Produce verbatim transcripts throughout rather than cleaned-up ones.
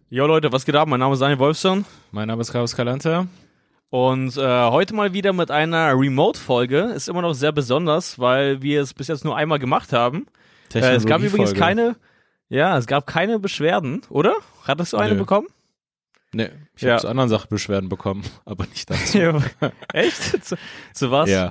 Jo Leute, was geht ab? Mein Name ist Daniel Wolfson. Mein Name ist Carlos Calante. Und äh, heute mal wieder mit einer Remote-Folge. Ist immer noch sehr besonders, weil wir es bis jetzt nur einmal gemacht haben. Äh, es gab übrigens keine, ja, es gab keine Beschwerden, oder? Hattest du eine Nö. bekommen? Nee, ich Ja. habe zu anderen Sachen Beschwerden bekommen, aber nicht dazu. Ja, echt? Zu, zu was? Ja.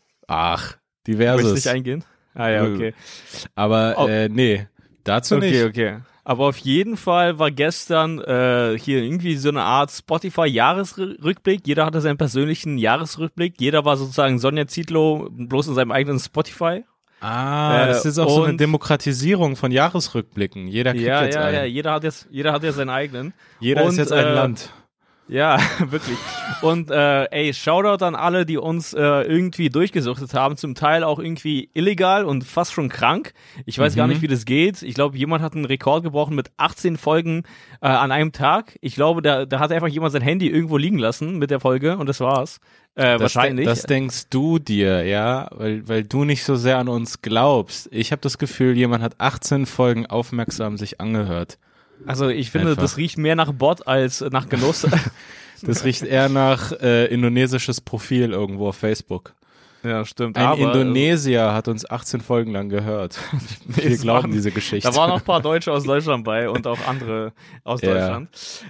Ach, Möchtest du diverses. nicht eingehen? Ah ja, okay. Aber Oh. äh, nee, dazu Okay, nicht. okay. Aber auf jeden Fall war gestern äh, hier irgendwie so eine Art Spotify-Jahresrückblick. Jeder hatte seinen persönlichen Jahresrückblick. Jeder war sozusagen Sonja Zietlow bloß in seinem eigenen Spotify. Ah, Äh, das ist auch so eine und- Demokratisierung von Jahresrückblicken. Jeder kriegt Ja, jetzt ja, einen. ja. Jeder hat jetzt, jeder hat jetzt seinen eigenen. Jeder Und, ist jetzt ein äh, Land. Ja, wirklich. Und äh, ey, Shoutout an alle, die uns äh, irgendwie durchgesuchtet haben, zum Teil auch irgendwie illegal und fast schon krank. Ich weiß Mhm. gar nicht, wie das geht. Ich glaube, jemand hat einen Rekord gebrochen mit achtzehn Folgen äh, an einem Tag. Ich glaube, da, da hat einfach jemand sein Handy irgendwo liegen lassen mit der Folge und das war's. Äh, Das, wahrscheinlich. Das denkst du dir, ja, weil, weil du nicht so sehr an uns glaubst. Ich habe das Gefühl, jemand hat achtzehn Folgen aufmerksam sich angehört. Also ich finde, Einfach. das riecht mehr nach Bot als nach Genuss. Das riecht eher nach äh, indonesisches Profil irgendwo auf Facebook. Ja, stimmt. Ein aber, Indonesier hat uns achtzehn Folgen lang gehört. Wir es glauben waren- diese Geschichte. Da waren noch ein paar Deutsche aus Deutschland bei und auch andere aus Ja. Deutschland.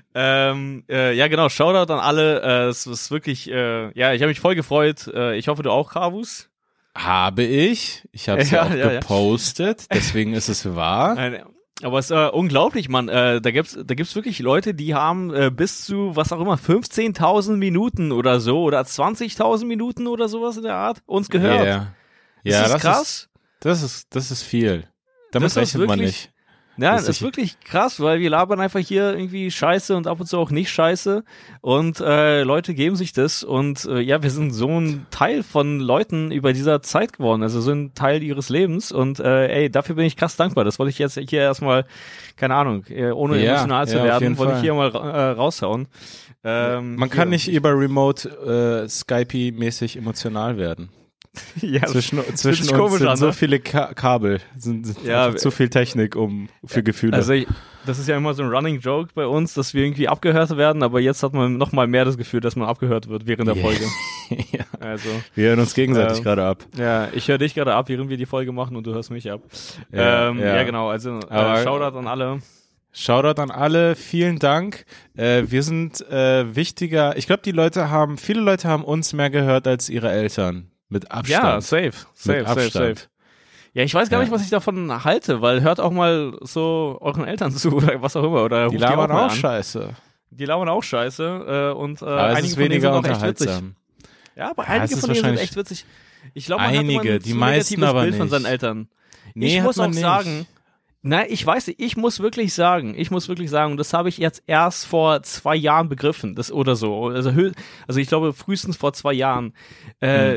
Ähm, äh, ja, genau. Shoutout an alle. Äh, es ist wirklich, äh, ja, ich habe mich voll gefreut. Äh, ich hoffe, du auch, Kavus. Habe ich. Ich habe es Ja, ja, auch ja, ja. gepostet. Deswegen ist es wahr. Nein, aber es ist äh, unglaublich, Mann. Äh, da gibt's, da gibt's wirklich Leute, die haben äh, bis zu, was auch immer, fünfzehntausend Minuten oder so oder zwanzigtausend Minuten oder sowas in der Art uns gehört. Yeah. Ist Ja, das, das krass? Ist, das ist, das ist viel. Damit Das ist rechnet man wirklich- nicht. Ja, Das das ist ist wirklich krass, weil wir labern einfach hier irgendwie Scheiße und ab und zu auch nicht Scheiße und äh, Leute geben sich das und äh, ja, wir sind so ein Teil von Leuten über dieser Zeit geworden, also so ein Teil ihres Lebens und äh, ey, dafür bin ich krass dankbar. Das wollte ich jetzt hier erstmal, keine Ahnung, äh, ohne Ja, emotional zu ja, auf werden, jeden wollte ich Fall. hier mal äh, raushauen. Ähm, Man kann hier. nicht über Remote äh, Skype-mäßig emotional werden. ja, Zwischen, das zwischen sich uns komisch sind an, so ne? viele Ka Kabel, sind, sind Ja, einfach zu viel Technik um für Gefühle. Also ich, das ist ja immer so ein Running Joke bei uns, dass wir irgendwie abgehört werden, aber jetzt hat man noch mal mehr das Gefühl, dass man abgehört wird während der Yeah. Folge. ja. Also Wir hören uns gegenseitig Ähm, gerade ab. ja, ich höre dich gerade ab, während wir die Folge machen und du hörst mich ab. Ja, ähm, ja. ja. genau, also Aber- äh, Shoutout an alle. Shoutout an alle, vielen Dank. Äh, wir sind äh, wichtiger. Ich glaube, die Leute haben, viele Leute haben uns mehr gehört als ihre Eltern. Mit Abstand. Ja, safe, safe, Mit safe, Abstand. safe. Ja, ich weiß gar Ja. nicht, was ich davon halte, weil hört auch mal so euren Eltern zu oder was auch immer. Oder Die ruft labern mal auch an. scheiße. Die labern auch scheiße äh, und äh, Aber es einige ist von denen sind weniger auch echt witzig. unterhaltsam. Ja, aber Ja, es einige ist von denen sind wahrscheinlich- echt witzig. Ich glaube, man hat Einige, immer ein die zu meisten negatives aber Bild von nicht. seinen Eltern. Nee, ich hat muss man auch nicht. sagen, nein, ich weiß nicht, ich muss wirklich sagen, ich muss wirklich sagen, und das habe ich jetzt erst vor zwei Jahren begriffen, das oder so. Also, hö- also ich glaube frühestens vor zwei Jahren. Äh, Hm.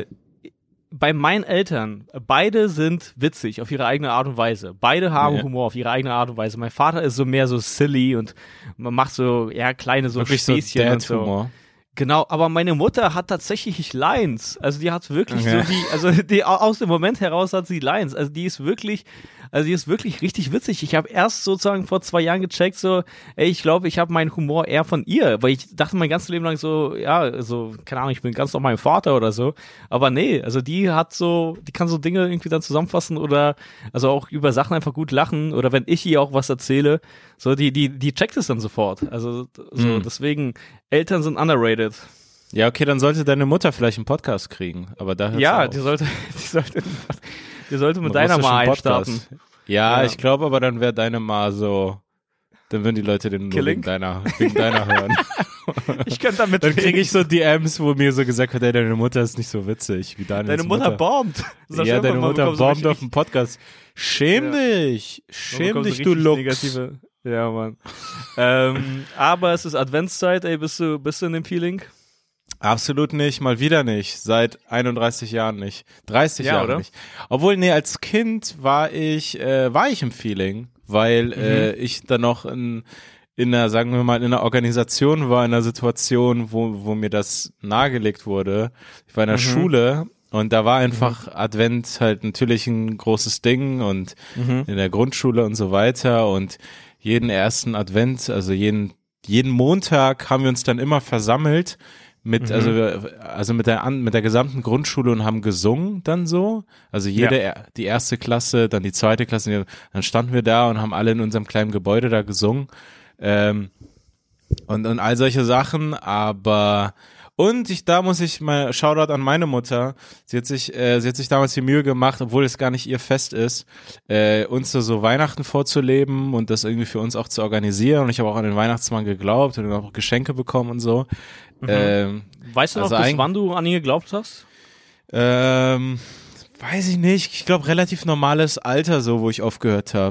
Bei meinen Eltern, beide sind witzig auf ihre eigene Art und Weise. Beide haben Ja. Humor auf ihre eigene Art und Weise. Mein Vater ist so mehr so silly und man macht so, ja, kleine so Wirklich so Späßchen und so. Dad-Humor. Genau, aber meine Mutter hat tatsächlich Lines. Also die hat wirklich Okay. so die, also die aus dem Moment heraus hat sie Lines. Also die ist wirklich, also die ist wirklich richtig witzig. Ich habe erst sozusagen vor zwei Jahren gecheckt, so, ey, ich glaube, ich habe meinen Humor eher von ihr, weil ich dachte mein ganzes Leben lang so, ja, so, keine Ahnung, ich bin ganz normal mein Vater oder so. Aber nee, also die hat so, die kann so Dinge irgendwie dann zusammenfassen oder also auch über Sachen einfach gut lachen oder wenn ich ihr auch was erzähle, so die, die, die checkt es dann sofort. Also so, Mhm. deswegen, Eltern sind underrated. Ja, okay, dann sollte deine Mutter vielleicht einen Podcast kriegen. Aber da hört's Ja, auf. die sollte, die sollte, die sollte mit Einen deiner russischen mal Podcast. einstarten. Ja, Ja. ich glaube aber, dann wäre deine Ma so, dann würden die Leute den nur Killing? wegen deiner, wegen deiner hören. Ich könnte damit Dann kriege ich so D Ms, wo mir so gesagt wird, ey, deine Mutter ist nicht so witzig wie Daniels Deine Mutter, bombt. Das Ja, hast du deine immer mal Mutter bekommen, so bombt richtig- auf dem Podcast. Schäm Ja. dich. man Schäm bekommt so dich, du richtig Lux. negative- Ja, Mann. ähm, aber es ist Adventszeit, ey, bist du, bist du in dem Feeling? Absolut nicht, mal wieder nicht. Seit einunddreißig Jahren nicht. dreißig Ja, Jahre oder? nicht. Obwohl, nee, als Kind war ich, äh, war ich im Feeling, weil Mhm. äh, ich dann noch in, in einer, sagen wir mal, in einer Organisation war, in einer Situation, wo, wo mir das nahegelegt wurde. Ich war in der Mhm. Schule und da war einfach Advent halt natürlich ein großes Ding und Mhm. in der Grundschule und so weiter und jeden ersten Advent, also jeden jeden Montag haben wir uns dann immer versammelt mit, Mhm. also, wir- also mit der, an- mit der gesamten Grundschule und haben gesungen dann so. Also jede, Ja. die erste Klasse, dann die zweite Klasse, dann standen wir da und haben alle in unserem kleinen Gebäude da gesungen. Ähm, und, und all solche Sachen, aber und ich, da muss ich mal Shoutout an meine Mutter. Sie hat sich, äh, sie hat sich damals die Mühe gemacht, obwohl es gar nicht ihr Fest ist, äh, uns so, so Weihnachten vorzuleben und das irgendwie für uns auch zu organisieren. Und ich habe auch an den Weihnachtsmann geglaubt und auch Geschenke bekommen und so. Mhm. Ähm, Weißt du noch, also bis eigentlich- wann du an ihn geglaubt hast? ähm, weiß ich nicht. Ich glaube relativ normales Alter, so wo ich aufgehört habe.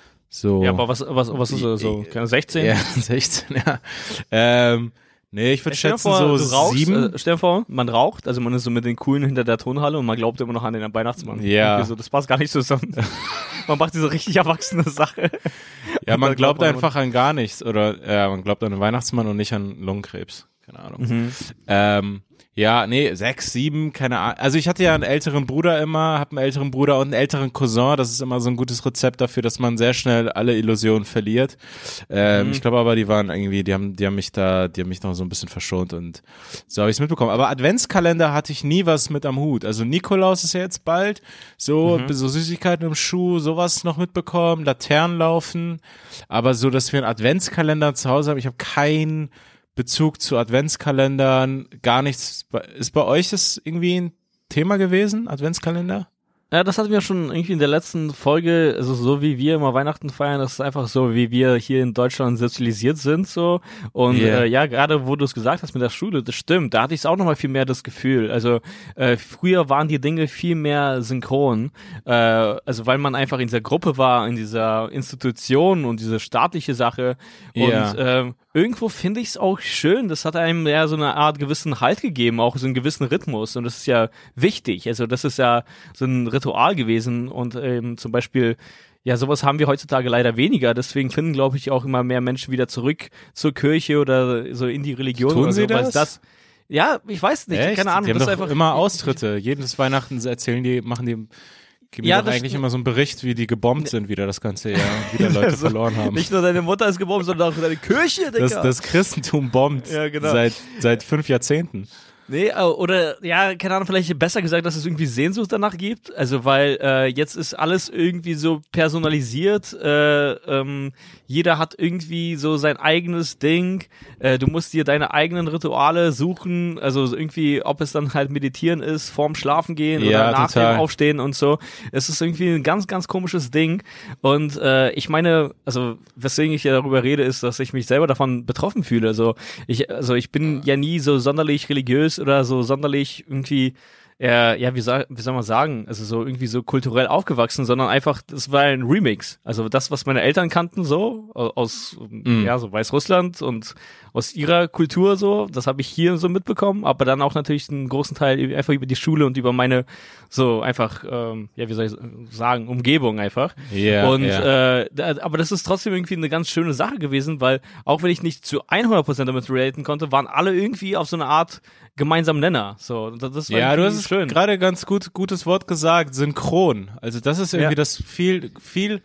So. Ja, aber was, was, was ist so? so keine sechzehn? Ja, sechzehn, ja. Ähm, nee, ich würde Stell dir schätzen vor, so du rauchst, sieben. Äh, stell dir vor, man raucht, also man ist so mit den Coolen hinter der Tonhalle und man glaubt immer noch an den Weihnachtsmann. Ja. Irgendwie So, das passt gar nicht zusammen. Man macht diese richtig erwachsene Sache. Ja, Und man dann glaubt man einfach an gar nichts oder ja, man glaubt an den Weihnachtsmann und nicht an Lungenkrebs. Keine Ahnung. Mhm. Ähm, ja, nee, sechs, sieben, keine Ahnung. Also ich hatte ja einen älteren Bruder immer, habe einen älteren Bruder und einen älteren Cousin. Das ist immer so ein gutes Rezept dafür, dass man sehr schnell alle Illusionen verliert. Ähm, Mhm. Ich glaube aber, die waren irgendwie, die haben, die haben mich da, die haben mich noch so ein bisschen verschont und so habe ich es mitbekommen. Aber Adventskalender hatte ich nie was mit am Hut. Also Nikolaus ist ja jetzt bald, so, Mhm. so Süßigkeiten im Schuh, sowas noch mitbekommen, Laternen laufen. Aber so, dass wir einen Adventskalender zu Hause haben, ich habe keinen Bezug zu Adventskalendern, gar nichts. Ist bei euch das irgendwie ein Thema gewesen, Adventskalender? Ja, das hatten wir schon irgendwie in der letzten Folge, also so wie wir immer Weihnachten feiern, das ist einfach so, wie wir hier in Deutschland sozialisiert sind, so. Und Yeah. äh, ja, gerade wo du es gesagt hast mit der Schule, das stimmt, da hatte ich auch nochmal viel mehr das Gefühl. Also äh, früher waren die Dinge viel mehr synchron, äh, also weil man einfach in dieser Gruppe war, in dieser Institution und diese staatliche Sache. Ja. Und ähm, irgendwo finde ich es auch schön, das hat einem ja so eine Art gewissen Halt gegeben, auch so einen gewissen Rhythmus. Und das ist ja wichtig. Also das ist ja so ein Ritual gewesen und ähm, zum Beispiel, ja, sowas haben wir heutzutage leider weniger, deswegen finden, glaube ich, auch immer mehr Menschen wieder zurück zur Kirche oder so in die Religion. Tun oder sie so, weil das? das? Ja, ich weiß nicht, Echt? keine Ahnung. Die haben das doch ist einfach immer Austritte. Jedes Weihnachten erzählen die, machen die, geben Ja, die doch das- eigentlich immer so einen Bericht, wie die gebombt sind wieder das ganze Jahr, und wieder Leute Also, verloren haben. Nicht nur deine Mutter ist gebombt, sondern auch deine Kirche, Digga. Das, das Christentum bombt Ja, genau. seit, seit fünf Jahrzehnten. Nee, äh, oder ja, keine Ahnung, vielleicht besser gesagt, dass es irgendwie Sehnsucht danach gibt. Also weil äh, jetzt ist alles irgendwie so personalisiert. Äh, ähm, jeder hat irgendwie so sein eigenes Ding. Äh, du musst dir deine eigenen Rituale suchen. Also irgendwie, ob es dann halt Meditieren ist, vorm Schlafen gehen Ja, oder nach total. dem Aufstehen und so. Es ist irgendwie ein ganz, ganz komisches Ding. Und äh, ich meine, also weswegen ich ja darüber rede, ist, dass ich mich selber davon betroffen fühle. Also ich, also ich bin ja nie so sonderlich religiös oder so sonderlich irgendwie, äh, ja, wie, sa- wie soll man sagen, also so irgendwie so kulturell aufgewachsen, sondern einfach, das war ein Remix. Also das, was meine Eltern kannten, so, au- aus, Mhm. ja, so Weißrussland und aus ihrer Kultur so, das habe ich hier so mitbekommen, aber dann auch natürlich einen großen Teil einfach über die Schule und über meine, so einfach, ähm, ja, wie soll ich sagen, Umgebung einfach. Ja, Und ja. äh, da, aber das ist trotzdem irgendwie eine ganz schöne Sache gewesen, weil auch wenn ich nicht zu hundert Prozent damit relaten konnte, waren alle irgendwie auf so eine Art gemeinsamen Nenner. So, das, das war Ja, du irgendwie hast es schön. gerade ganz gut, gutes Wort gesagt, synchron. Also das ist irgendwie Ja. das viel, viel,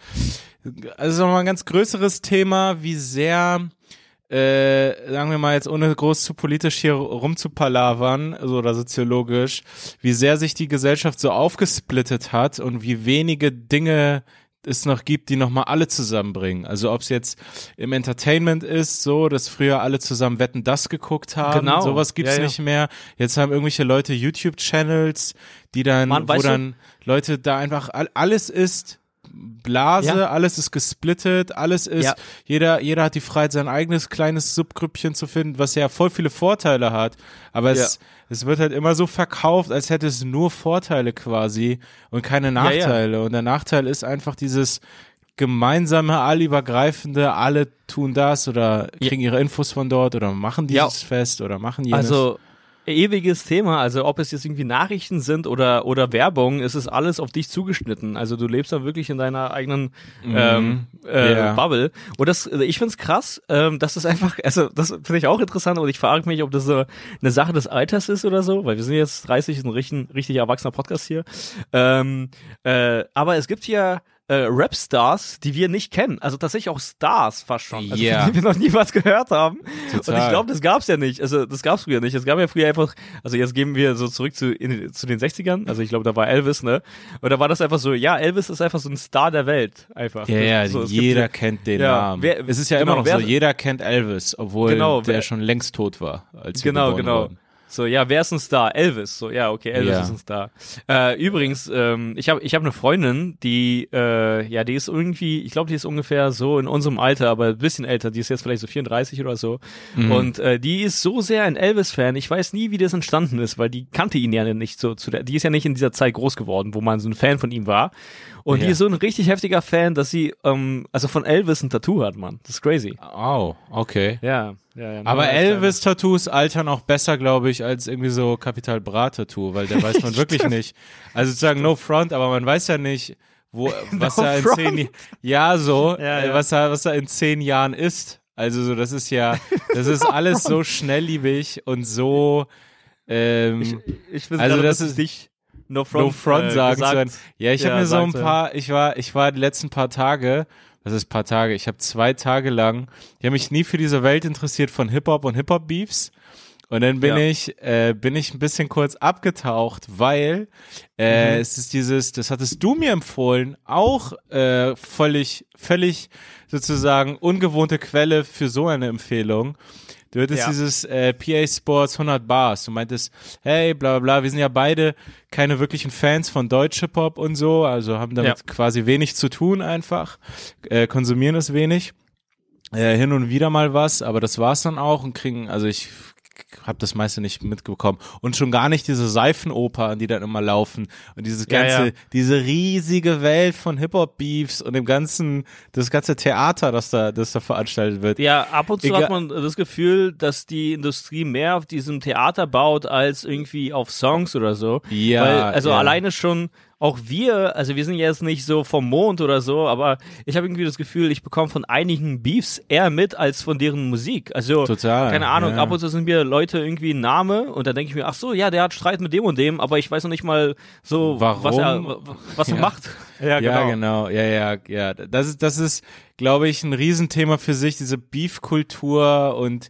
also nochmal ein ganz größeres Thema, wie sehr, äh, sagen wir mal jetzt ohne groß zu politisch hier rumzupalavern, also oder soziologisch, wie sehr sich die Gesellschaft so aufgesplittet hat und wie wenige Dinge es noch gibt, die nochmal alle zusammenbringen. Also ob es jetzt im Entertainment ist, so, dass früher alle zusammen Wetten, das geguckt haben, Genau. sowas gibt's Ja, ja. nicht mehr. Jetzt haben irgendwelche Leute YouTube-Channels, die dann, Mann, wo weißt du- dann Leute da einfach, all, alles ist Blase, Ja. alles ist gesplittet, alles ist, Ja. jeder, jeder hat die Freiheit, sein eigenes kleines Subgrüppchen zu finden, was ja voll viele Vorteile hat, aber es, es wird halt immer so verkauft, als hätte es nur Vorteile quasi und keine ja. Nachteile. Und der Nachteil ist einfach dieses gemeinsame, allübergreifende, alle tun das oder Ja. kriegen ihre Infos von dort oder machen Ja. dieses Fest oder machen jenes. Also ewiges Thema, also ob es jetzt irgendwie Nachrichten sind oder oder Werbung, es ist alles auf dich zugeschnitten. Also du lebst da wirklich in deiner eigenen ähm, äh, Ja. Bubble. Und das, also ich find's krass, ähm, dass das einfach, also das finde ich auch interessant und ich frage mich, ob das so eine Sache des Alters ist oder so, weil wir sind jetzt dreißig, ein richtig, richtig erwachsener Podcast hier. Ähm, äh, aber es gibt ja äh, Rap-Stars, die wir nicht kennen. Also tatsächlich auch Stars fast schon. Also Ja. von denen wir noch nie was gehört haben. Total. Und ich glaube, das gab's ja nicht. Also das gab's früher nicht. Es gab ja früher einfach, also jetzt gehen wir so zurück zu, in, zu den sechzigern. Also ich glaube, da war Elvis, ne? Und da war das einfach so, ja, Elvis ist einfach so ein Star der Welt. Einfach. Ja, ja, so, es jeder gibt, kennt den ja, Namen. wer- es ist ja genau, immer noch wer- so, jeder kennt Elvis, obwohl Genau, der wer- schon längst tot war, als wir Genau, geboren genau. wurden. So, ja, wer ist ein Star? Elvis. So, ja, okay, Elvis Ja. ist ein Star. Äh, übrigens, ähm, ich habe ich hab eine Freundin, die, äh, ja, die ist irgendwie, ich glaube, die ist ungefähr so in unserem Alter, aber ein bisschen älter. Die ist jetzt vielleicht so vierunddreißig oder so. Mhm. Und äh, die ist so sehr ein Elvis-Fan. Ich weiß nie, wie das entstanden ist, weil die kannte ihn ja nicht so. Zu der, die ist ja nicht in dieser Zeit groß geworden, wo man so ein Fan von ihm war. Und Ja. die ist so ein richtig heftiger Fan, dass sie, ähm, also von Elvis ein Tattoo hat, Mann. Das ist crazy. Oh, okay. Ja, ja, ja. Aber Nur als Elvis-Tattoos altern auch besser, glaube ich, als irgendwie so Capital Bra-Tattoo, weil da weiß man wirklich nicht. Also sozusagen no front, aber man weiß ja nicht, wo, was No er in front. zehn, ja, so, Ja, äh, ja. was er, was er in zehn Jahren ist. Also so, das ist ja, das ist alles so schnellliebig und so, ähm, Ich, ich finde Also gerade, das dass ist- es nicht No Front, No Front äh, sagen gesagt. zu können. Ja, ich habe Ja, mir so ein sagt er. paar, ich war, ich war die letzten paar Tage, was ist paar Tage? Ich habe zwei Tage lang, ich habe mich nie für diese Welt interessiert von Hip-Hop und Hip-Hop-Beefs. Und dann bin Ja. ich, äh, bin ich ein bisschen kurz abgetaucht, weil äh, Mhm. es ist dieses, das hattest du mir empfohlen, auch äh, völlig, völlig sozusagen ungewohnte Quelle für so eine Empfehlung. Du hattest Ja. dieses äh, P A Sports hundert Bars. Du meintest, hey, bla bla bla, wir sind ja beide keine wirklichen Fans von Deutsch-Hip-Hop und so, also haben damit Ja. quasi wenig zu tun einfach, äh, konsumieren es wenig. Äh, hin und wieder mal was, aber das war's dann auch und kriegen, also ich habe das meiste nicht mitbekommen und schon gar nicht diese Seifenopern, die dann immer laufen und dieses Ja, ganze, ja. diese riesige Welt von Hip-Hop-Beefs und dem ganzen, das ganze Theater, das da, das da veranstaltet wird. Ja, ab und zu Egal- hat man das Gefühl, dass die Industrie mehr auf diesem Theater baut, als irgendwie auf Songs oder so. Ja, Weil, also ja. alleine schon, auch wir, also wir sind jetzt nicht so vom Mond oder so, aber ich habe irgendwie das Gefühl, ich bekomme von einigen Beefs eher mit als von deren Musik. Also, Total, keine Ahnung, ja. ab und zu sind mir Leute irgendwie ein Name und dann denke ich mir, ach so, ja, der hat Streit mit dem und dem, aber ich weiß noch nicht mal so, Warum? was er, was er Ja. macht. Ja, Ja, genau, ja, ja, ja. Das ist, das ist, glaube ich, ein Riesenthema für sich, diese Beef-Kultur und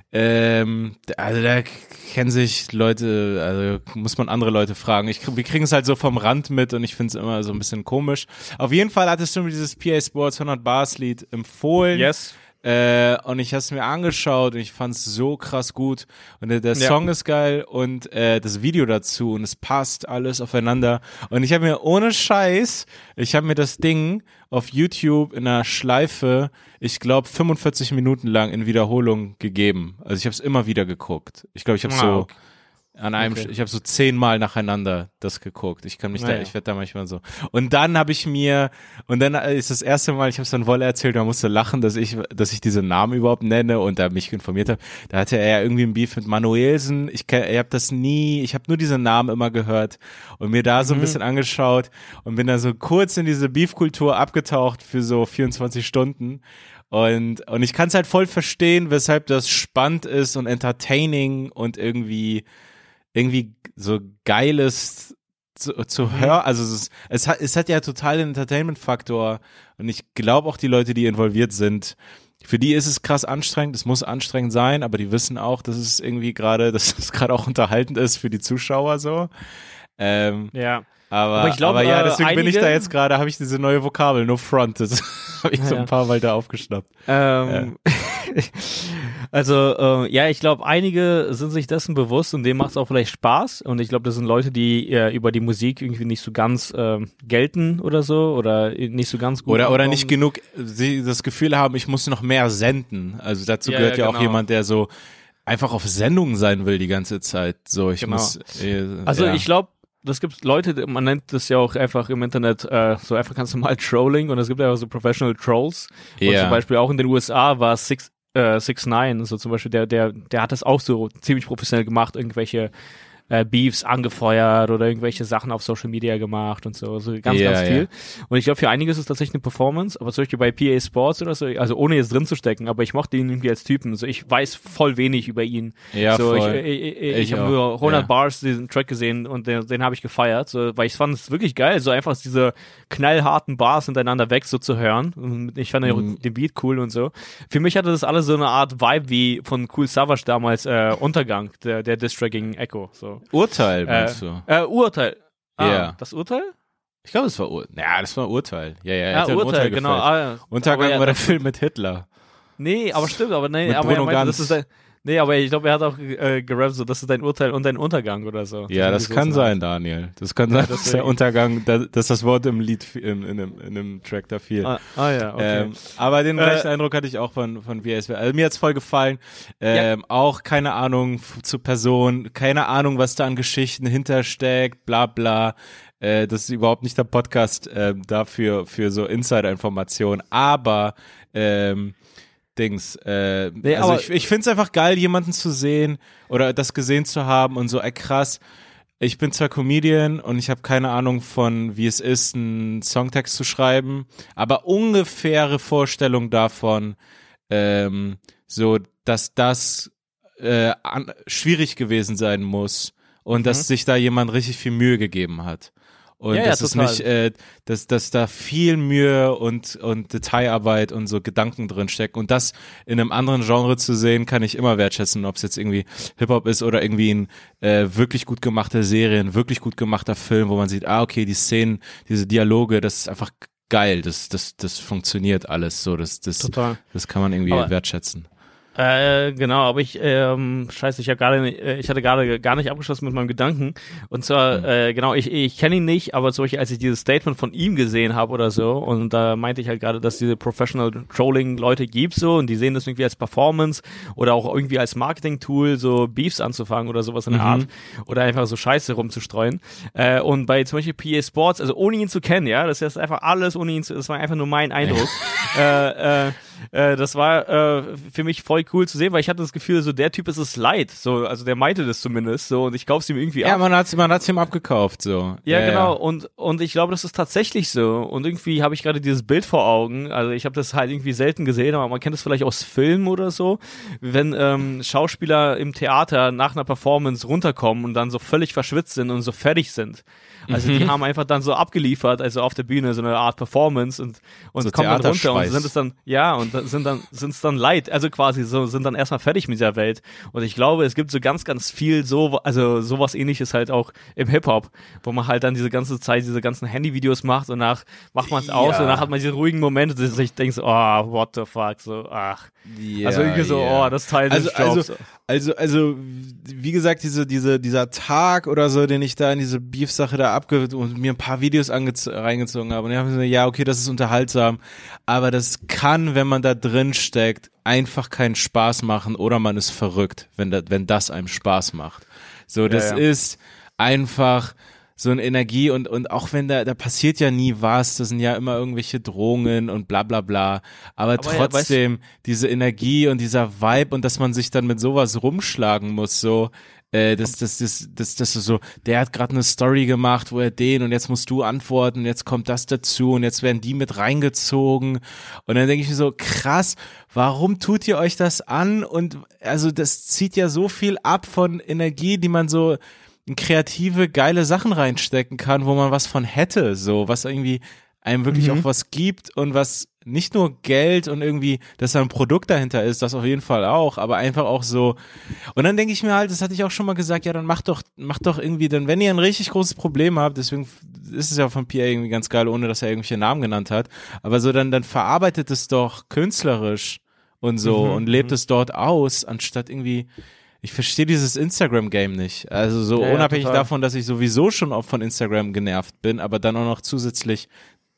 ähm, also da kennen sich Leute, also muss man andere Leute fragen. Ich, wir kriegen es halt so vom Rand mit und ich finde es immer so ein bisschen komisch. Auf jeden Fall hattest du mir dieses P A Sports hundert Bars Lied empfohlen. Yes. Äh, und ich habe es mir angeschaut und ich fand es so krass gut und der, der Ja. Song ist geil und äh, das Video dazu und es passt alles aufeinander und ich habe mir ohne Scheiß, ich habe mir das Ding auf YouTube in einer Schleife, ich glaube fünfundvierzig Minuten lang in Wiederholung gegeben. Also ich habe es immer wieder geguckt. Ich glaube, ich habe Ah, so okay. an einem, Okay. ich habe so zehnmal nacheinander das geguckt. Ich kann mich da, Naja. ich werde da manchmal so. Und dann habe ich mir, und dann ist das erste Mal, ich habe es dann Wolle erzählt, man musste lachen, dass ich, dass ich diese Namen überhaupt nenne und da mich informiert habe. Da hatte er ja irgendwie ein Beef mit Manuelsen. Ich, kenn- ich habe das nie, ich habe nur diese Namen immer gehört und mir da so ein bisschen angeschaut und bin da so kurz in diese Beef-Kultur abgetaucht für so vierundzwanzig Stunden. Und, und ich kann es halt voll verstehen, weshalb das spannend ist und entertaining und irgendwie irgendwie so geiles zu, zu hören. Also es, ist, es, hat, es hat ja total den Entertainment-Faktor und ich glaube auch die Leute, die involviert sind, für die ist es krass anstrengend, es muss anstrengend sein, aber die wissen auch, dass es irgendwie gerade, dass es gerade auch unterhaltend ist für die Zuschauer so. Ähm, Ja. aber, Aber ich glaub, aber ja, äh, deswegen bin ich einige- da jetzt gerade, habe ich diese neue Vokabel, no front, das habe ich so Ja. ein paar Mal da aufgeschnappt. Ähm, also, äh, ja, ich glaube, einige sind sich dessen bewusst und denen macht es auch vielleicht Spaß. Und ich glaube, das sind Leute, die äh, über die Musik irgendwie nicht so ganz äh, gelten oder so oder nicht so ganz gut Oder, oder ankommen. nicht genug, sie das Gefühl haben, ich muss noch mehr senden. Also dazu Ja, gehört ja, ja, auch genau. jemand, der so einfach auf Sendung sein will die ganze Zeit. So, ich Genau. muss. Äh, Also ja. ich glaube, das gibt Leute, man nennt das ja auch einfach im Internet äh, so einfach ganz normal Trolling und es gibt ja so Professional Trolls. Und Ja. zum Beispiel auch in den U S A war Six äh, Six Nine, so zum Beispiel der der der hat das auch so ziemlich professionell gemacht, irgendwelche äh, Beefs angefeuert oder irgendwelche Sachen auf Social Media gemacht und so, so ganz, Ja, ganz viel. ja. Und ich glaube, für einige ist es tatsächlich eine Performance, aber zum Beispiel bei P A Sports oder so, also ohne jetzt drin zu stecken, aber ich mochte ihn irgendwie als Typen, so ich weiß voll wenig über ihn. Ja, so, voll. Ich, ich, ich, Ich ich habe auch. nur hundert Ja. Bars diesen Track gesehen und den, den habe ich gefeiert, so, weil ich fand es wirklich geil, so einfach diese knallharten Bars hintereinander weg so zu hören. Und ich fand Mhm. den Beat cool und so. Für mich hatte das alles so eine Art Vibe wie von Cool Savage damals, äh, Untergang, der, der Diss-Track gegen Echo. So. Urteil, Äh, meinst du? äh, Urteil. Ah, Ja. Das Urteil? Ich glaube, es war Urteil. Ja, das war Urteil. Ja, ja, er Ja, hat ja ein Urteil, Urteil genau. gefällt. Ah, ja. Untergang Aber ja, war der das- Film mit Hitler. Nee, aber stimmt, aber nee, Mit aber Bruno er meinte, Ganz. das ist ein, nee, aber ich glaube, er hat auch äh, gerappt, so, das ist dein Urteil und dein Untergang oder so. Ja, das Irgendwie kann so sein, Daniel. Das kann sein, dass deswegen. der Untergang, dass, dass das Wort im Lied, fi- in, in, einem, in einem Track da fiel. Ah, ah ja, okay. Ähm, aber den Äh, gleichen Eindruck hatte ich auch von, von V S W. Also mir hat's voll gefallen. Ähm, Auch keine Ahnung f- zur Person, keine Ahnung, was da an Geschichten hintersteckt, bla bla. Äh, das ist überhaupt nicht der Podcast ähm, dafür für so Insider-Informationen. Aber ähm, Dings. Äh, Nee, also aber- ich, ich finde es einfach geil, jemanden zu sehen oder das gesehen zu haben und so, ey krass. Ich bin zwar Comedian und ich habe keine Ahnung von, wie es ist, einen Songtext zu schreiben, aber ungefähre Vorstellung davon, ähm, so, dass das äh, an, schwierig gewesen sein muss und dass sich da jemand richtig viel Mühe gegeben hat. Und Ja, ja, das ist total. nicht, äh, dass, dass da viel Mühe und, und Detailarbeit und so Gedanken drin stecken. Und das in einem anderen Genre zu sehen, kann ich immer wertschätzen, ob es jetzt irgendwie Hip-Hop ist oder irgendwie ein äh, wirklich gut gemachter Serie, ein wirklich gut gemachter Film, wo man sieht, ah, okay, die Szenen, diese Dialoge, das ist einfach geil, das, das, das funktioniert alles so, das, das, Total. das kann man irgendwie Aber- wertschätzen. Äh, genau, aber ich, ähm, scheiße, ich habe gerade, nicht- äh, ich hatte gerade gar nicht abgeschlossen mit meinem Gedanken. Und zwar, Hm. äh, genau, ich, ich kenne ihn nicht, aber zum Beispiel, als ich dieses Statement von ihm gesehen habe oder so, und da meinte ich halt gerade, dass diese Professional Trolling Leute gibt so, und die sehen das irgendwie als Performance oder auch irgendwie als Marketing-Tool, so Beefs anzufangen oder sowas in der Mhm. Art, oder einfach so Scheiße rumzustreuen. Äh, und bei zum Beispiel P A Sports, also ohne ihn zu kennen, ja, das ist einfach alles ohne ihn zu, das war einfach nur mein Eindruck. äh, äh, äh, das war äh, für mich voll cool zu sehen, weil ich hatte das Gefühl, so der Typ ist es leid, so, also der meinte das zumindest, so, und ich kauf's ihm irgendwie Ja, ab. man hat's, man hat's ihm abgekauft, so. Ja, genau, und und ich glaube, das ist tatsächlich so, und irgendwie habe ich gerade dieses Bild vor Augen, also ich habe das halt irgendwie selten gesehen, aber man kennt das vielleicht aus Filmen oder so, wenn ähm, Schauspieler im Theater nach einer Performance runterkommen und dann so völlig verschwitzt sind und so fertig sind. Also die haben einfach dann so abgeliefert, also auf der Bühne so eine Art Performance und und So kommen dann runter und Theaterschweiß. sind es dann, ja, und dann sind dann sind es dann leid, also quasi so sind dann erstmal fertig mit dieser Welt. Und ich glaube, es gibt so ganz, ganz viel so, also sowas ähnliches halt auch im Hip-Hop, wo man halt dann diese ganze Zeit diese ganzen Handyvideos macht und nach macht man es aus Ja. und danach hat man diese ruhigen Momente, dass ich denke so, oh, what the fuck, so, ach. Ja, also irgendwie so, ja. oh, das Teil Also, des Jobs. also, also, also, wie gesagt, diese, diese, dieser Tag oder so, den ich da in diese Beef-Sache da abge und mir ein paar Videos angez- reingezogen habe. Und ich habe mir so, ja, okay, das ist unterhaltsam, aber das kann, wenn man da drin steckt, einfach keinen Spaß machen oder man ist verrückt, wenn, da, wenn das einem Spaß macht. So, das ja. ist einfach so eine Energie und, und auch wenn da, da passiert ja nie was, das sind ja immer irgendwelche Drohungen und bla bla bla, aber, Aber ja, trotzdem diese Energie und dieser Vibe und dass man sich dann mit sowas rumschlagen muss, so, äh, das, das, das, das, das ist so, der hat gerade eine Story gemacht, wo er den und jetzt musst du antworten und jetzt kommt das dazu und jetzt werden die mit reingezogen und dann denke ich mir so, krass, warum tut ihr euch das an und also das zieht ja so viel ab von Energie, die man so in kreative, geile Sachen reinstecken kann, wo man was von hätte, so, was irgendwie einem wirklich Mhm. auch was gibt und was nicht nur Geld und irgendwie, dass da ein Produkt dahinter ist, das auf jeden Fall auch, aber einfach auch so. Und dann denke ich mir halt, das hatte ich auch schon mal gesagt, ja, dann macht doch, macht doch irgendwie, dann, wenn ihr ein richtig großes Problem habt, deswegen ist es ja von Pierre irgendwie ganz geil, ohne dass er irgendwelche Namen genannt hat, aber so dann, dann verarbeitet es doch künstlerisch und so Mhm, und lebt mhm. es dort aus, anstatt irgendwie. Ich verstehe dieses Instagram-Game nicht. Also so Ja, ja, unabhängig total. davon, dass ich sowieso schon auch von Instagram genervt bin, aber dann auch noch zusätzlich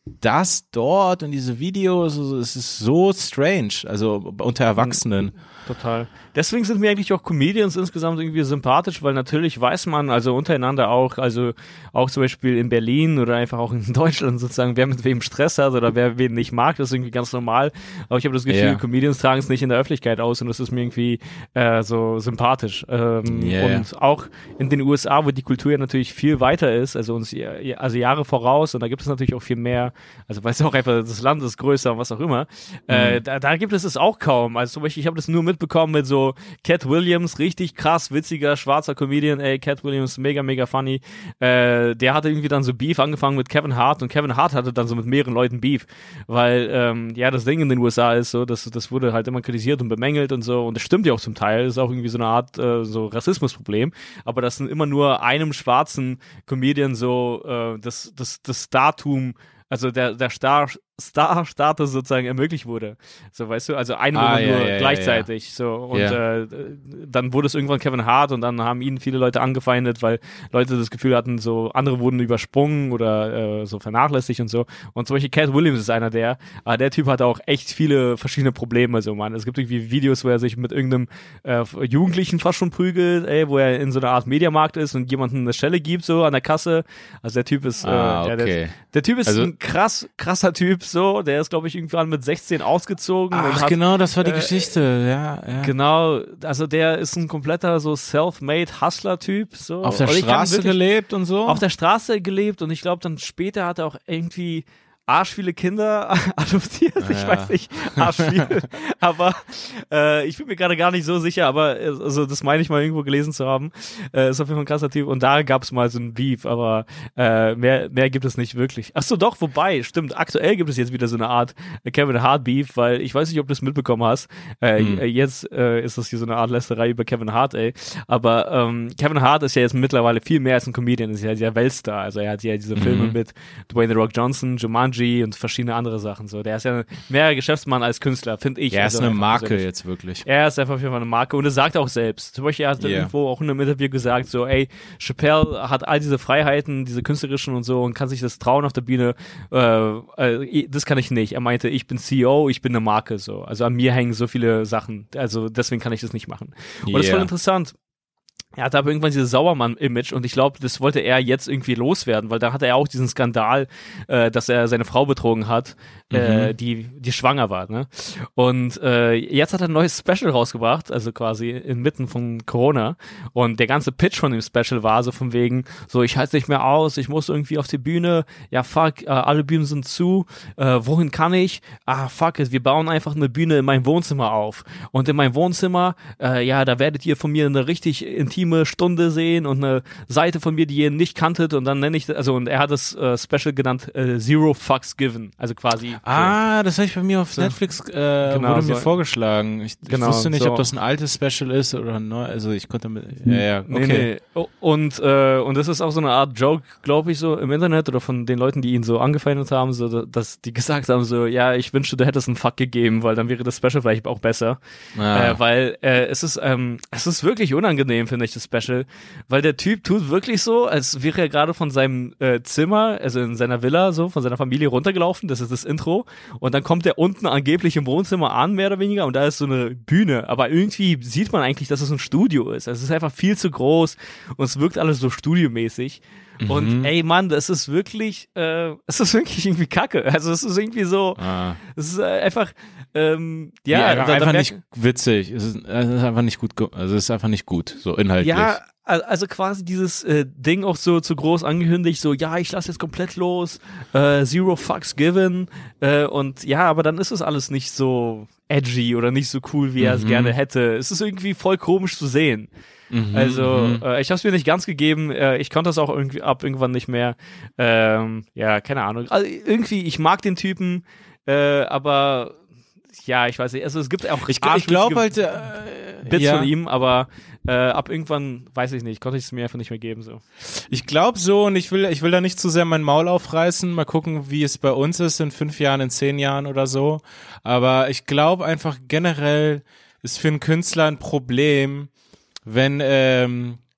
das dort und diese Videos, es ist so strange, also unter Erwachsenen. Total. Deswegen sind mir eigentlich auch Comedians insgesamt irgendwie sympathisch, weil natürlich weiß man, also untereinander auch, also auch zum Beispiel in Berlin oder einfach auch in Deutschland sozusagen, wer mit wem Stress hat oder wer wen nicht mag, das ist irgendwie ganz normal. Aber ich habe das Gefühl, yeah. Comedians tragen es nicht in der Öffentlichkeit aus und das ist mir irgendwie äh, so sympathisch. Ähm, yeah. Und auch in den U S A, wo die Kultur ja natürlich viel weiter ist, also uns also Jahre voraus und da gibt es natürlich auch viel mehr, also weil es auch einfach das Land ist größer und was auch immer, mhm. äh, da, da gibt es es auch kaum. Also zum Beispiel, ich habe das nur mitbekommen mit so Cat Williams, richtig krass witziger schwarzer Comedian, ey, Cat Williams, mega, mega funny. Äh, der hatte irgendwie dann so Beef angefangen mit Kevin Hart und Kevin Hart hatte dann so mit mehreren Leuten Beef, weil ähm, ja, das Ding in den U S A ist so, das, das wurde halt immer kritisiert und bemängelt und so und das stimmt ja auch zum Teil, das ist auch irgendwie so eine Art äh, so Rassismusproblem, aber das sind immer nur einem schwarzen Comedian so äh, das, das, das Startum, also der, der Star, Star-Status sozusagen ermöglicht wurde. So, weißt du, also einem ah, immer ja, nur ja, gleichzeitig. Ja. So, und ja. äh, dann wurde es irgendwann Kevin Hart und dann haben ihn viele Leute angefeindet, weil Leute das Gefühl hatten, so andere wurden übersprungen oder äh, so vernachlässigt und so. Und zum Beispiel Cat Williams ist einer der, aber der Typ hatte auch echt viele verschiedene Probleme. So, man, es gibt irgendwie Videos, wo er sich mit irgendeinem äh, Jugendlichen fast schon prügelt, ey, wo er in so einer Art Mediamarkt ist und jemandem eine Stelle gibt, so an der Kasse. Also der Typ ist, äh, ah, okay. der, der, der Typ ist also, ein krass, krasser Typ, so, der ist, glaube ich, irgendwann mit sechzehn ausgezogen. Ach, und hat, genau, das war die äh, Geschichte, ja, ja. Genau, also der ist ein kompletter so self-made Hustler-Typ. So. Auf der Straße gelebt und so? Auf der Straße gelebt und ich glaube, dann später hat er auch irgendwie arsch viele Kinder adoptiert, ja. Ich weiß nicht, arsch viele, aber äh, ich bin mir gerade gar nicht so sicher, aber also das meine ich mal irgendwo gelesen zu haben, äh, ist auf jeden Fall ein krasser Typ und da gab es mal so ein Beef, aber äh, mehr mehr gibt es nicht wirklich. Ach so, doch, wobei, stimmt, aktuell gibt es jetzt wieder so eine Art Kevin Hart Beef, weil ich weiß nicht, ob du es mitbekommen hast, äh, hm. jetzt äh, ist das hier so eine Art Lästerei über Kevin Hart, ey, aber ähm, Kevin Hart ist ja jetzt mittlerweile viel mehr als ein Comedian, ist ja der Weltstar, also er hat ja diese Filme mhm. mit Dwayne The Rock Johnson, Jumanji und verschiedene andere Sachen. So, der ist ja mehr Geschäftsmann als Künstler, finde ich. Er also ist eine Marke persönlich. Jetzt wirklich. Er ist einfach auf jeden Fall eine Marke und er sagt auch selbst. Zum Beispiel, er hat yeah. irgendwo auch in einem Interview gesagt, so, ey, Chappelle hat all diese Freiheiten, diese künstlerischen und so und kann sich das trauen auf der Bühne. Äh, äh, das kann ich nicht. Er meinte, ich bin C E O, ich bin eine Marke. So. Also an mir hängen so viele Sachen. Also deswegen kann ich das nicht machen. Und yeah. das ist voll interessant. Er hatte aber irgendwann dieses Sauermann-Image und ich glaube, das wollte er jetzt irgendwie loswerden, weil da hatte er auch diesen Skandal, äh, dass er seine Frau betrogen hat, mhm. äh, die die schwanger war, ne? Und äh, jetzt hat er ein neues Special rausgebracht, also quasi inmitten von Corona und der ganze Pitch von dem Special war so von wegen, so ich halte nicht mehr aus, ich muss irgendwie auf die Bühne, ja fuck, äh, alle Bühnen sind zu, äh, wohin kann ich? Ah fuck it, wir bauen einfach eine Bühne in meinem Wohnzimmer auf und in meinem Wohnzimmer, äh, ja, da werdet ihr von mir eine richtig intime Stunde sehen und eine Seite von mir, die ihr nicht kanntet und dann nenne ich, also und er hat das äh, Special genannt äh, Zero Fucks Given, also quasi. Ah, so. Das habe ich bei mir auf so. Netflix, äh, genau, wurde mir so. vorgeschlagen. Ich, genau, ich wusste nicht, so. ob das ein altes Special ist oder neu, also ich konnte mit, ja, ja, okay. Nee, nee. Oh, und, äh, und das ist auch so eine Art Joke, glaube ich, so im Internet oder von den Leuten, die ihn so angefeindet haben, so, dass die gesagt haben, so, ja, ich wünschte, du hättest einen Fuck gegeben, weil dann wäre das Special vielleicht auch besser. Ah. Äh, weil äh, es ist, ähm, es ist wirklich unangenehm, finde ich, das Special, weil der Typ tut wirklich so, als wäre er gerade von seinem äh, Zimmer, also in seiner Villa, so von seiner Familie runtergelaufen, das ist das Intro, und dann kommt er unten angeblich im Wohnzimmer an, mehr oder weniger, und da ist so eine Bühne, aber irgendwie sieht man eigentlich, dass es ein Studio ist, also es ist einfach viel zu groß und es wirkt alles so studiomäßig. Mhm. Und ey Mann, das ist wirklich, äh, es ist wirklich irgendwie Kacke. Also es ist irgendwie so, ah. es ist einfach, ähm, ja, ja da, einfach da nicht witzig. Es ist, es ist einfach nicht gut, also es ist einfach nicht gut, so inhaltlich. Ja, also quasi dieses äh, Ding auch so zu groß angekündigt, so ja, ich lasse jetzt komplett los, äh, Zero Fucks Given, äh, und ja, aber dann ist es alles nicht so edgy oder nicht so cool, wie er es mhm. gerne hätte. Es ist irgendwie voll komisch zu sehen. Mhm, also mhm. Äh, ich habe es mir nicht ganz gegeben, äh, ich konnte das auch irgendwie ab irgendwann nicht mehr. Ähm, ja, keine Ahnung. Also irgendwie, ich mag den Typen, äh, aber ja, ich weiß nicht, also es gibt auch ich, ich glaube halt äh, Bits ja. von ihm, aber äh, ab irgendwann, weiß ich nicht, konnte ich es mir einfach nicht mehr geben. So. Ich glaube so, und ich will ich will da nicht zu sehr mein Maul aufreißen, mal gucken, wie es bei uns ist in fünf Jahren, in zehn Jahren oder so, aber ich glaube einfach generell ist für einen Künstler ein Problem, wenn ähm,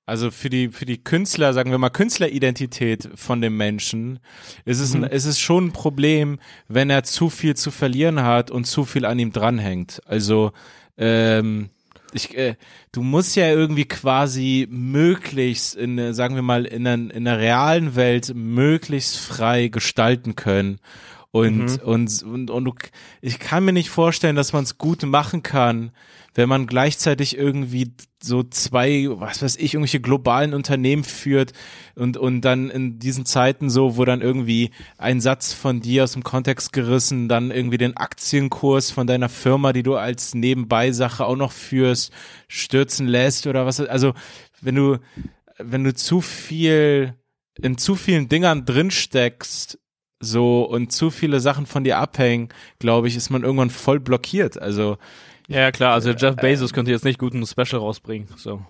Also für die für die Künstler, sagen wir mal Künstleridentität von dem Menschen, ist es, mhm. ein, ist es schon ein Problem, wenn er zu viel zu verlieren hat und zu viel an ihm dranhängt. Also ähm, ich, äh, du musst ja irgendwie quasi möglichst in, sagen wir mal, in einer, in einer realen Welt möglichst frei gestalten können. Und, mhm. und, und, und du, ich kann mir nicht vorstellen, dass man es gut machen kann, wenn man gleichzeitig irgendwie so zwei, was weiß ich, irgendwelche globalen Unternehmen führt und, und dann in diesen Zeiten so, wo dann irgendwie ein Satz von dir aus dem Kontext gerissen, dann irgendwie den Aktienkurs von deiner Firma, die du als Nebenbeisache auch noch führst, stürzen lässt oder was, also wenn du, wenn du zu viel, in zu vielen Dingern drinsteckst, so und zu viele Sachen von dir abhängen, glaube ich, ist man irgendwann voll blockiert. Also ja, klar, also Jeff Bezos äh, könnte jetzt nicht gut ein Special rausbringen, so.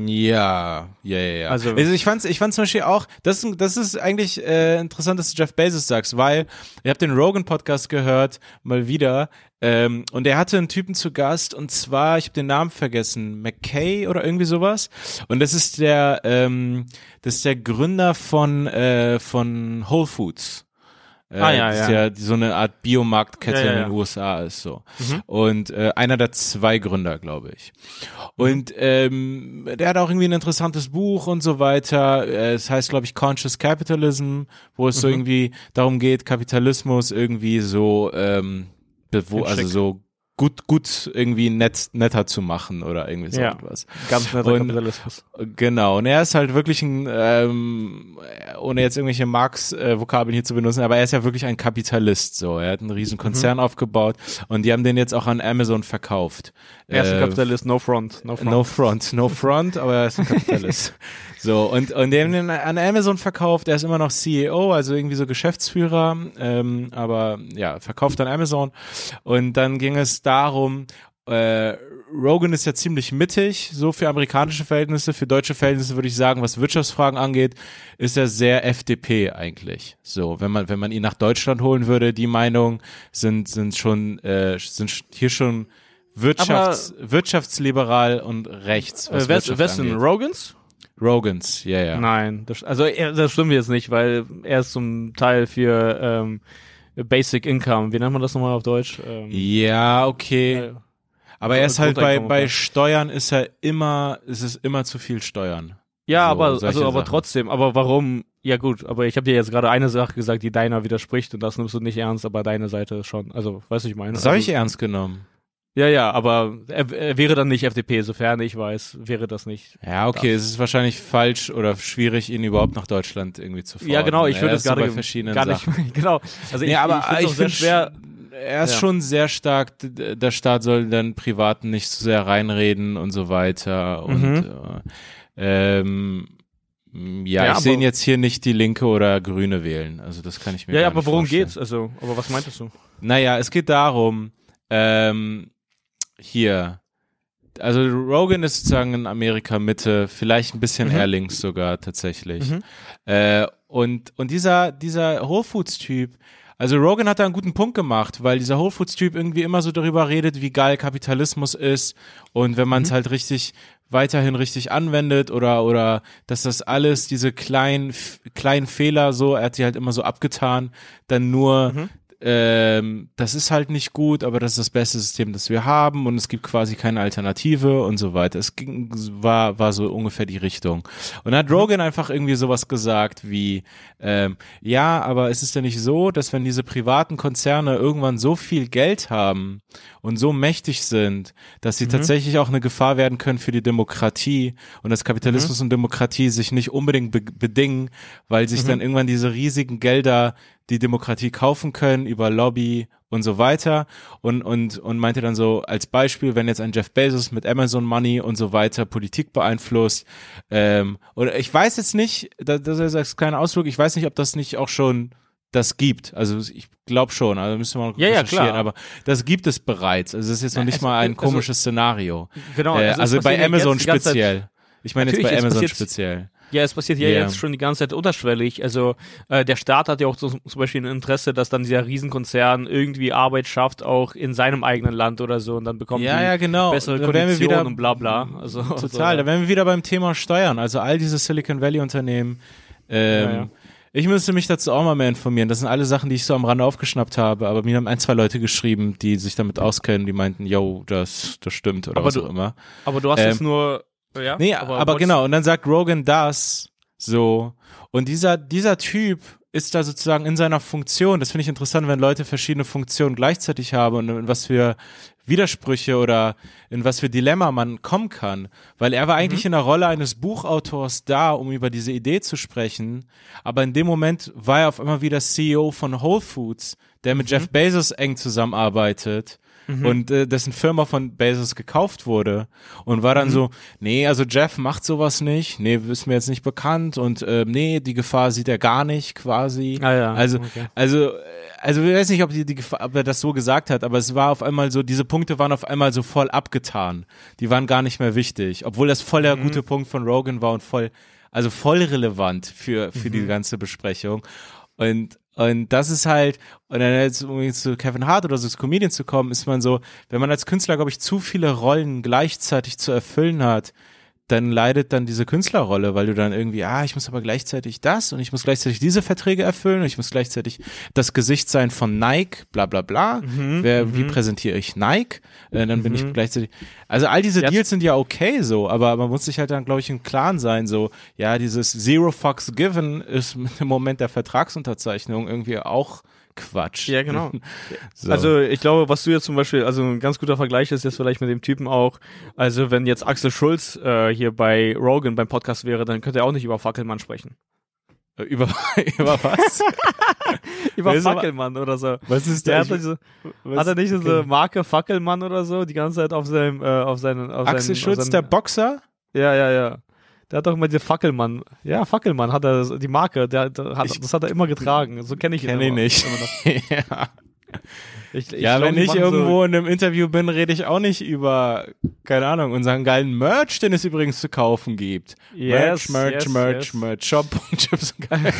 Ja, ja, ja, ja. Also, also ich fand's, ich fand zum Beispiel auch, das, das ist eigentlich äh, interessant, dass du Jeff Bezos sagst, weil ich habe den Rogan-Podcast gehört, mal wieder, ähm, und er hatte einen Typen zu Gast, und zwar, ich habe den Namen vergessen, McKay oder irgendwie sowas, und das ist der, ähm, das ist der Gründer von, äh, von Whole Foods. Äh, ah, ja, das ist ja. ja so eine Art Biomarktkette ja, ja, ja. in den U S A ist so. Mhm. Und äh, einer der zwei Gründer, glaube ich. Und ähm, der hat auch irgendwie ein interessantes Buch und so weiter. Äh, es heißt, glaube ich, Conscious Capitalism, wo es mhm. so irgendwie darum geht, Kapitalismus irgendwie so, ähm, bewo- also so gut, gut irgendwie nett, netter zu machen oder irgendwie so ja, etwas. Ganz netter und, Kapitalismus. Genau, und er ist halt wirklich ein, ähm, ohne jetzt irgendwelche Marx-Vokabeln hier zu benutzen, aber er ist ja wirklich ein Kapitalist, so. Er hat einen riesen Konzern mhm. aufgebaut und die haben den jetzt auch an Amazon verkauft. Er ist ein äh, Kapitalist, no front, no front. No front, no front, aber er ist ein Kapitalist. So, und, und die haben den an Amazon verkauft, er ist immer noch C E O, also irgendwie so Geschäftsführer, ähm, aber ja, verkauft an Amazon. Und dann ging es darum, äh, Rogan ist ja ziemlich mittig, so für amerikanische Verhältnisse, für deutsche Verhältnisse würde ich sagen, was Wirtschaftsfragen angeht, ist er sehr F D P eigentlich. So, wenn man wenn man ihn nach Deutschland holen würde, die Meinung sind sind schon äh, sind hier schon Wirtschafts Aber, wirtschaftsliberal und rechts. Was äh, wer ist denn Rogans? Rogans, ja, ja. Nein, das, also er, das stimmt jetzt nicht, weil er ist zum Teil für ähm, Basic Income. Wie nennt man das nochmal auf Deutsch? Ähm, ja, okay. Äh, Aber er ist halt bei bei Steuern ist er immer, ist es immer zu viel Steuern. Ja, so, aber also aber Sachen. trotzdem, aber warum? Ja gut, aber ich habe dir jetzt gerade eine Sache gesagt, die deiner widerspricht und das nimmst du nicht ernst, aber deine Seite schon. Also, weißt du, ich meine. Das habe also, ich ernst genommen. Ja, ja, aber er, er wäre dann nicht F D P, sofern ich weiß, wäre das nicht. Ja, okay, das. Es ist wahrscheinlich falsch oder schwierig, ihn überhaupt nach Deutschland irgendwie zu fordern. Ja, genau, ich würde es gerade bei verschiedenen gar nicht, Sachen. genau. Also ich, ja, aber ich, ich finde schwer. Er ist ja. schon sehr stark, der Staat soll dann Privaten nicht zu sehr reinreden und so weiter und mhm. äh, ähm, ja, ja, ich sehe ihn jetzt hier nicht die Linke oder Grüne wählen, also das kann ich mir ja, gar ja, aber nicht worum vorstellen. geht's? Also, aber was meintest du? Naja, es geht darum, ähm, hier, also Rogan ist sozusagen in Amerika Mitte, vielleicht ein bisschen mhm. eher links sogar tatsächlich. Mhm. Äh, und, und dieser, dieser Whole Foods-Typ, also Rogan hat da einen guten Punkt gemacht, weil dieser Whole Foods-Typ irgendwie immer so darüber redet, wie geil Kapitalismus ist und wenn man es mhm. halt richtig, weiterhin richtig anwendet oder, oder, dass das alles, diese kleinen, kleinen Fehler so, er hat sie halt immer so abgetan, dann nur, mhm. Ähm, das ist halt nicht gut, aber das ist das beste System, das wir haben und es gibt quasi keine Alternative und so weiter. Es ging, war, war so ungefähr die Richtung. Und dann hat Rogan einfach irgendwie sowas gesagt wie, ähm, ja, aber es ist ja nicht so, dass wenn diese privaten Konzerne irgendwann so viel Geld haben und so mächtig sind, dass sie mhm. tatsächlich auch eine Gefahr werden können für die Demokratie und dass Kapitalismus mhm. und Demokratie sich nicht unbedingt be- bedingen, weil sich mhm. dann irgendwann diese riesigen Gelder die Demokratie kaufen können über Lobby und so weiter und und und meinte dann so als Beispiel, wenn jetzt ein Jeff Bezos mit Amazon Money und so weiter Politik beeinflusst ähm, oder ich weiß jetzt nicht, das, das ist ein kleiner Ausflug, ich weiß nicht, ob das nicht auch schon das gibt, also ich glaube schon, also müssen wir noch ja, recherchieren, ja, klar. aber das gibt es bereits, also es ist jetzt noch nicht es, mal ein komisches also, Szenario. Genau, äh, also, also bei Amazon speziell. Ich meine jetzt bei Amazon speziell. Ja, es passiert ja Yeah. jetzt schon die ganze Zeit unterschwellig. Also äh, der Staat hat ja auch so, zum Beispiel ein Interesse, dass dann dieser Riesenkonzern irgendwie Arbeit schafft, auch in seinem eigenen Land oder so, und dann bekommen Ja, die ja, genau. bessere Da wären wir Konditionen wieder- und bla bla. Also, Total, so, da wären wir wieder beim Thema Steuern. Also all diese Silicon Valley Unternehmen. Ähm, Ja, ja. Ich müsste mich dazu auch mal mehr informieren. Das sind alle Sachen, die ich so am Rande aufgeschnappt habe, aber mir haben ein, zwei Leute geschrieben, die sich damit auskennen, die meinten, yo, das, das stimmt oder Aber was du- auch immer. Aber du hast Ähm, jetzt nur, ja? Nee, aber, wolltest- genau, und dann sagt Rogan das so. Und dieser, dieser Typ ist da sozusagen in seiner Funktion. Das finde ich interessant, wenn Leute verschiedene Funktionen gleichzeitig haben und in was für Widersprüche oder in was für Dilemma man kommen kann. Weil er war eigentlich in der Rolle eines Buchautors da, um über diese Idee zu sprechen. Aber in dem Moment war er auf einmal wieder C E O von Whole Foods, der mit Jeff Bezos eng zusammenarbeitet. Und äh, dessen Firma von Bezos gekauft wurde und war dann Mhm. so, nee, also Jeff macht sowas nicht, nee, ist mir jetzt nicht bekannt und äh, nee, die Gefahr sieht er gar nicht quasi. Ah, ja. Also, Okay. also, äh, also ich weiß nicht, ob, die, die Gefahr, ob er das so gesagt hat, aber es war auf einmal so, diese Punkte waren auf einmal so voll abgetan. Die waren gar nicht mehr wichtig, obwohl das voll der Mhm. gute Punkt von Rogan war und voll, also voll relevant für, für Mhm. die ganze Besprechung. Und Und das ist halt, und dann jetzt, um jetzt zu Kevin Hart oder so als Comedian zu kommen, ist man so, wenn man als Künstler, glaube ich, zu viele Rollen gleichzeitig zu erfüllen hat, dann leidet dann diese Künstlerrolle, weil du dann irgendwie, ah, ich muss aber gleichzeitig das und ich muss gleichzeitig diese Verträge erfüllen und ich muss gleichzeitig das Gesicht sein von Nike, bla bla bla. Mhm, Wer, mhm. wie präsentiere ich Nike? Äh, dann bin ich Mhm. gleichzeitig, also all diese Jetzt- Deals sind ja okay so, aber man muss sich halt dann, glaube ich, im Klaren sein, so, ja, dieses Zero Fucks Given ist im Moment der Vertragsunterzeichnung irgendwie auch Quatsch. Ja, genau. So. Also ich glaube, was du jetzt zum Beispiel, also ein ganz guter Vergleich ist jetzt vielleicht mit dem Typen auch, also wenn jetzt Axel Schulz äh, hier bei Rogan beim Podcast wäre, dann könnte er auch nicht über Fackelmann sprechen. über, über was? Über Wer ist aber- Fackelmann oder so. Was ist Der da? hat, diese, Was- hat er nicht diese okay. Marke Fackelmann oder so die ganze Zeit auf seinem, äh, auf seinen, auf Axel seinen, Schulz, auf seinen, der Boxer? Ja, ja, ja. Der hat doch immer diese Fackelmann. Ja, Fackelmann hat er, die Marke, der, der hat, Ich- das hat er immer getragen. So kenne ich ihn. Kenn ich immer- nicht. immer noch. ja. Ich, ich Ja, glaub, wenn die ich machen irgendwo in einem Interview bin, rede ich auch nicht über, keine Ahnung, unseren geilen Merch, den es übrigens zu kaufen gibt. Yes, Merch, Merch, yes, Merch, yes. Merch, Shop und Chips und geil.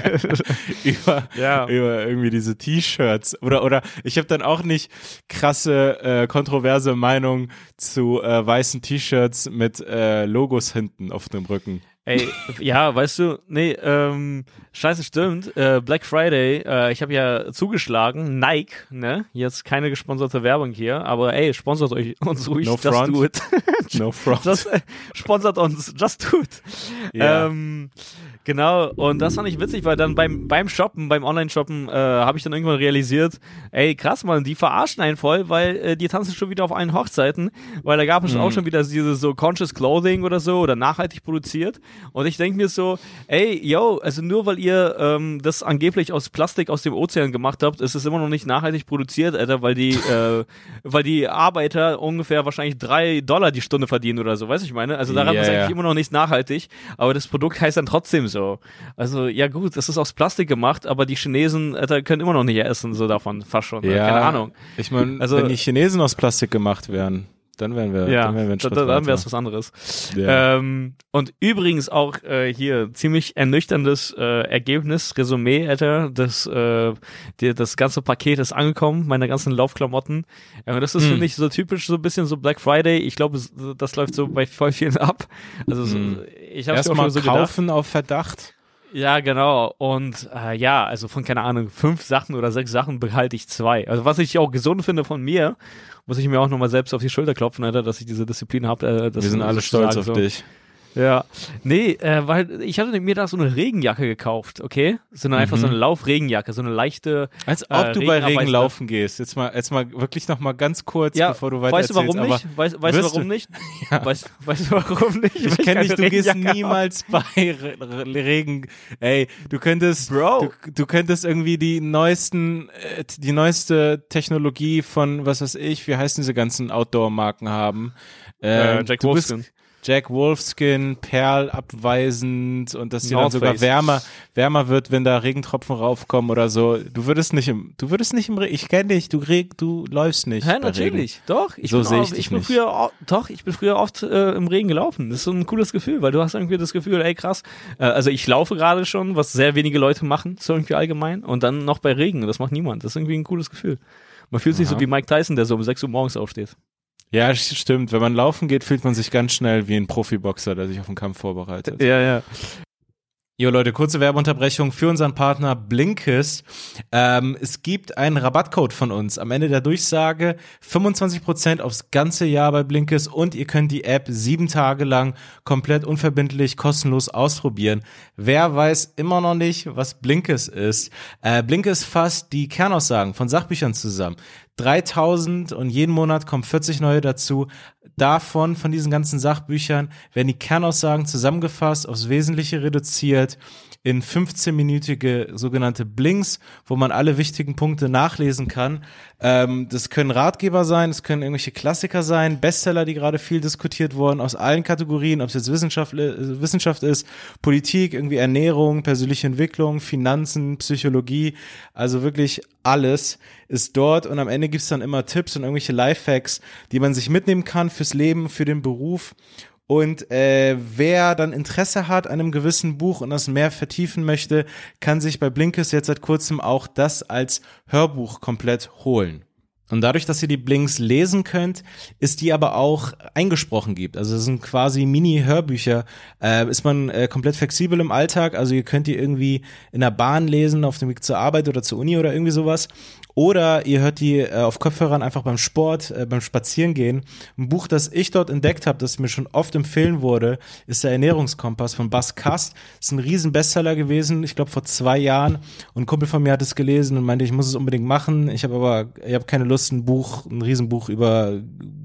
über, Ja. über irgendwie diese T-Shirts. Oder, oder ich habe dann auch nicht krasse, äh, kontroverse Meinung zu äh, weißen T-Shirts mit äh, Logos hinten auf dem Rücken. Ey, ja, weißt du, nee, ähm, scheiße, stimmt. Äh, Black Friday, äh, ich habe ja zugeschlagen, Nike, ne? Jetzt keine gesponserte Werbung hier, aber ey, sponsert euch uns ruhig, No just front. do it. No front. Just, äh, sponsert uns, just do it. Ja. Ähm, genau, und das fand ich witzig, weil dann beim, beim Shoppen, beim Online-Shoppen, äh, habe ich dann irgendwann realisiert, ey, krass, Mann, die verarschen einen voll, weil äh, die tanzen schon wieder auf allen Hochzeiten, weil da gab es Mhm. auch schon wieder dieses so Conscious Clothing oder so oder nachhaltig produziert. Und ich denke mir so, ey, yo, also nur weil ihr ähm, das angeblich aus Plastik aus dem Ozean gemacht habt, ist es immer noch nicht nachhaltig produziert, Alter, weil die, äh, weil die Arbeiter ungefähr wahrscheinlich drei Dollar die Stunde verdienen oder so, weißt du, ich meine? Also daran Ja, ist eigentlich ja. immer noch nicht nachhaltig, aber das Produkt heißt dann trotzdem so. Also, ja gut, es ist aus Plastik gemacht, aber die Chinesen, Alter, können immer noch nicht essen, so davon, fast schon. Ja, Keine Ahnung. Ich meine, Also- wenn die Chinesen aus Plastik gemacht wären, dann wären wir, Ja, dann wären wir einen da, Schritt da, dann wäre weiter. es was anderes. Ja. Ähm, und übrigens auch äh, hier ziemlich ernüchterndes äh, Ergebnis, Resümee, Alter. Das, äh, die, das ganze Paket ist angekommen, meine ganzen Laufklamotten. Ja, und das ist, Hm. finde ich, so typisch so ein bisschen so Black Friday. Ich glaube, es- das läuft so bei voll vielen ab. Also so, Hm. ich habe auch Erstmal schon so gedacht. kaufen auf Verdacht. Ja, genau. Und äh, ja, also von, keine Ahnung, fünf Sachen oder sechs Sachen behalte ich zwei. Also was ich auch gesund finde von mir, muss ich mir auch nochmal selbst auf die Schulter klopfen, Alter, dass ich diese Disziplin habe. Äh, das Wir sind alle stolz auf so. dich. Ja. Nee, äh, weil ich hatte mir da so eine Regenjacke gekauft, okay? So eine, einfach Mhm. so eine Laufregenjacke, so eine leichte. Als ob Äh, du bei Regen Regenarbeits- laufen gehst. Jetzt mal, jetzt mal wirklich noch mal ganz kurz, Ja, bevor du weiter weißt du warum erzählst, nicht? Weißt, weißt du wirst warum du- nicht? Weißt, weißt du warum nicht? Weil Ich kenne dich, keine du gehst Regenjacke niemals bei Re Re Regen. Ey, du könntest, Bro. Du, du könntest irgendwie die neuesten, äh, die neueste Technologie von, was weiß ich, wie heißen diese ganzen Outdoor-Marken haben. Äh, Ähm, Jack du bist- Wolfskin. Jack Wolfskin, Perl abweisend und dass dir dann North sogar Face. wärmer, wärmer wird, wenn da Regentropfen raufkommen oder so. Du würdest nicht im, du würdest nicht im, Re- ich kenne dich, du reg, du läufst nicht. Ja, bei natürlich. Doch, ich So bin, sehe auch, ich ich, dich bin nicht. früher, au- doch, ich bin früher oft äh, im Regen gelaufen. Das ist so ein cooles Gefühl, weil du hast irgendwie das Gefühl, ey krass, äh, also ich laufe gerade schon, was sehr wenige Leute machen, so irgendwie allgemein, und dann noch bei Regen, das macht niemand. Das ist irgendwie ein cooles Gefühl. Man fühlt sich Aha. so wie Mike Tyson, der so um sechs Uhr morgens aufsteht. Ja, das stimmt. Wenn man laufen geht, fühlt man sich ganz schnell wie ein Profiboxer, der sich auf den Kampf vorbereitet. Ja, ja. Jo Leute, kurze Werbeunterbrechung für unseren Partner Blinkist. Ähm, es gibt einen Rabattcode von uns am Ende der Durchsage, fünfundzwanzig Prozent aufs ganze Jahr bei Blinkist und ihr könnt die App sieben Tage lang komplett unverbindlich, kostenlos ausprobieren. Wer weiß immer noch nicht, was Blinkist ist? Äh, Blinkist fasst die Kernaussagen von Sachbüchern zusammen. dreitausend und jeden Monat kommen vierzig neue dazu. Davon, von diesen ganzen Sachbüchern, werden die Kernaussagen zusammengefasst, aufs Wesentliche reduziert, in fünfzehnminütige sogenannte Blinks, wo man alle wichtigen Punkte nachlesen kann. Ähm, das können Ratgeber sein, das können irgendwelche Klassiker sein, Bestseller, die gerade viel diskutiert wurden, aus allen Kategorien, ob es jetzt Wissenschaft, äh, Wissenschaft ist, Politik, irgendwie Ernährung, persönliche Entwicklung, Finanzen, Psychologie, also wirklich alles ist dort und am Ende gibt's dann immer Tipps und irgendwelche Lifehacks, die man sich mitnehmen kann fürs Leben, für den Beruf. Und äh, wer dann Interesse hat an einem gewissen Buch und das mehr vertiefen möchte, kann sich bei Blinkist jetzt seit kurzem auch das als Hörbuch komplett holen. Und dadurch, dass ihr die Blinks lesen könnt, ist die aber auch eingesprochen gibt. Also es sind quasi Mini-Hörbücher. Äh, ist man äh, komplett flexibel im Alltag. Also ihr könnt die irgendwie in der Bahn lesen, auf dem Weg zur Arbeit oder zur Uni oder irgendwie sowas. Oder ihr hört die äh, auf Kopfhörern einfach beim Sport, äh, beim Spazierengehen. Ein Buch, das ich dort entdeckt habe, das mir schon oft empfehlen wurde, ist der Ernährungskompass von Bas Kast. Ist ein riesen Bestseller gewesen, ich glaube vor zwei Jahren. Und ein Kumpel von mir hat es gelesen und meinte, ich muss es unbedingt machen. Ich habe aber, ich habe keine Lust, ein Buch, ein Riesenbuch über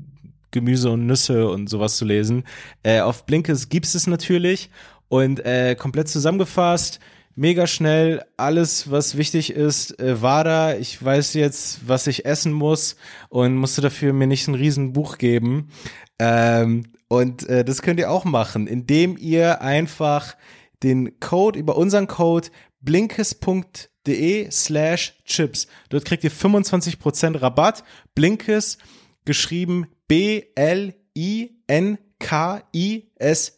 Gemüse und Nüsse und sowas zu lesen. Äh, auf Blinkist gibt's es natürlich und äh, komplett zusammengefasst. Mega schnell, alles, was wichtig ist, äh, war da. Ich weiß jetzt, was ich essen muss und musste dafür mir nicht ein Riesenbuch geben. Ähm, und äh, das könnt ihr auch machen, indem ihr einfach den Code über unseren Code blinkist.de slash chips. Dort kriegt ihr fünfundzwanzig Prozent Rabatt. Blinkist, geschrieben B L I N K I S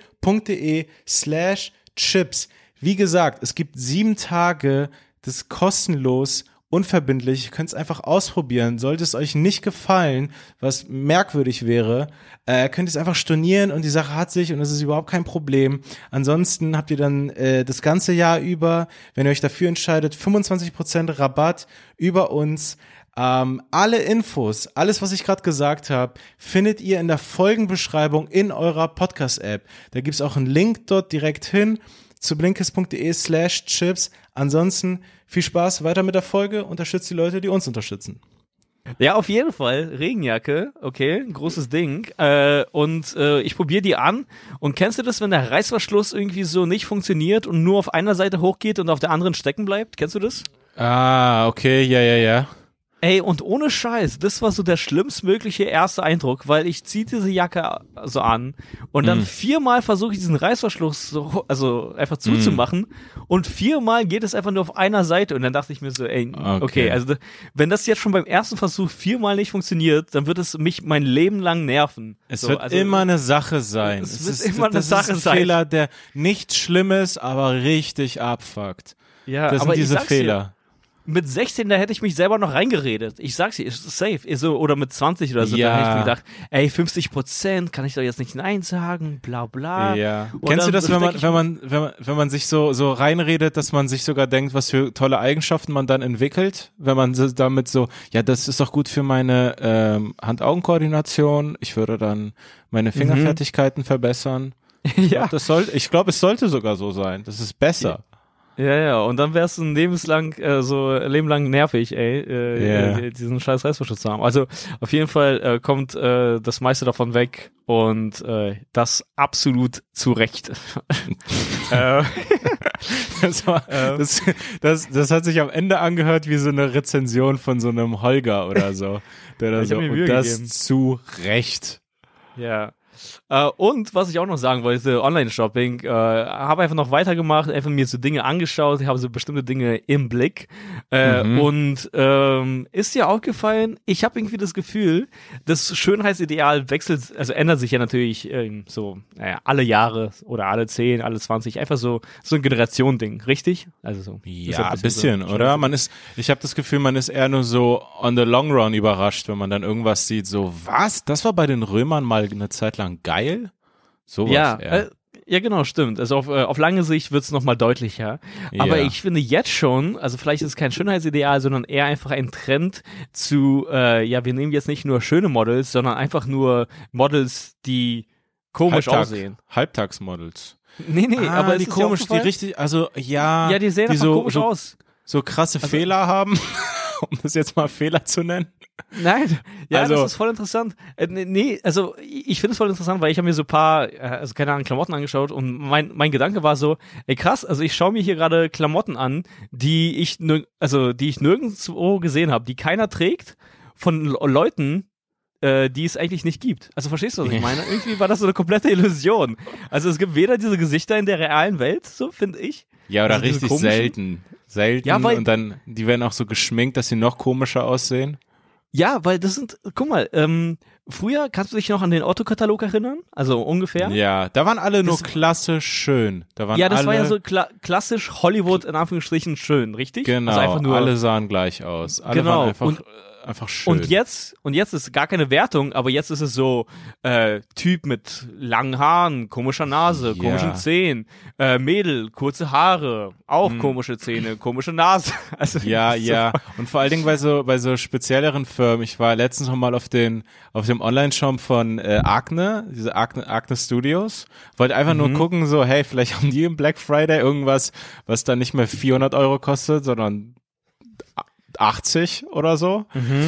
T.de slash chips. Wie gesagt, es gibt sieben Tage, das ist kostenlos, unverbindlich. Ihr könnt es einfach ausprobieren. Sollte es euch nicht gefallen, was merkwürdig wäre, äh, könnt ihr es einfach stornieren und die Sache hat sich und es ist überhaupt kein Problem. Ansonsten habt ihr dann äh, das ganze Jahr über, wenn ihr euch dafür entscheidet, fünfundzwanzig Prozent Rabatt über uns. Ähm, alle Infos, alles, was ich gerade gesagt habe, findet ihr in der Folgenbeschreibung in eurer Podcast-App. Da gibt's auch einen Link dort direkt hin zu blinkist.de slash chips. Ansonsten viel Spaß weiter mit der Folge. Unterstützt die Leute, die uns unterstützen. Ja, auf jeden Fall. Regenjacke, okay, großes Ding. Äh, und äh, ich probiere die an. Und kennst du das, wenn der Reißverschluss irgendwie so nicht funktioniert und nur auf einer Seite hochgeht und auf der anderen stecken bleibt? Kennst du das? Ah, okay, ja, ja, ja. Ey, und ohne Scheiß, das war so der schlimmstmögliche erste Eindruck, weil ich ziehe diese Jacke so an und dann mm. viermal versuche ich diesen Reißverschluss so, also einfach zuzumachen mm. und viermal geht es einfach nur auf einer Seite und dann dachte ich mir so, ey, okay, okay also wenn das jetzt schon beim ersten Versuch viermal nicht funktioniert, dann wird es mich mein Leben lang nerven. Es so, wird also, immer eine Sache sein. Es, es wird ist immer eine das Sache ist ein sein. Fehler, der nichts Schlimmes, aber richtig abfuckt. Ja, das aber sind diese ich Fehler. Dir, mit sechzehn, da hätte ich mich selber noch reingeredet. Ich sag's dir, ist safe. So, oder mit zwanzig oder so, ja. da hätte ich mir gedacht, ey, fünfzig Prozent, kann ich doch jetzt nicht Nein sagen, bla bla. Ja. Kennst du das, wenn man, wenn man, wenn man, wenn man sich so, so reinredet, dass man sich sogar denkt, was für tolle Eigenschaften man dann entwickelt, wenn man so damit so, ja, das ist doch gut für meine ähm, Hand-Augen-Koordination, ich würde dann meine Fingerfertigkeiten mhm. verbessern. ja. Ich glaube, das soll, ich glaube, es sollte sogar so sein. Das ist besser. Ja. Ja, ja, und dann wärst du ein lebenslang, äh, so lebenlang nervig, ey, äh, yeah. äh, diesen scheiß Reißverschluss zu haben. Also auf jeden Fall äh, kommt äh, das meiste davon weg und äh, das absolut zu Recht. äh, das, war, das, das, das hat sich am Ende angehört wie so eine Rezension von so einem Holger oder so. Der da ich so, hab mir Mühe und das gegeben. zu Recht. Ja. Äh, und was ich auch noch sagen wollte, Online-Shopping, äh, habe einfach noch weitergemacht, einfach mir so Dinge angeschaut, ich habe so bestimmte Dinge im Blick. Äh, Mhm. Und ähm, ist dir aufgefallen, ich habe irgendwie das Gefühl, das Schönheitsideal wechselt, also ändert sich ja natürlich ähm, so, naja, alle Jahre oder alle zehn, alle zwanzig, einfach so so ein Generation-Ding, richtig? Also so. ist Ja, ein bisschen, so, oder? Man ist, ich habe das Gefühl, man ist eher nur so on the long run überrascht, wenn man dann irgendwas sieht, so, was? Das war bei den Römern mal eine Zeit lang geil? Sowas, Ja, ja. äh, ja, genau, stimmt. Also auf, äh, auf lange Sicht wird's noch mal deutlicher. Aber Ja. ich finde jetzt schon, also vielleicht ist es kein Schönheitsideal, sondern eher einfach ein Trend zu, äh, ja, wir nehmen jetzt nicht nur schöne Models, sondern einfach nur Models, die komisch Halbtag, aussehen. Halbtagsmodels. Nee, nee, Ah, aber ist die es dir komisch, die aufgefallen? richtig, also ja, Ja, die sehen einfach so, komisch so, aus. so krasse Also- Fehler haben, um das jetzt mal Fehler zu nennen. Nein, ja, Also- das ist voll interessant. Äh, nee, nee, also ich finde es voll interessant, weil ich habe mir so ein paar, äh, also keine Ahnung, Klamotten angeschaut und mein, mein Gedanke war so, ey krass, also ich schaue mir hier gerade Klamotten an, die ich, nir- also die ich nirgendwo gesehen habe, die keiner trägt, von Le- Leuten, äh, die es eigentlich nicht gibt. Also verstehst du, was ich meine? Irgendwie war das so eine komplette Illusion. Also es gibt weder diese Gesichter in der realen Welt, so finde ich. Ja, oder Also diese richtig komischen- selten. Selten Ja, weil- und dann, die werden auch so geschminkt, dass sie noch komischer aussehen. Ja, weil das sind, guck mal, ähm, früher, kannst du dich noch an den Otto-Katalog erinnern? Also ungefähr? Ja, da waren alle nur Das- klassisch schön. Da waren Ja, das alle, war ja so kla klassisch Hollywood in Anführungsstrichen schön, richtig? genau, Also einfach nur, alle sahen gleich aus. Alle Genau, waren einfach, und- äh, einfach schön. und jetzt, und jetzt ist gar keine Wertung, aber jetzt ist es so, äh, Typ mit langen Haaren, komischer Nase, Ja. komischen Zähnen, äh, Mädel, kurze Haare, auch komische Zähne, komische Nase. Also, Ja, so- ja. Und vor allen Dingen bei so, bei so spezielleren Firmen. Ich war letztens noch mal auf den, auf dem Online-Shop von äh, Agne, diese Agne, Agne Studios. Wollte einfach nur gucken, so, hey, vielleicht haben die im Black Friday irgendwas, was dann nicht mehr vierhundert Euro kostet, sondern achtzig oder so.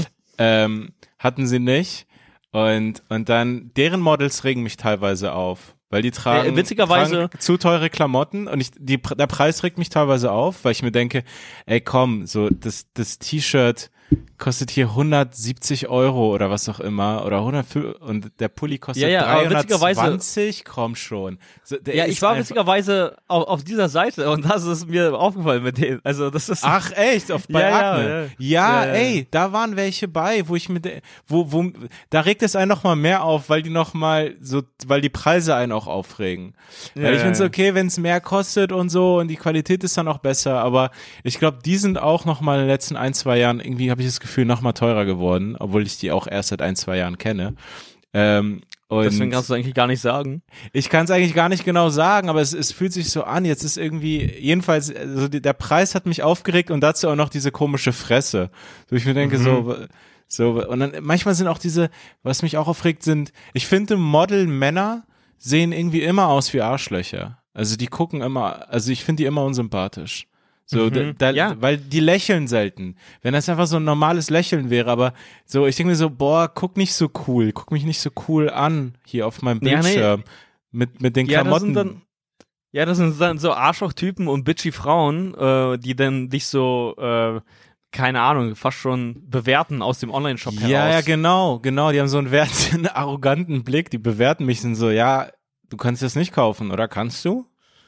Ähm, hatten sie nicht. Und, und dann, deren Models regen mich teilweise auf. Weil die tragen, Äh, witzigerweise- tragen zu teure Klamotten und ich, die, der Preis regt mich teilweise auf, weil ich mir denke, ey komm, so das, das T-Shirt kostet hier hundertsiebzig Euro oder was auch immer oder hundert und der Pulli kostet Ja, ja, aber witzigerweise- dreihundertzwanzig, komm schon. So, der Ja, ist ich war einfach- witzigerweise auf, auf dieser Seite und das ist mir aufgefallen mit denen. Also das ist Ach echt, auf bei Ja, ja, Agne. ja. Ja, Ja, ja, ey, da waren welche bei, wo ich mit wo wo da regt es einen noch mal mehr auf, weil die noch mal so weil die Preise einen auch aufregen. Ja, weil ich ja, finde es ja. okay, wenn es mehr kostet und so und die Qualität ist dann auch besser, aber ich glaube, die sind auch noch mal in den letzten ein, zwei Jahren irgendwie habe ich das Gefühl noch mal teurer geworden, obwohl ich die auch erst seit ein, zwei Jahren kenne. Ähm, und deswegen kannst du eigentlich gar nicht sagen. ich kann es eigentlich gar nicht genau sagen, aber es, es fühlt sich so an. Jetzt ist irgendwie, jedenfalls, also die, der Preis hat mich aufgeregt und dazu auch noch diese komische Fresse. So ich mir denke so, so und dann manchmal sind auch diese, was mich auch aufregt, sind, ich finde Model-Männer sehen irgendwie immer aus wie Arschlöcher. Also die gucken immer, also ich finde die immer unsympathisch. So, da, da, ja. weil die lächeln selten. Wenn das einfach so ein normales Lächeln wäre, aber so, ich denke mir so, boah, guck nicht so cool, guck mich nicht so cool an hier auf meinem Ja, nee. Bildschirm mit mit den Ja, das Klamotten. sind dann Ja, das sind dann so Arschloch-Typen und bitchy Frauen, äh, die dann dich so, äh, keine Ahnung, fast schon bewerten aus dem Online-Shop heraus. ja, ja, genau, genau. Die haben so einen wert, einen arroganten Blick. Die bewerten mich sind so, ja, du kannst das nicht kaufen, oder kannst du?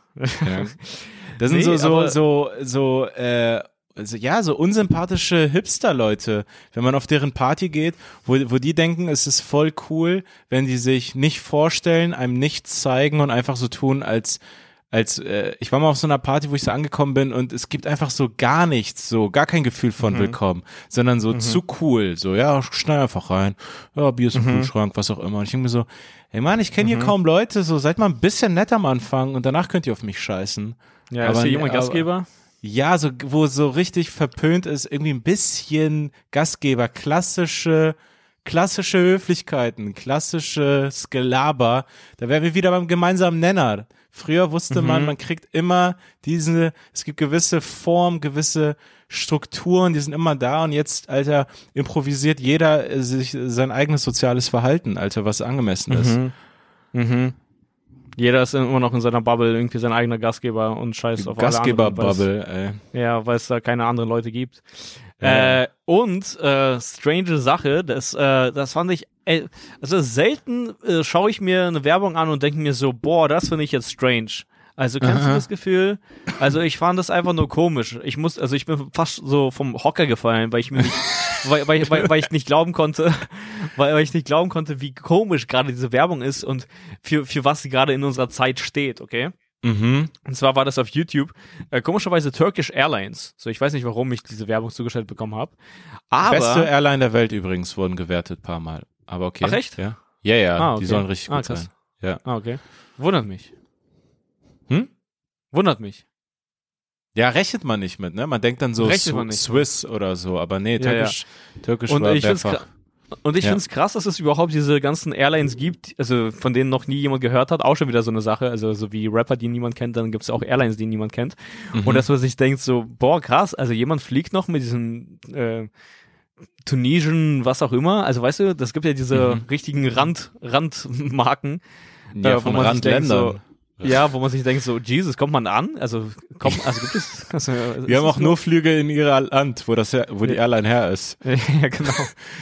Ja. Das sind Nee, so, so, aber- so, so, äh, also, ja, so unsympathische Hipster-Leute, wenn man auf deren Party geht, wo, wo die denken, es ist voll cool, wenn die sich nicht vorstellen, einem nichts zeigen und einfach so tun, als, als, äh, ich war mal auf so einer Party, wo ich so angekommen bin und es gibt einfach so gar nichts, so gar kein Gefühl von Willkommen, sondern so zu cool, so, ja, schnell einfach rein, ja, Bier ist im Kühlschrank, was auch immer. Und ich denke mir so, ey Mann, ich kenne hier kaum Leute, so, seid mal ein bisschen nett am Anfang und danach könnt ihr auf mich scheißen. Ja, aber, ist hier jemand aber- Gastgeber? Ja, so, wo so richtig verpönt ist, irgendwie ein bisschen Gastgeber, klassische, klassische Höflichkeiten, klassisches Gelaber. Da wären wir wieder beim gemeinsamen Nenner. Früher wusste man, man kriegt immer diese, es gibt gewisse Formen, gewisse Strukturen, die sind immer da und jetzt, Alter, improvisiert jeder äh, sich sein eigenes soziales Verhalten, Alter, was angemessen ist. Mhm. Jeder ist immer noch in seiner Bubble, irgendwie sein eigener Gastgeber und scheißt auf alle anderen, weil's- Gastgeber-Bubble, ey. Ja, weil es da keine anderen Leute gibt. Ja. Äh, und äh, strange Sache, das, äh, das fand ich ey, also selten äh, schaue ich mir eine Werbung an und denke mir so, boah, das finde ich jetzt strange. Also kennst Aha. du das Gefühl? Also ich fand das einfach nur komisch. Ich muss, also ich bin fast so vom Hocker gefallen, weil ich mir nicht, weil, weil, weil, weil ich nicht glauben konnte, weil, weil ich nicht glauben konnte, wie komisch gerade diese Werbung ist und für, für was sie gerade in unserer Zeit steht, okay? Mhm. Und zwar war das auf YouTube, äh, komischerweise Turkish Airlines. So, ich weiß nicht, warum ich diese Werbung zugestellt bekommen habe. Aber Beste Airline der Welt übrigens wurden gewertet ein paar Mal. Aber okay. Ach, echt? Ja, ja, ja Ah, okay. die sollen richtig Ah, gut krass. sein. Ja. Ah, okay. Wundert mich. Hm? Wundert mich. Ja, rechnet man nicht mit, ne? Man denkt dann so Rechnet Sw- man nicht. Swiss oder so, aber nee, Ja, Türkisch, Türkisch Und war ich find's mehrfach. Und ich Ja. finde es krass, dass es überhaupt diese ganzen Airlines gibt, also von denen noch nie jemand gehört hat, auch schon wieder so eine Sache, also so wie Rapper, die niemand kennt, dann gibt es auch Airlines, die niemand kennt. Mhm. Und dass man sich denkt so, boah, krass, also jemand fliegt noch mit diesen äh, Tunesien, was auch immer, also weißt du, das gibt ja diese Mhm. richtigen Rand, Randmarken, ja, äh, wo von man sich denkt so, Randländern. ja, wo man sich denkt so, Jesus, kommt man an? Also, kommt, also gibt es, also, Wir haben auch nur Flüge in ihr Land, wo das, her- wo die Ja. Airline her ist. ja, genau.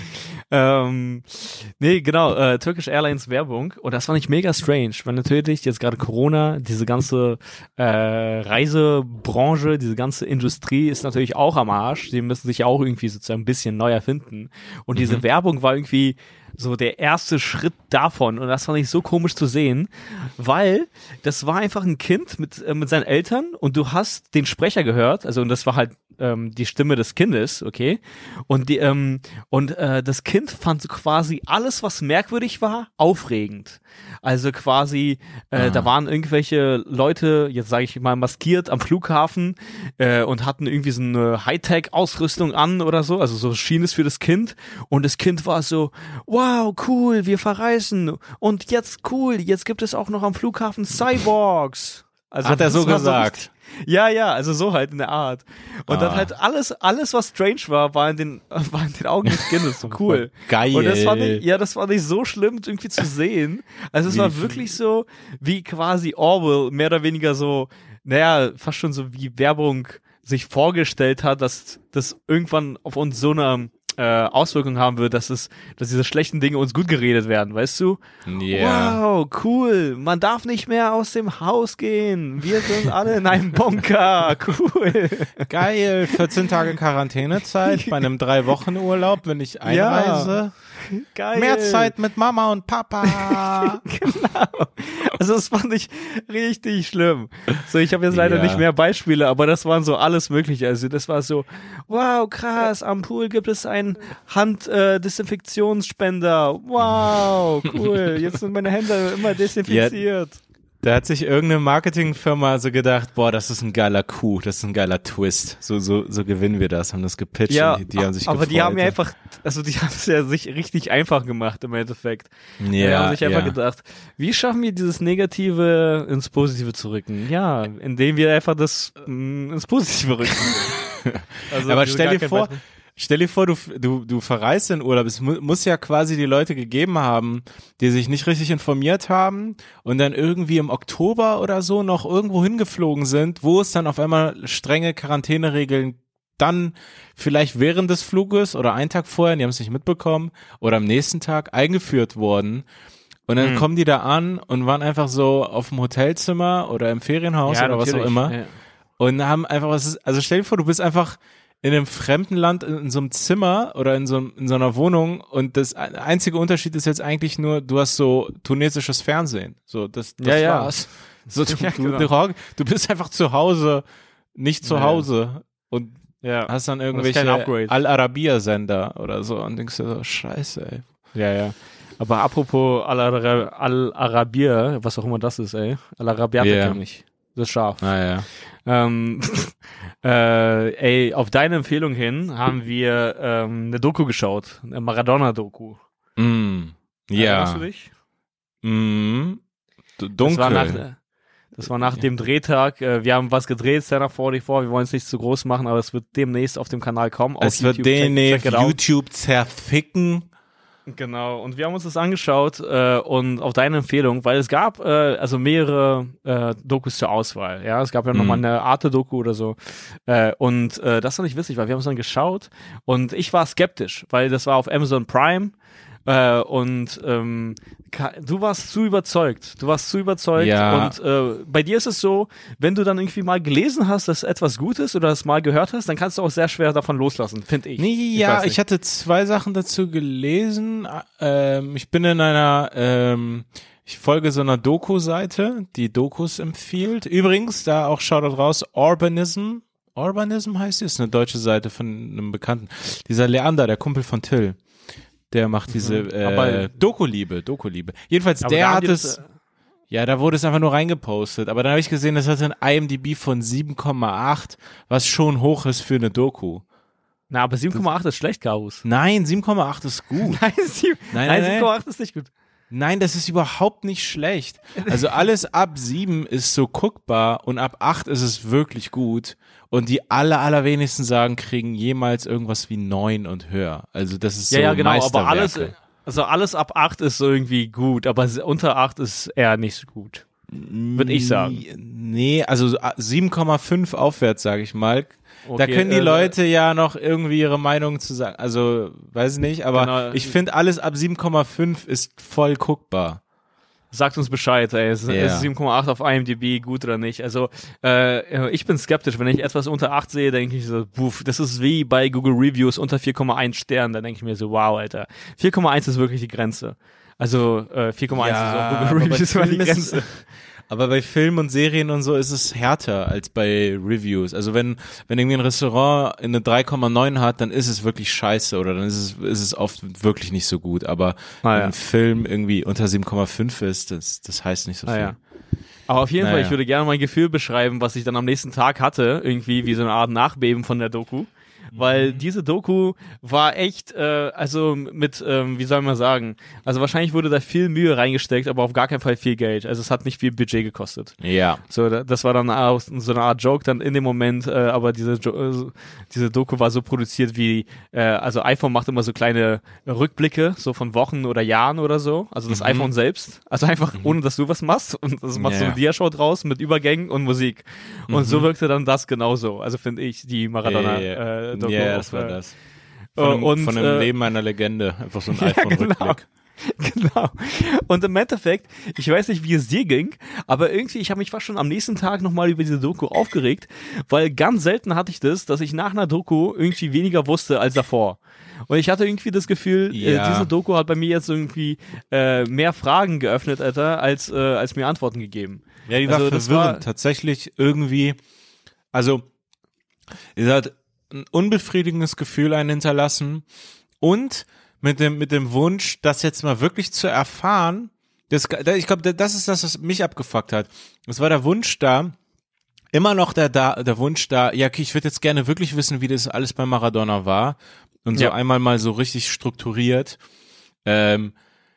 ähm, nee, genau, äh, Turkish Airlines Werbung. Und das fand ich mega strange, weil natürlich jetzt gerade Corona, diese ganze äh, Reisebranche, diese ganze Industrie ist natürlich auch am Arsch. Die müssen sich ja auch irgendwie sozusagen ein bisschen neu erfinden. Und diese Mhm. Werbung war irgendwie so der erste Schritt davon. Und das fand ich so komisch zu sehen, weil das war einfach ein Kind mit, äh, mit seinen Eltern und du hast den Sprecher gehört, also und das war halt ähm, die Stimme des Kindes, okay? Und die, ähm, und äh, das Kind fand so quasi alles, was merkwürdig war, aufregend. Also quasi, äh, Ah. da waren irgendwelche Leute, jetzt sage ich mal maskiert am Flughafen äh, und hatten irgendwie so eine Hightech-Ausrüstung an oder so, also so schien es für das Kind. Und das Kind war so, wow, cool, wir verreisen. Und jetzt cool, jetzt gibt es auch noch am Flughafen Cyborgs. Also Hat er so das war gesagt? richtig- Ja, ja, also so halt in der Art. Und Ah. dann halt alles, alles, was strange war, war in den, war in den Augen des Kindes so cool. Geil. Und das fand ich, ja, das fand ich so schlimm irgendwie zu sehen. Also es Wie war f- wirklich so, wie quasi Orwell mehr oder weniger so, naja, fast schon so wie Werbung sich vorgestellt hat, dass das irgendwann auf uns so eine äh, Auswirkung haben wird, dass es, dass diese schlechten Dinge uns gut geredet werden, weißt du? Ja. Wow, cool. Man darf nicht mehr aus dem Haus gehen. Wir sind alle in einem Bunker. Cool. Geil, vierzehn Tage Quarantänezeit bei einem drei Wochen Urlaub, wenn ich einreise. Geil. Mehr Zeit mit Mama und Papa. Genau. Also das fand ich richtig schlimm. So, ich habe jetzt leider Ja. nicht mehr Beispiele, aber das waren so alles Mögliche. Also das war so, wow, krass, am Pool gibt es einen Handdesinfektionsspender. Wow, cool. Jetzt sind meine Hände immer desinfiziert. Da hat sich irgendeine Marketingfirma so gedacht, boah, das ist ein geiler Coup, das ist ein geiler Twist. So, so, so gewinnen wir das, haben das gepitcht Ja, und die, die haben sich aber gefreut. die haben ja einfach, also die haben es ja sich richtig einfach gemacht im Endeffekt. ja, Die haben sich einfach ja. gedacht, wie schaffen wir dieses Negative ins Positive zu rücken? Ja, indem wir einfach das mh, ins Positive rücken. Also Aber diese stell gar dir kein vor, Beispiel. stell dir vor, du, du, du verreist in Urlaub. Es mu muss ja quasi die Leute gegeben haben, die sich nicht richtig informiert haben und dann irgendwie im Oktober oder so noch irgendwo hingeflogen sind, wo es dann auf einmal strenge Quarantäneregeln dann vielleicht während des Fluges oder einen Tag vorher, die haben es nicht mitbekommen, oder am nächsten Tag eingeführt worden. Und dann Mhm. kommen die da an und waren einfach so auf dem Hotelzimmer oder im Ferienhaus Ja, oder was auch natürlich. immer. Ja. Und haben einfach was, also stell dir vor, du bist einfach in einem fremden Land in, in so einem Zimmer oder in so, einem- in so einer Wohnung und das ein- einzige Unterschied ist jetzt eigentlich nur, du hast so tunesisches Fernsehen. So, das, das Ja, ja. war's. So, du, Ja, du, genau. du, du bist einfach zu Hause, nicht zu Ja. Hause und Ja. hast dann ist kein irgendwelche Upgrade. Al-Arabiya-Sender oder so und denkst dir so, scheiße, ey. Ja, ja. Aber apropos Al-Ara- Al-Arabier, was auch immer das ist, ey. Al-Arabiata Ja. kenn ich. Das ist scharf. Naja. Ähm, äh, ey, auf deine Empfehlung hin haben wir ähm, eine Doku geschaut. Eine Maradona-Doku. Mm. Erinnerst Ja. du dich? Mm. D- Das war nach, Dunkel. das war nach dem Drehtag. Äh, wir haben was gedreht, Stand Up forty-four. Wir wollen es nicht zu groß machen, aber es wird demnächst auf dem Kanal kommen. Auf Es wird YouTube. den Check- check it out. YouTube zerficken. Genau, und wir haben uns das angeschaut äh, und auf deine Empfehlung, weil es gab äh, also mehrere äh, Dokus zur Auswahl, ja, es gab ja Mhm. nochmal eine Arte-Doku oder so äh, und äh, das fand ich witzig, weil wir haben es dann geschaut und ich war skeptisch, weil das war auf Amazon Prime Äh, und ähm, ka- du warst zu überzeugt. Du warst zu überzeugt. Ja. Und äh, bei dir ist es so, wenn du dann irgendwie mal gelesen hast, dass etwas gut ist oder es mal gehört hast, dann kannst du auch sehr schwer davon loslassen, finde ich. Nee, ich ja, weiß nicht. ich hatte zwei Sachen dazu gelesen. Ähm, ich bin in einer, ähm, ich folge so einer Doku-Seite, die Dokus empfiehlt. Übrigens, da auch Shoutout raus, Urbanism. Urbanism heißt sie, ist eine deutsche Seite von einem Bekannten. Dieser Leander, der Kumpel von Till, der macht diese Mhm. äh, Aber- Doku-Liebe, Doku-Liebe. Jedenfalls, Aber da der haben hat die es, das, äh, ja, da wurde es einfach nur reingepostet. Aber dann habe ich gesehen, das hat ein I M D B von sieben Komma acht, was schon hoch ist für eine Doku. Na, aber sieben Komma acht ist schlecht, Garus. Nein, sieben Komma acht ist gut. Nein, sieben- Nein, nein, nein, sieben Komma acht ist nicht gut. Nein, das ist überhaupt nicht schlecht. Also alles ab sieben ist so guckbar und ab acht ist es wirklich gut. Und die aller, allerwenigsten sagen, kriegen jemals irgendwas wie neun und höher. Also das ist so Ja, ja, genau, aber alles, Meisterwerke. also alles ab acht ist so irgendwie gut, aber s- unter acht ist eher nicht so gut. Würde ich sagen. Nee, also sieben Komma fünf aufwärts, sage ich mal. Da Okay, können die äh, Leute ja noch irgendwie ihre Meinung zu sagen. Also, weiß ich nicht, aber Genau. ich finde alles ab sieben Komma fünf ist voll guckbar. Sagt uns Bescheid, ey. Ist, Ja. ist sieben Komma acht auf I M D B gut oder nicht? Also, äh, ich bin skeptisch. Wenn ich etwas unter acht sehe, denke ich so, puff, das ist wie bei Google Reviews unter vier Komma eins Sternen. Da denke ich mir so, wow, Alter. vier Komma eins ist wirklich die Grenze. Also, äh, vier Komma eins ist auch aber Google bei Reviews immer die Filmen ist es- Grenze. Aber bei Filmen und Serien und so ist es härter als bei Reviews. Also wenn, wenn irgendwie ein Restaurant eine drei Komma neun hat, dann ist es wirklich scheiße oder dann ist es, ist es oft wirklich nicht so gut. Aber Ah, wenn ja. ein Film irgendwie unter sieben Komma fünf ist, das, das heißt nicht so viel. Ah, ja. Aber auf jeden Fall, Naja. ich würde gerne mein Gefühl beschreiben, was ich dann am nächsten Tag hatte, irgendwie wie so eine Art Nachbeben von der Doku. Weil diese Doku war echt, äh, also mit, ähm, wie soll man sagen, also wahrscheinlich wurde da viel Mühe reingesteckt, aber auf gar keinen Fall viel Geld. Also es hat nicht viel Budget gekostet. Ja. So, da- das war dann auch so eine Art Joke dann in dem Moment, äh, aber diese, Jo- äh, diese Doku war so produziert wie, äh, also iPhone macht immer so kleine Rückblicke, so von Wochen oder Jahren oder so, also das Mhm. iPhone selbst, also einfach ohne, dass du was machst und das machst Ja. so eine Diashow draus mit Übergängen und Musik und so wirkte dann das genauso, also finde ich, die Maradona Ja, ja, ja. äh, Doku Ja, auf, das war äh, das. Von einem, und, von einem äh, Leben einer Legende. Einfach so ein Ja, iPhone-Rückblick. genau. Genau. Und im Endeffekt, ich weiß nicht, wie es dir ging, aber irgendwie, ich habe mich fast schon am nächsten Tag nochmal über diese Doku aufgeregt, weil ganz selten hatte ich das, dass ich nach einer Doku irgendwie weniger wusste als davor. Und ich hatte irgendwie das Gefühl, äh, Ja. diese Doku hat bei mir jetzt irgendwie äh, mehr Fragen geöffnet, Alter, als, äh, als mir Antworten gegeben. Ja, die war Also, das verwirrend. war- Tatsächlich irgendwie, also, ihr hat ein unbefriedigendes Gefühl einen hinterlassen und mit dem, mit dem Wunsch, das jetzt mal wirklich zu erfahren, das, ich glaube, das ist das, was mich abgefuckt hat. Es war der Wunsch da, immer noch der, da, der Wunsch da, ja, okay, ich würde jetzt gerne wirklich wissen, wie das alles bei Maradona war und so Ja. einmal mal so richtig strukturiert. Ähm,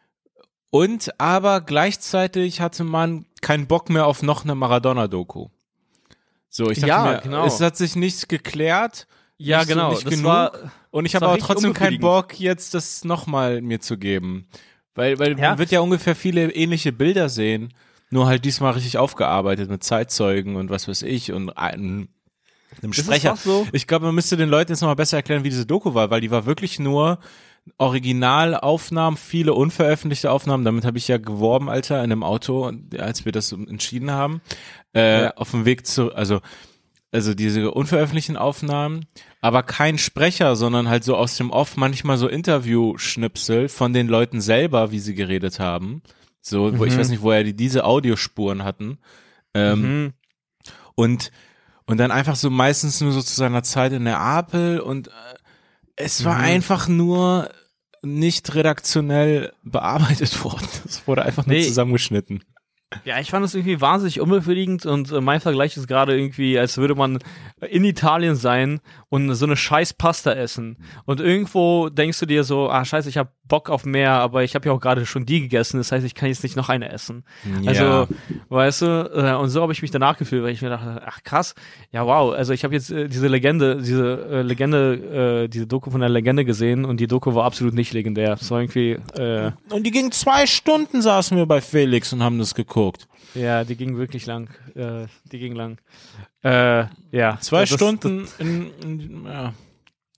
und aber gleichzeitig hatte man keinen Bock mehr auf noch eine Maradona-Doku. So, ich dachte Ja, mir, genau. es hat sich nichts geklärt. Ja, nicht so- genau. nicht Das genug. war, Und ich das habe war aber richtig trotzdem keinen unbefriedigend. Bock, jetzt das nochmal mir zu geben. Weil, weil Ja. man wird ja ungefähr viele ähnliche Bilder sehen, nur halt diesmal richtig aufgearbeitet mit Zeitzeugen und was weiß ich und einem, einem ist Sprecher. fast so. Ich glaube, man müsste den Leuten jetzt nochmal besser erklären, wie diese Doku war, weil die war wirklich nur Originalaufnahmen, viele unveröffentlichte Aufnahmen. Damit habe ich ja geworben, Alter, in einem Auto, als wir das entschieden haben. Äh, Ja. auf dem Weg zu, also also diese unveröffentlichten Aufnahmen, aber kein Sprecher, sondern halt so aus dem Off manchmal so Interview-Schnipsel von den Leuten selber, wie sie geredet haben. So, wo ich weiß nicht, woher die diese Audiospuren hatten. Ähm, Mhm. und und dann einfach so meistens nur so zu seiner Zeit in Neapel und äh, es war Mhm. einfach nur nicht redaktionell bearbeitet worden. Es wurde einfach nur Nee. zusammengeschnitten. Ja, ich fand das irgendwie wahnsinnig unbefriedigend und äh, mein Vergleich ist gerade irgendwie, als würde man in Italien sein und so eine scheiß Pasta essen. Und irgendwo denkst du dir so, ah scheiße, ich hab Bock auf mehr, aber ich habe ja auch gerade schon die gegessen, das heißt, ich kann jetzt nicht noch eine essen. Also, Ja. weißt du, äh, und so habe ich mich danach gefühlt, weil ich mir dachte, ach krass, ja wow, also ich habe jetzt äh, diese Legende, diese äh, Legende, äh, diese Doku von der Legende gesehen und die Doku war absolut nicht legendär. Es war irgendwie, äh, Und die ging zwei Stunden, saßen wir bei Felix und haben das geguckt. ja, die ging wirklich lang. Äh, die ging lang. Äh, ja. Zwei das, Stunden in, in ja.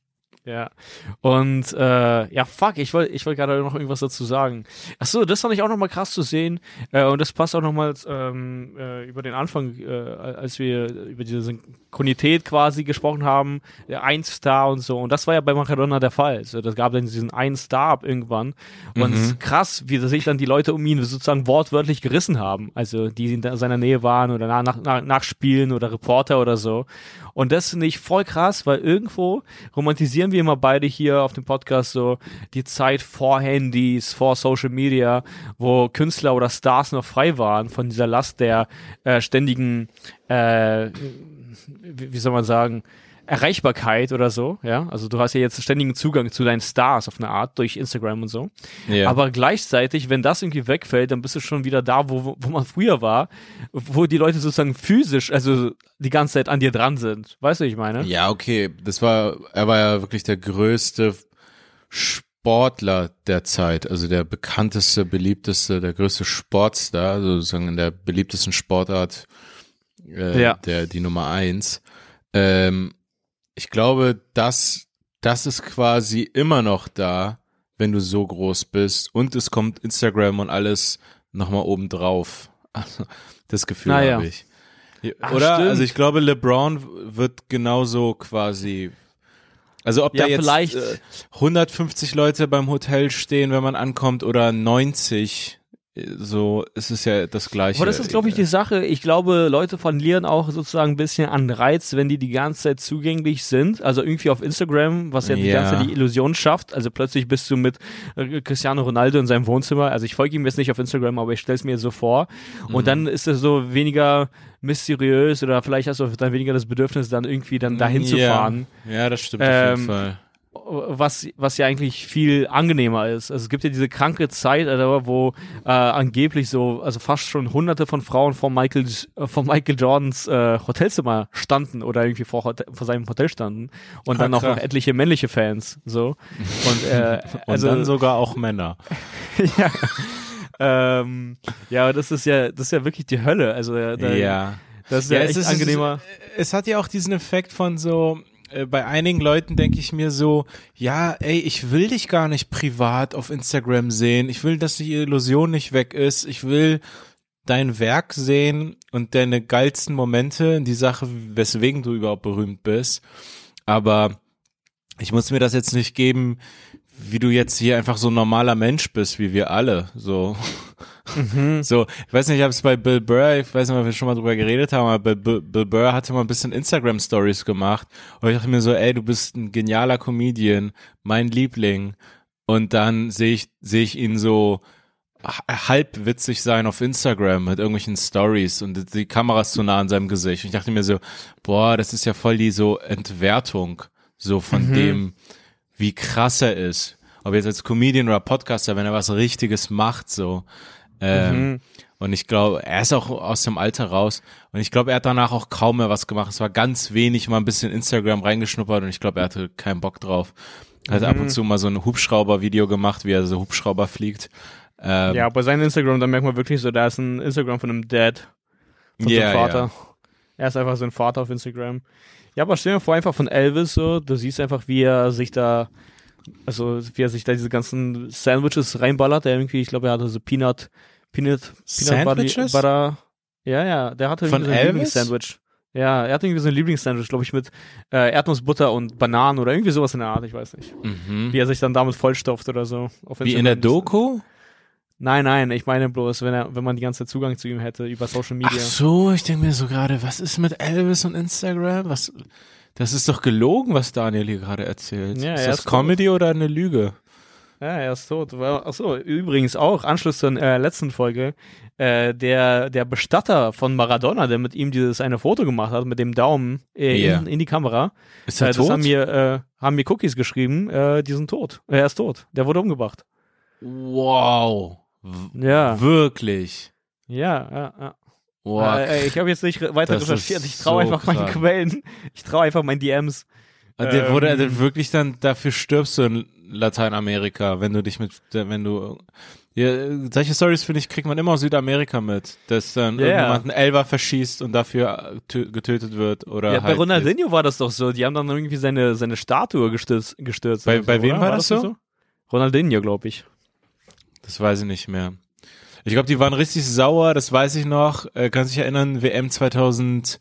Ja. Und äh, ja, fuck, ich wollte ich wollte gerade noch irgendwas dazu sagen. Ach so, das fand ich auch nochmal krass zu sehen. Äh, und das passt auch nochmal ähm, äh, über den Anfang, äh, als wir über diese Synchronität quasi gesprochen haben, der ein Star und so. Und das war ja bei Maradona der Fall. Also, das gab dann diesen einen Star ab irgendwann. Und Mhm. es ist krass, wie sich dann die Leute um ihn sozusagen wortwörtlich gerissen haben. Also die in seiner Nähe waren oder nach, nach, nachspielen oder Reporter oder so. Und das finde ich voll krass, weil irgendwo romantisieren wir immer beide hier auf dem Podcast so die Zeit vor Handys, vor Social Media, wo Künstler oder Stars noch frei waren von dieser Last der äh, ständigen, äh, wie, wie soll man sagen, Erreichbarkeit oder so, ja, also du hast ja jetzt ständigen Zugang zu deinen Stars auf eine Art durch Instagram und so, Ja. aber gleichzeitig, wenn das irgendwie wegfällt, dann bist du schon wieder da, wo, wo man früher war, wo die Leute sozusagen physisch, also die ganze Zeit an dir dran sind, weißt du, wie ich meine? Ja, okay, das war, er war ja wirklich der größte Sportler der Zeit, also der bekannteste, beliebteste, der größte Sportstar, also sozusagen in der beliebtesten Sportart, äh, Ja. der, die Nummer eins. Ähm, ich glaube, das, das ist quasi immer noch da, wenn du so groß bist und es kommt Instagram und alles nochmal oben drauf. Also, das Gefühl Naja. habe ich. Ach, Oder? stimmt. Also ich glaube, LeBron wird genauso quasi, also ob Ja, da jetzt vielleicht. äh, hundertfünfzig Leute beim Hotel stehen, wenn man ankommt, oder neunzig, äh, so, es ist ja das Gleiche. Aber das ist, glaube ich, die Sache. Ich glaube, Leute verlieren auch sozusagen ein bisschen an Reiz, wenn die die ganze Zeit zugänglich sind. Also irgendwie auf Instagram, was ja die Ja. ganze Zeit die Illusion schafft. Also plötzlich bist du mit äh, Cristiano Ronaldo in seinem Wohnzimmer. Also ich folge ihm jetzt nicht auf Instagram, aber ich stelle es mir so vor. Und Mhm. dann ist es so weniger mysteriös oder vielleicht hast du dann weniger das Bedürfnis, dann irgendwie dann dahin zu ja. fahren. Ja, das stimmt auf Ähm, jeden Fall. was, was ja eigentlich viel angenehmer ist. Also es gibt ja diese kranke Zeit, Alter, wo äh, angeblich so, also fast schon hunderte von Frauen vor Michael, äh, vor Michael Jordans äh, Hotelzimmer standen oder irgendwie vor, Hotel, vor seinem Hotel standen und Ah, dann auch krass. noch etliche männliche Fans, so. Und, äh, Und also, dann sogar auch Männer. ja. Ähm, ja, aber das ist ja, das ist ja wirklich die Hölle. Also da, Ja. das ist ja, Ja, echt es ist, angenehmer. Es, es hat ja auch diesen Effekt von so, äh, bei einigen Leuten denke ich mir so, ja, ey, ich will dich gar nicht privat auf Instagram sehen. Ich will, dass die Illusion nicht weg ist. Ich will dein Werk sehen und deine geilsten Momente, die Sache, weswegen du überhaupt berühmt bist. Aber ich muss mir das jetzt nicht geben, wie du jetzt hier einfach so ein normaler Mensch bist, wie wir alle. So, Mhm. so, ich weiß nicht, ich habe es bei Bill Burr, ich weiß nicht, ob wir schon mal drüber geredet haben, aber Bill, Bill Burr hatte mal ein bisschen Instagram-Stories gemacht und ich dachte mir so, ey, du bist ein genialer Comedian, mein Liebling. Und dann sehe ich, sehe ich ihn so h- halb witzig sein auf Instagram mit irgendwelchen Stories und die Kamera ist zu nah an seinem Gesicht. Und ich dachte mir so, boah, das ist ja voll die so Entwertung, so von Mhm. dem, wie krass er ist. Ob jetzt als Comedian oder Podcaster, wenn er was Richtiges macht, so. Ähm, Mhm. Und ich glaube, er ist auch aus dem Alter raus. Und ich glaube, er hat danach auch kaum mehr was gemacht. Es war ganz wenig, mal ein bisschen Instagram reingeschnuppert und ich glaube, er hatte keinen Bock drauf. Er hat ab und zu mal so ein Hubschrauber-Video gemacht, wie er so Hubschrauber fliegt. Ähm, Ja, bei seinem Instagram, da merkt man wirklich so, da ist ein Instagram von einem Dad. Von Ja, seinem Vater. ja. Er ist einfach so ein Vater auf Instagram. Ja, aber stell dir vor, einfach von Elvis so, du siehst einfach, wie er sich da, also wie er sich da diese ganzen Sandwiches reinballert. Der irgendwie, ich glaube, er hatte so Peanut, Peanut, Peanut Sandwiches? Butter. Ja, ja, der hatte Von irgendwie so ein Elvis? Lieblingssandwich. Ja, er hatte irgendwie so ein Lieblingssandwich, glaube ich, mit äh, Erdnussbutter und Bananen oder irgendwie sowas in der Art, ich weiß nicht. Mhm. Wie er sich dann damit vollstopft oder so. Auf Wie in der Instagram. Doku? Nein, nein, ich meine bloß, wenn er, wenn man die ganze Zeit Zugang zu ihm hätte über Social Media. Ach so, ich denke mir so gerade, was ist mit Elvis und Instagram? Was? Das ist doch gelogen, was Daniel hier gerade erzählt. Ja, ist er das ist Comedy oder eine Lüge? Ja, er ist tot. Achso, übrigens auch, Anschluss zur äh, letzten Folge, äh, der, der Bestatter von Maradona, der mit ihm dieses eine Foto gemacht hat, mit dem Daumen äh, Ja. in, in die Kamera, Ist er äh, tot? das haben mir, äh, haben mir Cookies geschrieben, äh, die sind tot. Äh, er ist tot. Der wurde umgebracht. Wow. W- Ja. Wirklich. Ja, ja, ja. Wow. Äh, ich habe jetzt nicht re- weiter Das ist recherchiert, ich traue so einfach meinen krass. Quellen. Ich traue einfach meinen D Ms. Der wurde ähm, also wirklich dann, dafür stirbst du in Lateinamerika, wenn du dich mit, wenn du, Ja, solche Stories, finde ich, kriegt man immer aus Südamerika mit, dass dann Ja, ja. irgendjemand einen Elfer verschießt und dafür tö- getötet wird oder Ja, bei halt Ronaldinho war das doch so. Die haben dann irgendwie seine, seine Statue gestürzt. gestürzt Bei- oder bei so, wem oder? war das so? Ronaldinho, glaube ich. Das weiß ich nicht mehr. Ich glaube, die waren richtig sauer, das weiß ich noch. Äh, kann sich erinnern, W M zweitausendzehn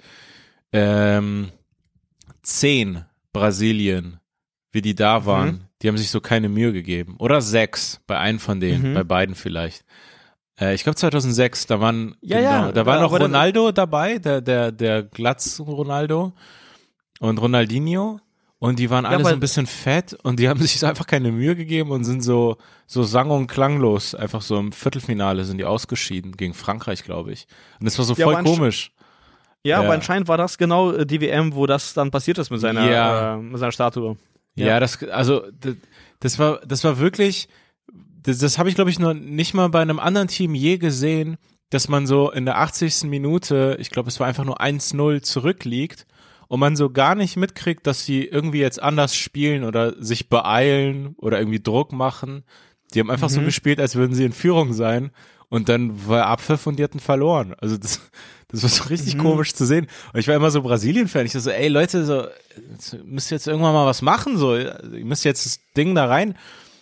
Brasilien, wie die da waren. Mhm. Die haben sich so keine Mühe gegeben. Oder sechs, bei einem von denen, Mhm. bei beiden vielleicht. Äh, ich glaube zweitausendsechs, da waren, Ja, genau, ja, da war ja, noch aber das- Ronaldo dabei, der, der, der Glatz-Ronaldo und Ronaldinho. Und die waren alle aber- so ein bisschen fett und die haben sich einfach keine Mühe gegeben und sind so, so sang- und klanglos. Einfach so im Viertelfinale sind die ausgeschieden gegen Frankreich, glaube ich. Und das war so Ja, voll aber ansch- komisch. Ja, Ja. aber anscheinend war das genau äh, die W M, wo das dann passiert ist mit seiner, Ja. äh, mit seiner Statue. Ja, Ja. das, also, das, das war, das war wirklich, das, das habe ich, glaube ich, noch nicht mal bei einem anderen Team je gesehen, dass man so in der achtzigsten Minute, ich glaube, es war einfach nur eins null zurückliegt und man so gar nicht mitkriegt, dass sie irgendwie jetzt anders spielen oder sich beeilen oder irgendwie Druck machen. Die haben einfach so Mhm. gespielt, als würden sie in Führung sein und dann war Abpfiff und die hatten verloren. Also das, das war so richtig Mhm. komisch zu sehen. Und ich war immer so Brasilien-Fan. Ich dachte so, ey Leute, so, jetzt müsst ihr jetzt irgendwann mal was machen, so, ihr müsst jetzt das Ding da rein.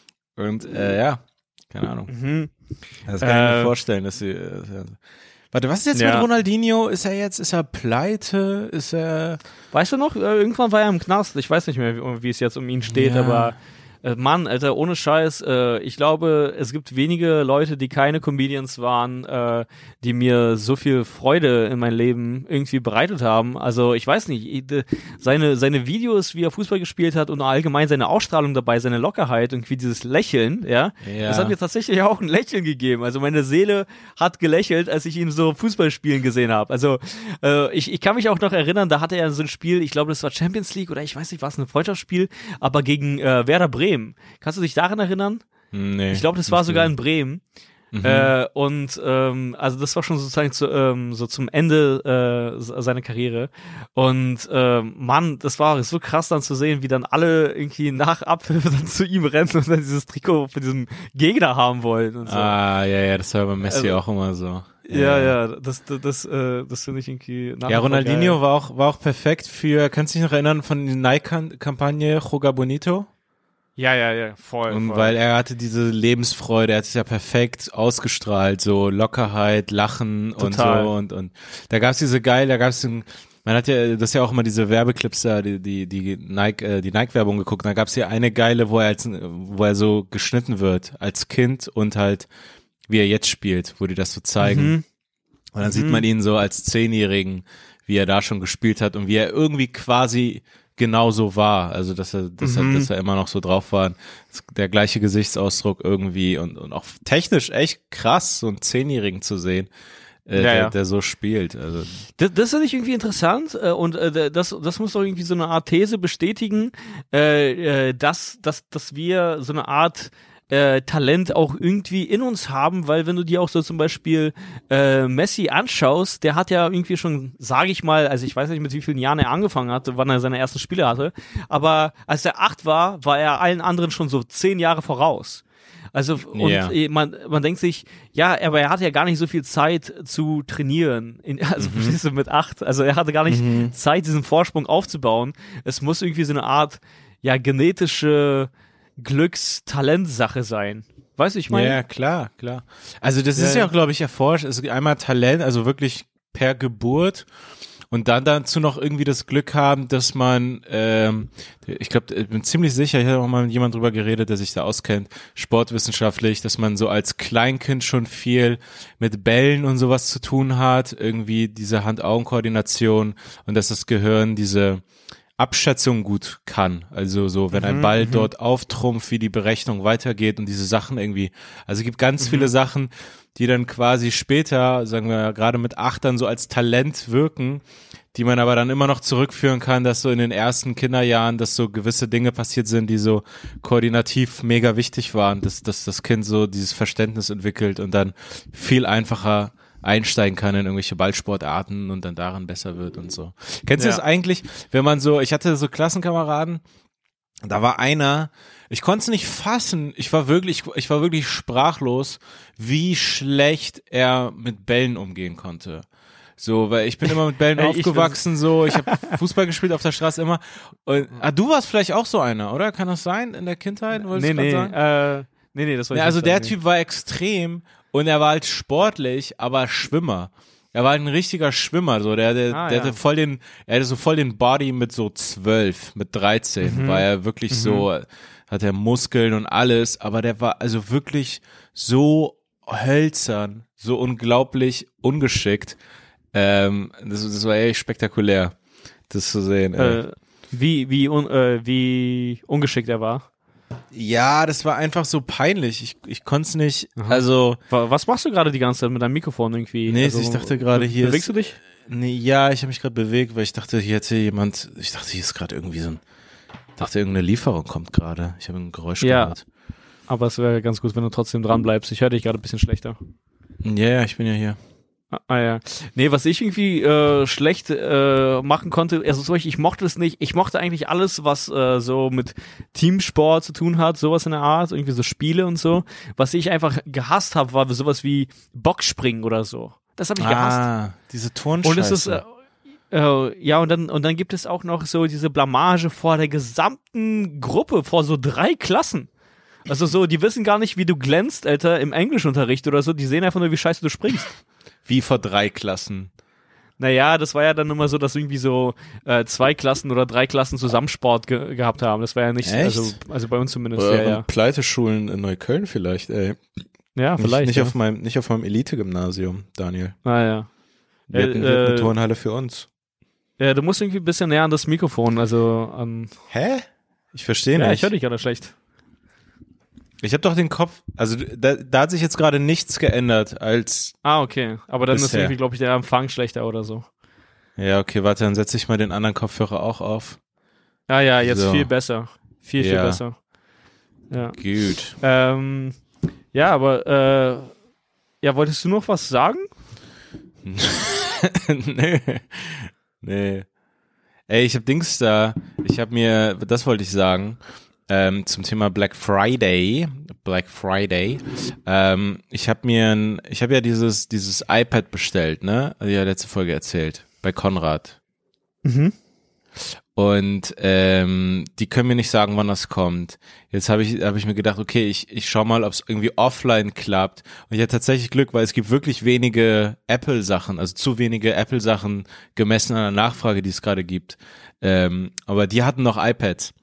Und äh, ja, keine Ahnung. Mhm. Das kann ich mir Äh, vorstellen, dass sie. Äh, Warte, was ist jetzt Ja. mit Ronaldinho? Ist er jetzt, ist er pleite? Ist er. Weißt du noch, äh, irgendwann war er im Knast. Ich weiß nicht mehr, wie, wie es jetzt um ihn steht, Ja. aber äh, Mann, Alter, ohne Scheiß, äh, ich glaube, es gibt wenige Leute, die keine Comedians waren, äh, die mir so viel Freude in mein Leben irgendwie bereitet haben. Also ich weiß nicht, ich, de, seine, seine Videos, wie er Fußball gespielt hat und allgemein seine Ausstrahlung dabei, seine Lockerheit, irgendwie dieses Lächeln, ja, Ja. das hat mir tatsächlich auch ein Lächeln gegeben. Also meine Seele hat gelächelt, als ich ihn so Fußball spielen gesehen habe. Also äh, ich, ich kann mich auch noch erinnern, da hatte er so ein Spiel, ich glaube, das war Champions League oder ich weiß nicht, war es ein Freundschaftsspiel, aber gegen äh, Werder Bremen. Kannst du dich daran erinnern? Nee. Ich glaube, das war nicht sogar so. in Bremen. Mhm. Äh, und ähm, also das war schon sozusagen zu, ähm, so zum Ende äh, seiner Karriere. Und ähm, Mann, das war so krass dann zu sehen, wie dann alle irgendwie nach Abpfiff dann zu ihm rennen und dann dieses Trikot für diesen Gegner haben wollen und so. Ah, ja, ja, das war bei Messi Also- auch immer so. Ja, ja, das, das, das, äh, das finde ich irgendwie nach Ja, wie vor Ronaldinho geil. war auch, war auch perfekt für, kannst du dich noch erinnern von der Nike-Kampagne Joga Bonito? Ja, ja, ja, voll. Und voll. weil er hatte diese Lebensfreude, er hat es ja perfekt ausgestrahlt, so Lockerheit, Lachen Total. und so und, und da gab's diese geil, da gab's ein, man hat ja, das ist ja auch immer diese Werbeclips da, die, die, die Nike, äh, die Nike-Werbung geguckt, da gab's ja eine geile, wo er als, wo er so geschnitten wird, als Kind und halt, wie er jetzt spielt, wo die das so zeigen. Mhm. Und dann sieht Mhm. man ihn so als Zehnjährigen, wie er da schon gespielt hat und wie er irgendwie quasi genauso war. Also, dass er, dass Mhm. er, dass er immer noch so drauf war. Der gleiche Gesichtsausdruck irgendwie und, und auch technisch echt krass, so einen Zehnjährigen zu sehen, äh, Ja, der, ja. der so spielt. Also, Das, das finde ich irgendwie interessant äh, und äh, das, das muss doch irgendwie so eine Art These bestätigen, äh, äh, dass, dass, dass wir so eine Art äh, Talent auch irgendwie in uns haben, weil wenn du dir auch so zum Beispiel äh, Messi anschaust, der hat ja irgendwie schon, sage ich mal, also ich weiß nicht, mit wie vielen Jahren er angefangen hat, wann er seine ersten Spiele hatte, aber als er acht war, war er allen anderen schon so zehn Jahre voraus. Also und Ja. äh, man, man denkt sich, ja, aber er hatte ja gar nicht so viel Zeit zu trainieren. In, also Mhm. verstehst du, mit acht. Also er hatte gar nicht Zeit, diesen Vorsprung aufzubauen. Es muss irgendwie so eine Art, ja, genetische Glücks-Talent-Sache sein. Weißt du, ich meine? ja, klar, klar. Also, das Ja, ist ja ja. auch, glaube ich, erforscht. Es ist einmal Talent, also wirklich per Geburt. Und dann dazu noch irgendwie das Glück haben, dass man, ähm, ich glaube, ich bin ziemlich sicher, ich habe auch mal mit jemand drüber geredet, der sich da auskennt, sportwissenschaftlich, dass man so als Kleinkind schon viel mit Bällen und sowas zu tun hat, irgendwie diese Hand-Augen-Koordination und dass das Gehirn diese Abschätzung gut kann. Also so, wenn ein Ball dort auftrumpft, wie die Berechnung weitergeht und diese Sachen irgendwie. Also es gibt ganz viele Sachen, die dann quasi später, sagen wir gerade mit acht dann so als Talent wirken, die man aber dann immer noch zurückführen kann, dass so in den ersten Kinderjahren, dass so gewisse Dinge passiert sind, die so koordinativ mega wichtig waren, dass, dass das Kind so dieses Verständnis entwickelt und dann viel einfacher einsteigen kann in irgendwelche Ballsportarten und dann daran besser wird und so. Kennst du Ja. das eigentlich, wenn man so, ich hatte so Klassenkameraden, Da war einer, ich konnte es nicht fassen, ich war wirklich, ich war wirklich sprachlos, wie schlecht er mit Bällen umgehen konnte. So, weil ich bin immer mit Bällen Ey, aufgewachsen, so, ich habe Fußball gespielt auf der Straße immer. Und, ah, du warst vielleicht auch so einer, oder? Kann das sein in der Kindheit? Nee, nee, sagen? äh, nee, nee, das war Ja, ich also nicht der sagen, Typ war extrem und er war halt sportlich, aber Schwimmer. Er war ein richtiger Schwimmer, so der, der, Ah, der ja. hatte voll den, er hatte so voll den Body mit so zwölf, mit dreizehn, Mhm. war er wirklich Mhm. so, hat er Muskeln und alles, aber der war also wirklich so hölzern, so unglaublich ungeschickt. Ähm, das, das war echt spektakulär, das zu sehen. Ey. Äh, wie, wie, un, äh, wie ungeschickt er war. Ja, das war einfach so peinlich. Ich, ich konnte es nicht, Aha. also. Wa- Was machst du gerade die ganze Zeit mit deinem Mikrofon irgendwie? Nee, also, ich dachte gerade, be- hier Bewegst ist- du dich? Nee, ja, ich habe mich gerade bewegt, weil ich dachte, hier hätte jemand, ich dachte, hier ist gerade irgendwie so ein, ich dachte, irgendeine Lieferung kommt gerade. Ich habe ein Geräusch Ja. gehört. Aber es wäre ganz gut, wenn du trotzdem dran bleibst. Ich höre dich gerade ein bisschen schlechter. Ja, ja, ich bin ja hier. Ah, ah ja. Nee, was ich irgendwie äh, schlecht äh, machen konnte, also so ich, ich mochte es nicht. Ich mochte eigentlich alles, was äh, so mit Teamsport zu tun hat, sowas in der Art, irgendwie so Spiele und so. Was ich einfach gehasst habe, war sowas wie Boxspringen oder so. Das habe ich gehasst. Ah, diese Turnscheiße. Und es ist äh, äh, ja und dann und dann gibt es auch noch so diese Blamage vor der gesamten Gruppe, vor so drei Klassen. Also so, die wissen gar nicht, wie du glänzt, Alter, im Englischunterricht oder so. Die sehen einfach nur, wie scheiße du springst. Wie vor drei Klassen. Naja, das war ja dann immer so, dass irgendwie so äh, zwei Klassen oder drei Klassen Zusammensport ge gehabt haben. Das war ja nicht, Echt? also also bei uns zumindest, Oder ja, ja. Pleiteschulen in Neukölln vielleicht, ey. Ja, Nicht, vielleicht. nicht, ja. auf meinem, nicht auf meinem Elite-Gymnasium, Daniel. Ah, ja. Wir Äh, hatten, wir hatten eine äh, Turnhalle für uns. Ja, du musst irgendwie ein bisschen näher an das Mikrofon, also an. Hä? Ich verstehe Ja, nicht. ich höre dich gerade schlecht. Ich habe doch den Kopf, also da, da hat sich jetzt gerade nichts geändert als, Ah, okay. Aber dann ist Bisher. irgendwie, glaube ich, der Empfang schlechter oder so. ja, okay, warte, dann setze ich mal den anderen Kopfhörer auch auf. Ah ja, jetzt So. viel besser. Viel, viel Ja. besser. Ja. Gut. Ähm, ja, aber äh, ja, wolltest du noch was sagen? nee. Nee. Ey, ich hab Dings da, ich hab mir, das wollte ich sagen, ähm, zum Thema Black Friday, Black Friday, ähm, ich hab mir, ein, ich hab ja dieses, dieses iPad bestellt, ne, also ja letzte Folge erzählt, bei Konrad. Mhm. Und ähm, die können mir nicht sagen, wann das kommt. Jetzt habe ich, hab ich mir gedacht, okay, ich, ich schau mal, ob es irgendwie offline klappt. Und ich hatte tatsächlich Glück, weil es gibt wirklich wenige Apple-Sachen, also zu wenige Apple-Sachen gemessen an der Nachfrage, die es gerade gibt. Ähm, aber die hatten noch iPads.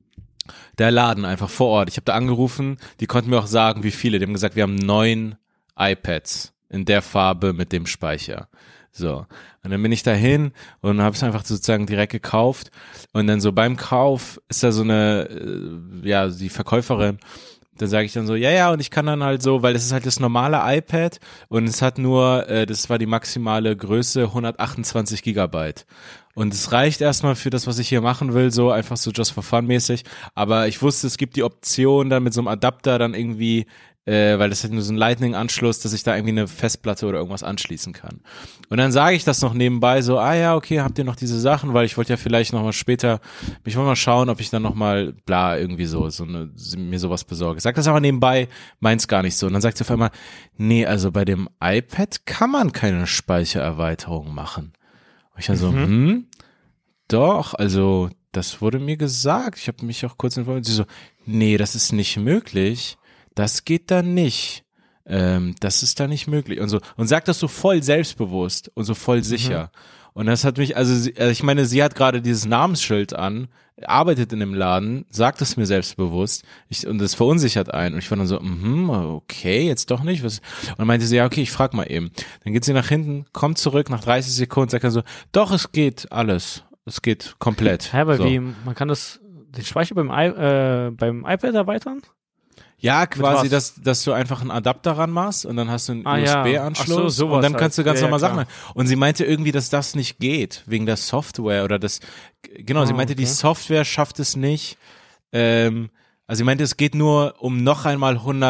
Der Laden einfach vor Ort. Ich habe da angerufen, die konnten mir auch sagen, wie viele. Die haben gesagt, wir haben neun iPads in der Farbe mit dem Speicher. So, und dann bin ich dahin und habe es einfach sozusagen direkt gekauft und dann so beim Kauf ist da so eine, äh, ja, die Verkäuferin, da sage ich dann so, ja, ja, und ich kann dann halt so, weil das ist halt das normale iPad und es hat nur, äh, das war die maximale Größe, hundertachtundzwanzig Gigabyte. Und es reicht erstmal für das, was ich hier machen will, so einfach so just for fun mäßig, aber ich wusste, es gibt die Option dann mit so einem Adapter dann irgendwie, äh, weil das hat nur so einen Lightning-Anschluss, dass ich da irgendwie eine Festplatte oder irgendwas anschließen kann. Und dann sage ich das noch nebenbei so, ah ja, okay, habt ihr noch diese Sachen, weil ich wollte ja vielleicht noch mal später, ich wollte mal schauen, ob ich dann noch mal, bla, irgendwie so, so eine, mir sowas besorge. Sag das aber nebenbei, meins gar nicht so. Und dann sagt sie auf einmal, nee, also bei dem iPad kann man keine Speichererweiterung machen. Und ich dann so, Mhm. hm, doch, also das wurde mir gesagt. Ich habe mich auch kurz informiert. Sie so, nee, das ist nicht möglich. Das geht da nicht. Ähm, das ist da nicht möglich. Und so, und sagt das so voll selbstbewusst und so voll sicher. Mhm. Und das hat mich, also, sie, also ich meine, sie hat gerade dieses Namensschild an, arbeitet in dem Laden, sagt es mir selbstbewusst, ich, und das verunsichert einen. Und ich war dann so, mhm, okay, jetzt doch nicht. Was? Und dann meinte sie, ja, okay, ich frag mal eben. Dann geht sie nach hinten, kommt zurück, nach dreißig Sekunden, sagt dann so, doch, es geht alles. Es geht komplett. Hä, aber so. wie, man kann das, den Speicher beim, I, äh, beim iPad erweitern? Ja, quasi, was? dass, dass du einfach einen Adapter ranmachst und dann hast du einen Ah, ja. U S B-Anschluss Ach so, sowas und dann kannst du halt. ganz Ja, normal ja, Sachen. Und sie meinte irgendwie, dass das nicht geht, wegen der Software oder das, genau, Ah, sie meinte, die okay. Software schafft es nicht, ähm, also sie meinte, es geht nur um noch einmal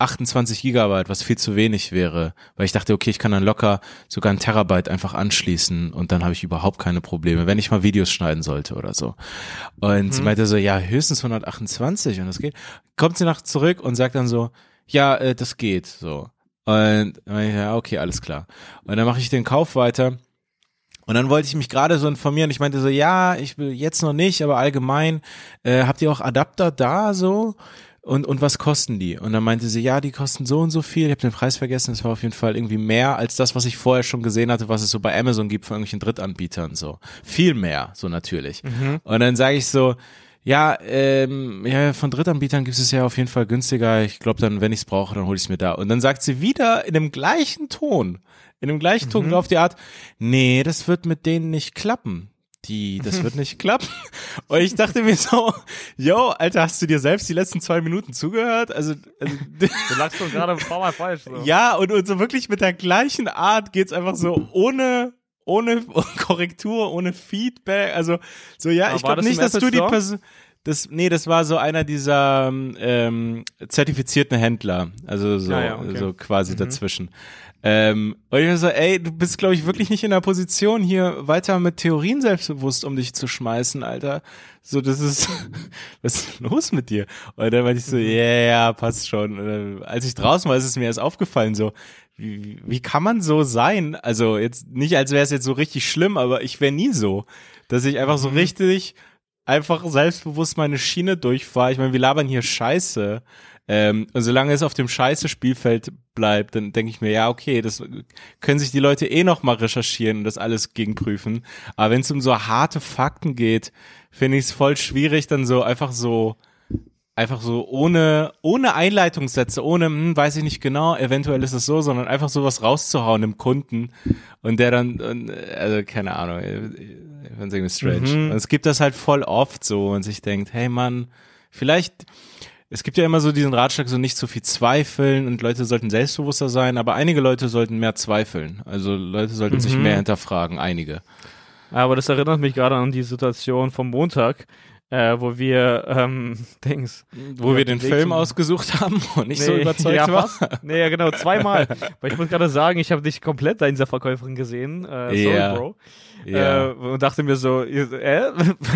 achtundzwanzig Gigabyte, was viel zu wenig wäre, weil ich dachte, okay, ich kann dann locker sogar ein Terabyte einfach anschließen und dann habe ich überhaupt keine Probleme, wenn ich mal Videos schneiden sollte oder so. Und mhm. sie meinte so, ja, höchstens hundertachtundzwanzig und das geht. Kommt sie nach zurück und sagt dann so, ja, äh, das geht, so. Und ja, okay, alles klar. Und dann mache ich den Kauf weiter. Und dann wollte ich mich gerade so informieren. Ich meinte so, ja, ich will jetzt noch nicht, aber allgemein, äh, habt ihr auch Adapter da so? Und und was kosten die? Und dann meinte sie, ja, die kosten so und so viel. Ich habe den Preis vergessen. Das war auf jeden Fall irgendwie mehr als das, was ich vorher schon gesehen hatte, was es so bei Amazon gibt von irgendwelchen Drittanbietern. So viel mehr, so natürlich. Mhm. Und dann sage ich so, ja, ähm, ja, von Drittanbietern gibt es ja auf jeden Fall günstiger. Ich glaube dann, wenn ich es brauche, dann hole ich es mir da. Und dann sagt sie wieder in dem gleichen Ton, in dem gleichen Ton mhm. auf die Art, nee, das wird mit denen nicht klappen. Die, das wird nicht klappen. Und ich dachte mir so, yo, Alter, hast du dir selbst die letzten zwei Minuten zugehört? Also, also du lagst doch gerade ein paar Mal falsch. So. Ja, und, und so wirklich mit der gleichen Art geht's einfach so ohne, ohne Korrektur, ohne Feedback. Also, so, ja, aber ich glaube nicht, dass du die Person, das, nee, das war so einer dieser ähm, zertifizierten Händler. Also so, ja, ja, okay. so quasi mhm. dazwischen. Ähm, und ich so, ey, du bist, glaube ich, wirklich nicht in der Position, hier weiter mit Theorien selbstbewusst um dich zu schmeißen, Alter. So, das ist, was ist los mit dir? Und dann meinte ich so, ja, yeah, ja, passt schon. Und dann, als ich draußen war, ist es mir erst aufgefallen, so, wie, wie kann man so sein? Also jetzt nicht, als wäre es jetzt so richtig schlimm, aber ich wäre nie so, dass ich einfach so mhm. richtig einfach selbstbewusst meine Schiene durchfahre. Ich meine, wir labern hier Scheiße. Ähm, und solange es auf dem Scheiße-Spielfeld bleibt, dann denke ich mir, ja, okay, das können sich die Leute eh noch mal recherchieren und das alles gegenprüfen. Aber wenn es um so harte Fakten geht, finde ich es voll schwierig, dann so einfach so einfach so ohne ohne Einleitungssätze, ohne, hm, weiß ich nicht genau, eventuell ist es so, sondern einfach sowas rauszuhauen dem Kunden und der dann, und, also keine Ahnung, ich finde es irgendwie strange. Mhm. Und es gibt das halt voll oft so und sich denkt, hey Mann, vielleicht, es gibt ja immer so diesen Ratschlag, so nicht zu viel zweifeln und Leute sollten selbstbewusster sein, aber einige Leute sollten mehr zweifeln. Also Leute sollten mhm. sich mehr hinterfragen, einige. Aber das erinnert mich gerade an die Situation vom Montag, äh, wo wir, ähm, Dings. Wo wir den Film ausgesucht haben und nicht nee, so überzeugt ja, war. Nee, ja genau, zweimal. Weil ich muss gerade sagen, ich habe dich komplett da in dieser Verkäuferin gesehen. Äh, sorry, yeah. Bro. Yeah. Äh, und dachte mir so, äh?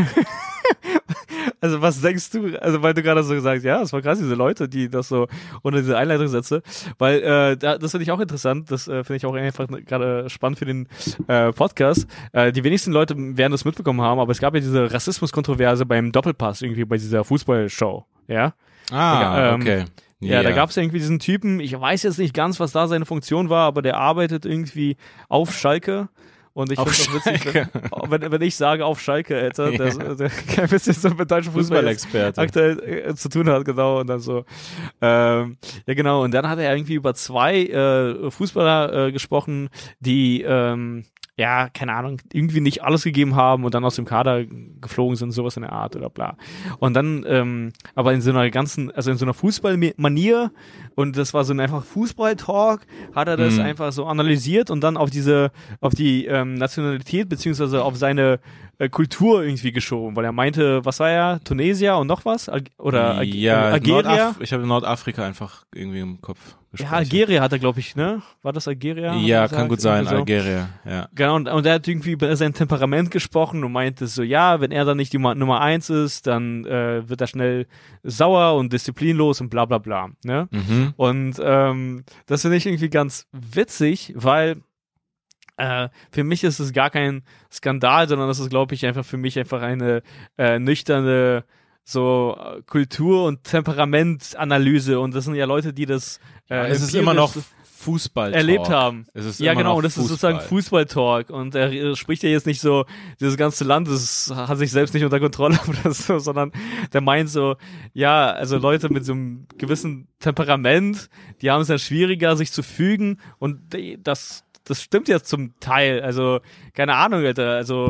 Also was denkst du, also weil du gerade so gesagt hast, ja, es war krass, diese Leute, die das so unter diese Einleitungssätze, weil äh, da, das finde ich auch interessant, das äh, finde ich auch einfach gerade spannend für den äh, Podcast. Äh, die wenigsten Leute werden das mitbekommen haben, aber es gab ja diese Rassismus-Kontroverse beim Doppelpass irgendwie bei dieser Fußballshow, ja. Ah, ähm, okay. Ja, yeah. Da gab es irgendwie diesen Typen, ich weiß jetzt nicht ganz, was da seine Funktion war, aber der arbeitet irgendwie auf Schalke. Und ich finde es auch witzig, wenn, wenn, wenn ich sage auf Schalke, Alter, ja. der, der kein bisschen so mit deutschen Fußball-Experte aktuell äh, zu tun hat, genau, und dann so. Ähm, ja, genau, und dann hat er irgendwie über zwei äh, Fußballer äh, gesprochen, die, ähm, ja, keine Ahnung, irgendwie nicht alles gegeben haben und dann aus dem Kader geflogen sind, sowas in der Art oder bla. Und dann, ähm, aber in so einer ganzen, also in so einer Fußballmanier, und das war so ein einfach Fußball-Talk, hat er das mhm. einfach so analysiert und dann auf diese, auf die ähm, Nationalität beziehungsweise auf seine äh, Kultur irgendwie geschoben, weil er meinte, was war er? Tunesier und noch was? Al- oder Ag- ja, Algerier? Nordaf- ich habe Nordafrika einfach irgendwie im Kopf gespeichert. Ja, Algerier hat er, glaube ich, ne? War das Algerier? Ja, kann gut sein, so. Algerier, ja. Genau, und, und er hat irgendwie über sein Temperament gesprochen und meinte so, ja, wenn er dann nicht die Nummer eins ist, dann äh, wird er schnell sauer und disziplinlos und bla bla bla, ne? Mhm. Und ähm, das finde ich irgendwie ganz witzig, weil äh, für mich ist es gar kein Skandal, sondern das ist, glaube ich, einfach für mich einfach eine äh, nüchterne so Kultur- und Temperamentanalyse, und das sind ja Leute, die das äh, ja, es ist immer noch Fußball erlebt haben. Es ist ja, immer genau, noch und das Fußball. ist sozusagen Fußball-Talk, und er, er spricht ja jetzt nicht so, dieses ganze Land das hat sich selbst nicht unter Kontrolle oder so, sondern der meint so, ja, also Leute mit so einem gewissen Temperament, die haben es ja schwieriger, sich zu fügen, und das das stimmt ja zum Teil, also keine Ahnung, Alter, also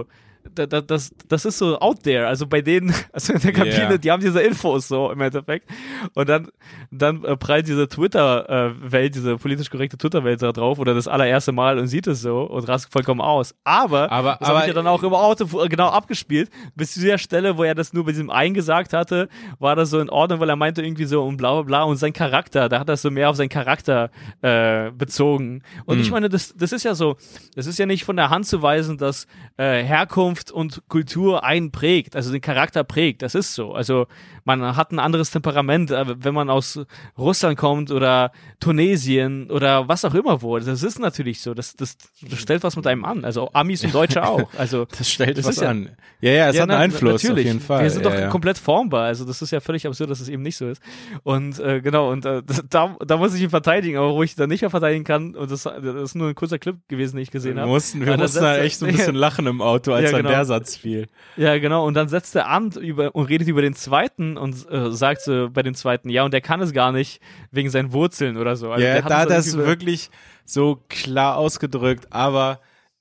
da, da, das, das ist so out there, also bei denen, also in der Kabine, Yeah. die haben diese Infos so im Endeffekt und dann, dann äh, prallt diese Twitter-Welt, diese politisch korrekte Twitter-Welt da drauf oder das allererste Mal und sieht es so und rastet vollkommen aus. Aber, Aber- das habe aber- ich ja dann auch im Auto genau abgespielt, bis zu der Stelle, wo er das nur bei diesem einen gesagt hatte, war das so in Ordnung, weil er meinte irgendwie so und bla bla bla und sein Charakter, da hat er so mehr auf seinen Charakter äh, bezogen. Und Mhm. ich meine, das, das ist ja so, das ist ja nicht von der Hand zu weisen, dass äh, Herkunft und Kultur einen prägt, also den Charakter prägt, das ist so. Also man hat ein anderes Temperament, äh, wenn man aus Russland kommt oder Tunesien oder was auch immer wo. Das ist natürlich so, das, das, das stellt was mit einem an, also Amis und Deutsche auch. Also Das stellt das was ist ja- an. Ja, ja, es ja, hat einen na, Einfluss natürlich. auf jeden Fall. Wir sind ja, doch ja. komplett formbar, also das ist ja völlig absurd, dass es eben nicht so ist. Und äh, genau, und äh, da, da muss ich ihn verteidigen, aber wo ich dann nicht mehr verteidigen kann, und das, das ist nur ein kurzer Clip gewesen, den ich gesehen Wir habe. mussten, wir Aber dann mussten halt setzt er- echt so ein bisschen lachen im Auto, als Ja, dann genau. der Satz fiel. Ja, genau, und dann setzt er an über, und redet über den zweiten und äh, sagt so bei dem zweiten, ja, und der kann es gar nicht wegen seinen Wurzeln oder so. Also Ja, der hat da es hat das irgendwie- wirklich so klar ausgedrückt, aber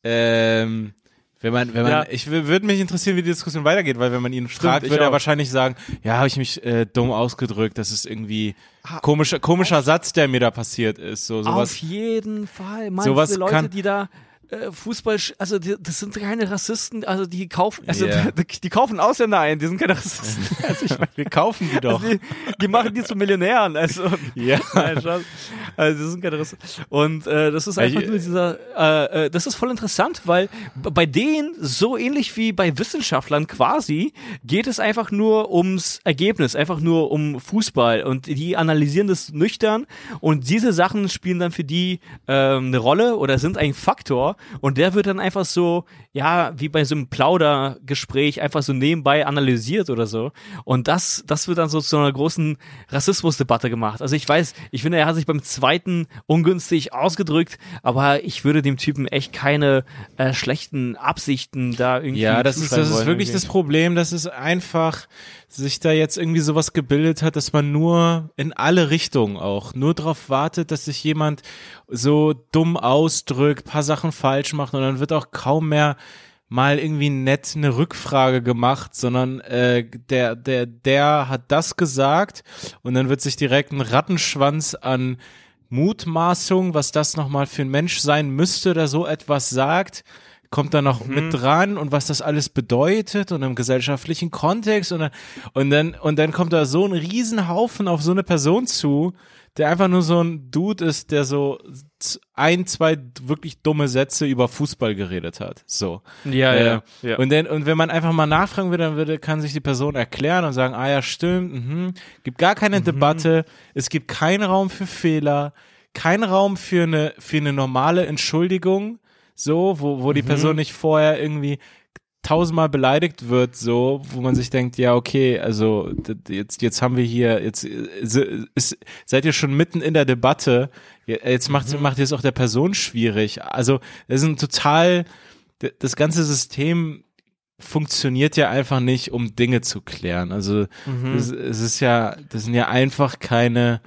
ähm, wenn man, wenn man, Ja. ich w- würde mich interessieren, wie die Diskussion weitergeht, weil wenn man ihn fragt, ich würde er auch. wahrscheinlich sagen, ja, habe ich mich äh, dumm ausgedrückt, das ist irgendwie Ah, komischer, komischer Satz, der mir da passiert ist, so Auf sowas. jeden Fall. Meinst sowas du Leute, kann- die da äh, Fußball, sch- also die, das sind keine Rassisten, also die kaufen, also Ja. die, die kaufen Ausländer ein, die sind keine Rassisten. Also ich meine, Wir kaufen die doch. also die, die machen die zu Millionären, also Ja. Nein, Spaß. Also das sind keine Rassisten. Und äh, das ist einfach Ich- nur dieser, äh, äh, das ist voll interessant, weil b- bei denen, so ähnlich wie bei Wissenschaftlern quasi, geht es einfach nur ums Ergebnis, einfach nur um Fußball und die analysieren das nüchtern und diese Sachen spielen dann für die ähm, eine Rolle oder sind ein Faktor und der wird dann einfach so, ja, wie bei so einem Plaudergespräch einfach so nebenbei analysiert oder so und das, das wird dann so zu einer großen Rassismusdebatte gemacht. Also ich weiß, ich finde, er hat sich beim zweiten ungünstig ausgedrückt, aber ich würde dem Typen echt keine äh, schlechten Absichten da irgendwie Ja, das ist, zuschreiben das ist wollen wirklich irgendwie. das Problem, dass es einfach sich da jetzt irgendwie sowas gebildet hat, dass man nur in alle Richtungen auch, nur darauf wartet, dass sich jemand so dumm ausdrückt, paar Sachen falsch macht und dann wird auch kaum mehr mal irgendwie nett eine Rückfrage gemacht, sondern äh, der, der, der hat das gesagt und dann wird sich direkt ein Rattenschwanz an Mutmaßung, was das nochmal für ein Mensch sein müsste, der so etwas sagt, kommt da noch Mhm. mit dran und was das alles bedeutet und im gesellschaftlichen Kontext und dann, und dann, und dann kommt da so ein Riesenhaufen auf so eine Person zu, der einfach nur so ein Dude ist, der so z- ein, zwei wirklich dumme Sätze über Fußball geredet hat. So. Ja, Äh, ja, ja. Und, dann, und wenn man einfach mal nachfragen würde, dann würde, kann sich die Person erklären und sagen, ah ja, stimmt, mhm. Gibt gar keine Debatte, es gibt keinen Raum für Fehler, keinen Raum für eine, für eine normale Entschuldigung, so, wo, wo die Person nicht vorher irgendwie tausendmal beleidigt wird, so, wo man sich denkt, ja, okay, also d- jetzt, jetzt haben wir hier, jetzt äh, ist, seid ihr schon mitten in der Debatte, jetzt macht, macht ihr es auch der Person schwierig. Also, das ist ein total, d- das ganze System funktioniert ja einfach nicht, um Dinge zu klären. Also, es, es ist ja, das sind ja einfach keine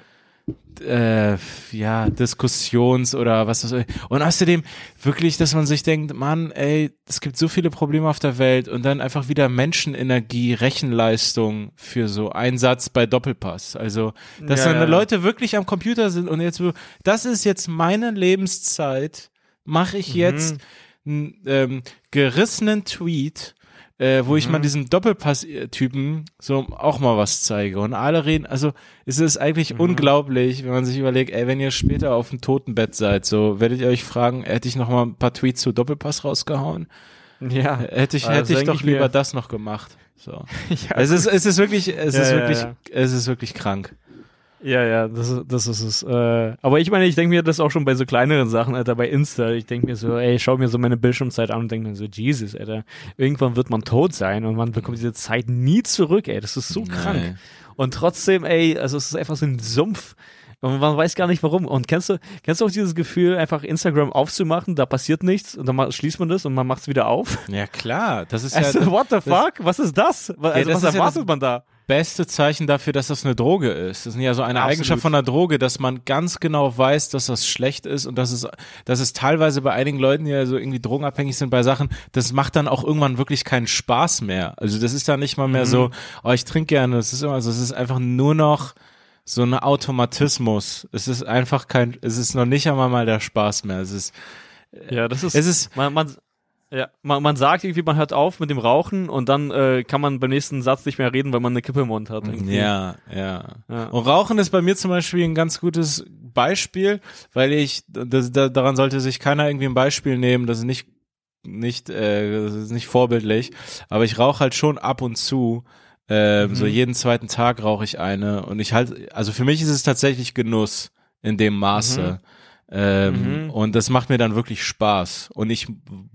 äh, ja, Diskussions- oder was das und außerdem wirklich, dass man sich denkt, Mann, ey, es gibt so viele Probleme auf der Welt und dann einfach wieder Menschenenergie, Rechenleistung für so Einsatz bei Doppelpass. Also, dass Ja, dann ja. Leute wirklich am Computer sind und jetzt, das ist jetzt meine Lebenszeit, mache ich jetzt einen ähm, gerissenen Tweet, äh, wo ich mal diesem Doppelpass-Typen so auch mal was zeige und alle reden, also es ist eigentlich unglaublich, wenn man sich überlegt, ey, wenn ihr später auf dem Totenbett seid, so werdet ihr euch fragen, hätte ich noch mal ein paar Tweets zu Doppelpass rausgehauen? ja. Hätte ich, Aber hätte das ich doch denk ich lieber mir. das noch gemacht. So. Ja, Es ist, es ist wirklich, es Ja, ist ja, wirklich, ja. es ist wirklich krank. Ja, ja, das, ist- das ist es. Äh, aber ich meine, ich denke mir das auch schon bei so kleineren Sachen, Alter, bei Insta. Ich denke mir so, ey, ich schau mir so meine Bildschirmzeit an und denke mir so, Jesus, Alter, irgendwann wird man tot sein und man bekommt diese Zeit nie zurück, ey. Das ist so krank. Nein. Und trotzdem, ey, also es ist einfach so ein Sumpf. Und man weiß gar nicht warum. Und kennst du, kennst du auch dieses Gefühl, einfach Instagram aufzumachen, da passiert nichts und dann ma- schließt man das und man macht es wieder auf? Ja, klar, das ist Also, ja, what the fuck? Was ist das? Was, also, das was ist ja erwartet das- man da? beste Zeichen dafür, dass das eine Droge ist. Das ist ja so eine Absolut. Eigenschaft von einer Droge, dass man ganz genau weiß, dass das schlecht ist und dass es, dass es teilweise bei einigen Leuten, die ja so irgendwie drogenabhängig sind bei Sachen, das macht dann auch irgendwann wirklich keinen Spaß mehr. Also das ist dann nicht mal mehr Mhm. so, oh, ich trinke gerne. Das ist immer, also es ist einfach nur noch so ein Automatismus. Es ist einfach kein, es ist noch nicht einmal mal der Spaß mehr. Es ist, Ja, das ist, es ist, man, man, ja, man, man sagt irgendwie, man hört auf mit dem Rauchen und dann äh, kann man beim nächsten Satz nicht mehr reden, weil man eine Kippe im Mund hat. Irgendwie. ja, ja, Ja. Und Rauchen ist bei mir zum Beispiel ein ganz gutes Beispiel, weil ich, das, da, daran sollte sich keiner irgendwie ein Beispiel nehmen, das ist nicht, nicht, äh, das ist nicht vorbildlich, aber ich rauche halt schon ab und zu, ähm, Mhm. so jeden zweiten Tag rauche ich eine und ich halt, also für mich ist es tatsächlich Genuss in dem Maße. Ähm, Mhm. Und das macht mir dann wirklich Spaß. Und ich,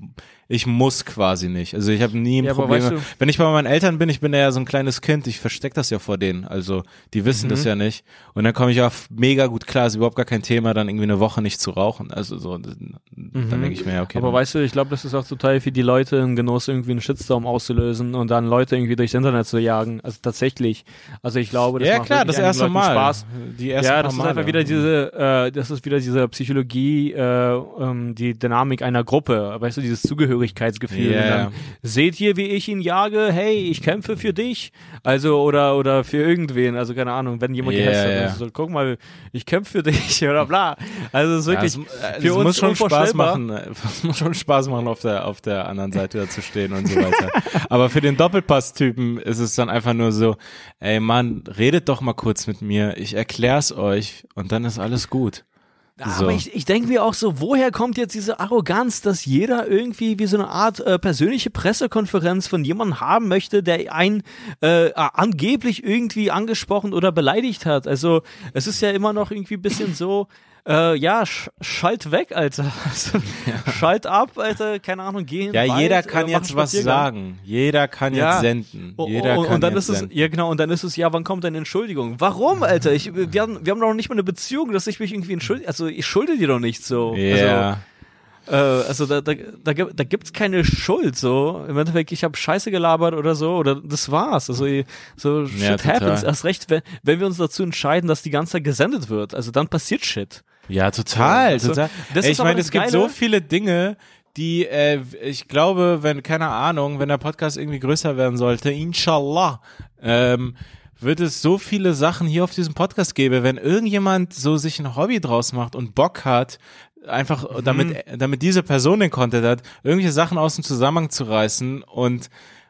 ich muss quasi nicht. Also ich habe nie ein Ja, aber Problem. weißt du- Wenn ich bei meinen Eltern bin, ich bin ja so ein kleines Kind, ich verstecke das ja vor denen. Also die wissen Mhm. das ja nicht. Und dann komme ich auch mega gut klar, ist überhaupt gar kein Thema, dann irgendwie eine Woche nicht zu rauchen. Also so, dann denke ich mir, ja, okay. Aber dann, weißt du, ich glaube, das ist auch total für die Leute ein Genuss, irgendwie einen Shitstorm auszulösen und dann Leute irgendwie durchs Internet zu jagen. Also tatsächlich. Also ich glaube, das ja macht klar, wirklich das erste einigen Leuten Mal. Spaß. Die ersten Ja, paar das ist Male. einfach wieder diese, äh, das ist wieder diese Psychologie, äh, ähm, die Dynamik einer Gruppe, weißt du, dieses Zugehörigkeitsgefühl. Ja, Und dann, ja. seht ihr, wie ich ihn jage? Hey, ich kämpfe für dich. Also, oder, oder für irgendwen, also keine Ahnung, wenn jemand Ja, gehasst hat, ja. also so, guck mal, ich kämpfe für dich, oder bla. Also, es ist wirklich, ja, es, für es uns muss schon Spaß unvorstellbar. machen. Es muss schon Spaß machen, auf der, auf der anderen Seite da zu stehen und so weiter. Aber für den Doppelpass-Typen ist es dann einfach nur so, ey Mann, redet doch mal kurz mit mir, ich erklär's euch und dann ist alles gut. So. Aber ich, ich denke mir auch so, woher kommt jetzt diese Arroganz, dass jeder irgendwie wie so eine Art äh, persönliche Pressekonferenz von jemandem haben möchte, der einen äh, angeblich irgendwie angesprochen oder beleidigt hat. Also es ist ja immer noch irgendwie ein bisschen so, äh, ja, sch schalt weg, Alter. Also, Ja. Schalt ab, Alter, keine Ahnung, geh in den Ja, Wald, jeder kann äh, mach jetzt einen was Spaziergang. sagen. Jeder kann Ja. jetzt senden. Oh, Jeder oh, kann und dann jetzt ist es, senden. ja genau, und dann ist es, ja, wann kommt deine Entschuldigung? Warum, Alter? Ich, wir, haben, wir haben doch nicht mal eine Beziehung, dass ich mich irgendwie entschuldige. Also ich schulde dir doch nicht so. Ja. Also, äh, also da, da, da, gibt- da gibt's keine Schuld, so. Im Endeffekt, ich habe Scheiße gelabert oder so, oder das war's. Also so shit Ja, total. happens. Erst recht, wenn, wenn wir uns dazu entscheiden, dass die ganze Zeit gesendet wird. Also dann passiert Shit. Ja, total, Also, total. das Ey, ist ich aber meine, das es gibt Geile. so viele Dinge, die, äh, ich glaube, wenn, keine Ahnung, wenn der Podcast irgendwie größer werden sollte, inshallah, ähm, wird es so viele Sachen hier auf diesem Podcast geben, wenn irgendjemand so sich ein Hobby draus macht und Bock hat, einfach Mhm. damit, damit diese Person den Content hat, irgendwelche Sachen aus dem Zusammenhang zu reißen und,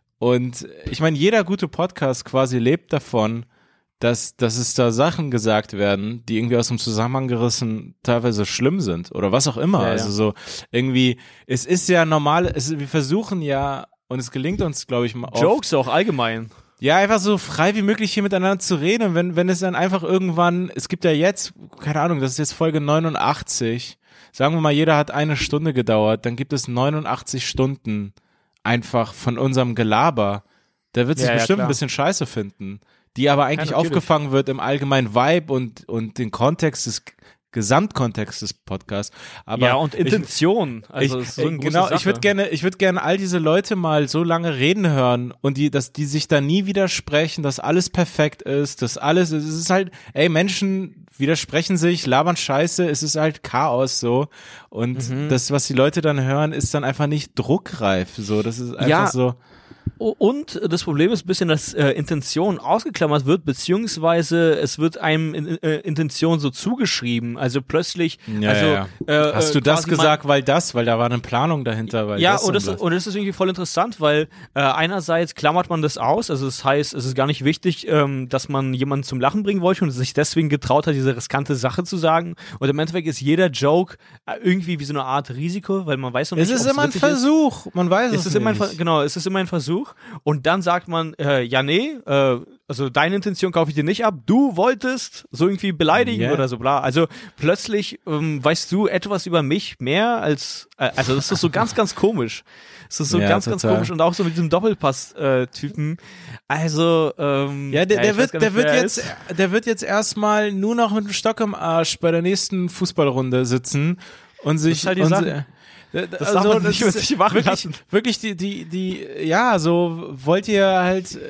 und ich meine, jeder gute Podcast quasi lebt davon, dass, dass es da Sachen gesagt werden, die irgendwie aus dem Zusammenhang gerissen teilweise schlimm sind oder was auch immer. Ja, ja. Also so irgendwie, es ist ja normal, es, wir versuchen ja, und es gelingt uns, glaube ich, mal oft, Jokes auch allgemein. ja, einfach so frei wie möglich hier miteinander zu reden. Und wenn, wenn es dann einfach irgendwann, es gibt ja jetzt, keine Ahnung, das ist jetzt Folge neunundachtzig, sagen wir mal, jeder hat eine Stunde gedauert, dann gibt es neunundachtzig Stunden einfach von unserem Gelaber. Der wird sich Ja, ja, bestimmt klar. ein bisschen scheiße finden, die aber eigentlich Ja, natürlich. aufgefangen wird im allgemeinen Vibe und, und den Kontext des Gesamtkontext des Podcasts. Aber ja, und ich- Intention. Also, ich, das ist so eine äh, große genau, Sache. ich würde gerne, ich würde gerne all diese Leute mal so lange reden hören und die, dass die sich da nie widersprechen, dass alles perfekt ist, dass alles, es ist halt, ey, Menschen widersprechen sich, labern Scheiße, es ist halt Chaos so und Mhm. das, was die Leute dann hören, ist dann einfach nicht druckreif, so, das ist einfach Ja. so. O- Und das Problem ist ein bisschen, dass äh, Intention ausgeklammert wird, beziehungsweise es wird einem in, äh, Intention so zugeschrieben. Also plötzlich, Ja, also ja, Äh, Hast äh, du das quasi gesagt, weil das, weil da war eine Planung dahinter, weil ja, das und das, und und das ist irgendwie voll interessant, weil äh, einerseits klammert man das aus, also das heißt, es ist gar nicht wichtig, ähm, dass man jemanden zum Lachen bringen wollte und sich deswegen getraut hat, diese riskante Sache zu sagen. Und im Endeffekt ist jeder Joke äh, irgendwie wie so eine Art Risiko, weil man weiß noch es nicht, ist ob's immer ein witzig ist. Versuch, man weiß es, Es ist nicht. immer ein, Ver- genau, es ist immer ein Versuch. Und dann sagt man, äh, ja, nee, äh, also deine Intention kaufe ich dir nicht ab. Du wolltest so irgendwie beleidigen Yeah. oder so, bla. Also plötzlich ähm, weißt du etwas über mich mehr als, äh, also das ist so ganz, ganz komisch. Es ist so Ja, ganz, ganz total. komisch und auch so mit diesem Doppelpass-Typen. Also, ähm, Ja, der, ich der weiß wird, gar der nicht, wird wer er jetzt, ist. der wird jetzt erstmal nur noch mit dem Stock im Arsch bei der nächsten Fußballrunde sitzen und sich, ist halt die und, Sache. äh, Das darf man nicht ist mit sich machen wirklich, lassen. wirklich die, die, die, ja, so wollt ihr halt, äh,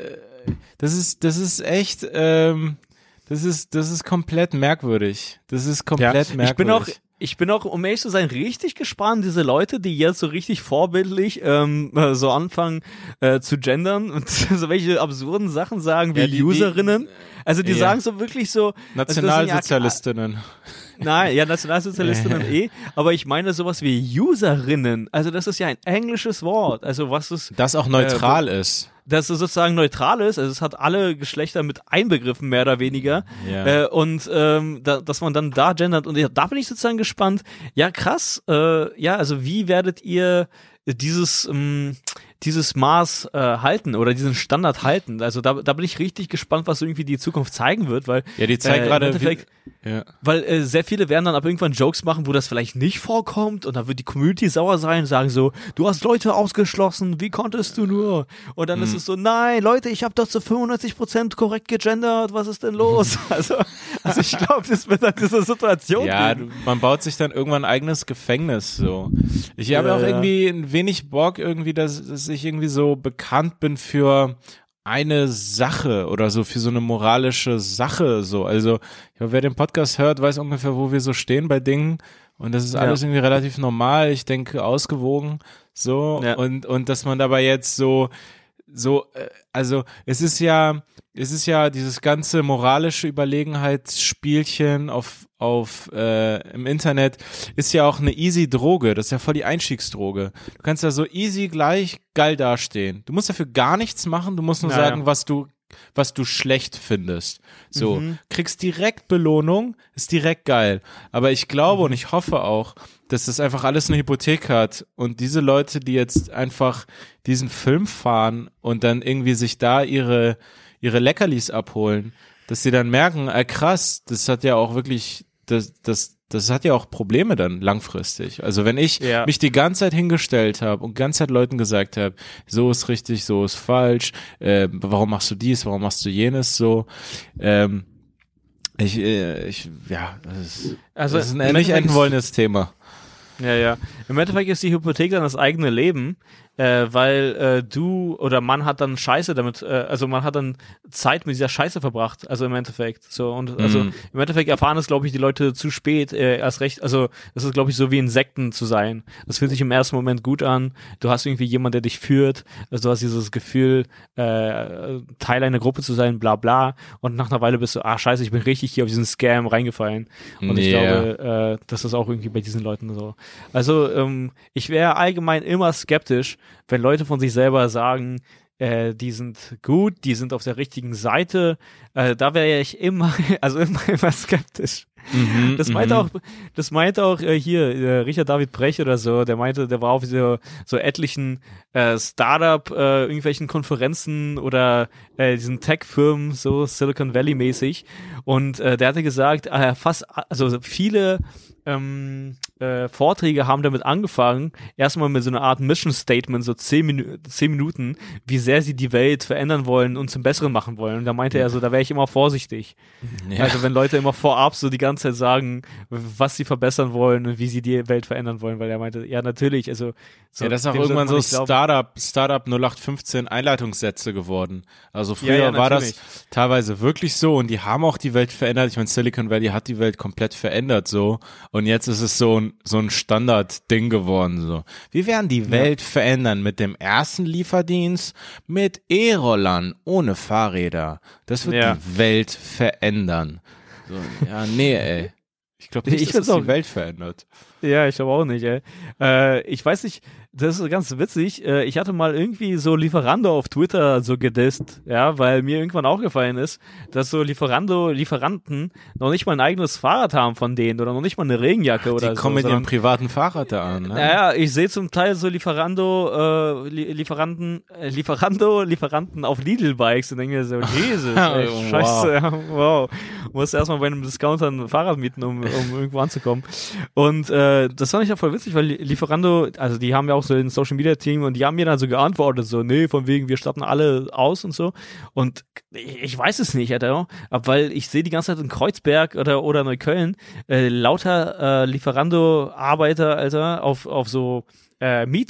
das ist, das ist echt, ähm, das ist, das ist komplett merkwürdig. Das ist komplett ja, merkwürdig. Ich bin auch, ich bin auch, um ehrlich zu sein, richtig gespannt, diese Leute, die jetzt so richtig vorbildlich ähm, so anfangen äh, zu gendern und so welche absurden Sachen sagen wie ja, die, Userinnen. Die, also die ja. sagen so wirklich so Nationalsozialistinnen. Also Nein, ja, Nationalsozialistinnen eh, aber ich meine sowas wie Userinnen. Also das ist ja ein englisches Wort. Also was ist das auch neutral äh, ist. Dass es sozusagen neutral ist, also es hat alle Geschlechter mit einbegriffen, mehr oder weniger. Ja. Äh, und ähm, da, dass man dann da gendert. Und ja, da bin ich sozusagen gespannt. Ja, krass. Äh, ja, also wie werdet ihr dieses ähm, dieses Maß äh, halten oder diesen Standard halten? Also da, da bin ich richtig gespannt, was irgendwie die Zukunft zeigen wird, weil ja, die zeigen äh, gerade, wie, ja. weil äh, sehr viele werden dann ab irgendwann Jokes machen, wo das vielleicht nicht vorkommt und dann wird die Community sauer sein und sagen so, du hast Leute ausgeschlossen, wie konntest du nur? Und dann hm. ist es so, nein, Leute, ich habe doch zu fünfundneunzig Prozent korrekt gegendert, was ist denn los? also, also ich glaube, das wird dann diese Situation ja, geben. Man baut sich dann irgendwann ein eigenes Gefängnis so. Ich habe ja, auch ja. irgendwie ein wenig Bock irgendwie, dass, dass ich irgendwie so bekannt bin für eine Sache oder so, für so eine moralische Sache so. Also, ja, wer den Podcast hört, weiß ungefähr, wo wir so stehen bei Dingen und das ist alles ja. irgendwie relativ normal, ich denke ausgewogen so ja. und und dass man dabei jetzt so so also es ist ja es ist ja dieses ganze moralische Überlegenheitsspielchen auf auf äh, im Internet ist ja auch eine easy Droge, das ist ja voll die Einstiegsdroge. Du kannst ja so easy gleich geil dastehen. Du musst dafür gar nichts machen, du musst nur naja. sagen, was du was du schlecht findest. So, mhm. kriegst direkt Belohnung, ist direkt geil. Aber ich glaube mhm. und ich hoffe auch, dass das einfach alles eine Hypothek hat und diese Leute, die jetzt einfach diesen Film fahren und dann irgendwie sich da ihre ihre Leckerlis abholen, dass sie dann merken, äh, krass, das hat ja auch wirklich, das, das, das hat ja auch Probleme dann langfristig. Also wenn ich ja. mich die ganze Zeit hingestellt habe und die ganze Zeit Leuten gesagt habe, so ist richtig, so ist falsch, äh, warum machst du dies, warum machst du jenes, so, ähm, ich, äh, ich, ja, das ist, also das ist ein nicht enden wollendes Thema. Ja, ja. Im Endeffekt ist die Hypothek dann das eigene Leben, äh, weil äh, du oder man hat dann Scheiße damit, äh, also man hat dann Zeit mit dieser Scheiße verbracht, also im Endeffekt. So und also Mhm. im Endeffekt erfahren es, glaube ich, die Leute zu spät, äh, erst recht, also das ist, glaube ich, so wie Insekten zu sein. Das fühlt sich im ersten Moment gut an, du hast irgendwie jemanden, der dich führt, also du hast dieses Gefühl, äh, Teil einer Gruppe zu sein, bla bla, und nach einer Weile bist du, ah scheiße, ich bin richtig hier auf diesen Scam reingefallen. Und ich Yeah. glaube, äh, das ist auch irgendwie bei diesen Leuten so. Also ähm, ich wäre allgemein immer skeptisch, wenn Leute von sich selber sagen, äh, die sind gut, die sind auf der richtigen Seite, äh, da wäre ich immer, also immer, immer skeptisch. Mhm, Das meinte mhm. auch, das meinte auch äh, hier äh, Richard David Brecht oder so. Der meinte, der war auf so, so etlichen äh, Startup, äh, irgendwelchen Konferenzen oder äh, diesen Tech-Firmen, so Silicon Valley mäßig. Und äh, der hatte gesagt, äh, fast, also viele ähm, äh, Vorträge haben damit angefangen, erstmal mit so einer Art Mission Statement, so zehn, Minu- zehn Minuten, wie sehr sie die Welt verändern wollen und zum Besseren machen wollen. Und da meinte er so, da wäre ich immer vorsichtig. Ja. Also wenn Leute immer vorab so die ganze Zeit sagen, was sie verbessern wollen und wie sie die Welt verändern wollen, weil er meinte, ja natürlich, also so, ja, das ist auch dem irgendwann sollte so man nicht glauben. Startup, Startup null acht fünfzehn Einleitungssätze geworden. Also früher Ja, ja, war das natürlich. teilweise wirklich so und die haben auch die Welt verändert. Ich meine, Silicon Valley hat die Welt komplett verändert so und jetzt ist es so ein, so ein Standardding geworden so. Wir werden die Welt ja. verändern mit dem ersten Lieferdienst, mit E-Rollern, ohne Fahrräder. Das wird Ja. die Welt verändern. So, ja, nee, ey. Ich glaube nicht, Ich dass das find's die auch- Welt verändert. Ja, ich glaube auch nicht, ey. Äh, ich weiß nicht, das ist ganz witzig. Äh, ich hatte mal irgendwie so Lieferando auf Twitter so gedisst, ja, weil mir irgendwann aufgefallen ist, dass so Lieferando-Lieferanten noch nicht mal ein eigenes Fahrrad haben von denen oder noch nicht mal eine Regenjacke oder Die so. kommen mit ihrem sondern- privaten Fahrrad da an. Ne? Naja, ich sehe zum Teil so Lieferando, äh, Li- Lieferanten, äh, Lieferando, Lieferanten auf Lidl-Bikes und denke mir so, Jesus, ey, Wow. scheiße, ja, wow. Muss erstmal bei einem Discounter ein Fahrrad mieten, um, um irgendwo anzukommen. Und äh, das fand ich ja voll witzig, weil Lieferando, also die haben ja auch so ein Social-Media-Team und die haben mir dann so geantwortet, so, nee, von wegen, wir starten alle aus und so. Und ich, ich weiß es nicht, Alter, aber weil ich sehe die ganze Zeit in Kreuzberg oder, oder Neukölln äh, lauter äh, Lieferando-Arbeiter, Alter, auf, auf so äh, Miet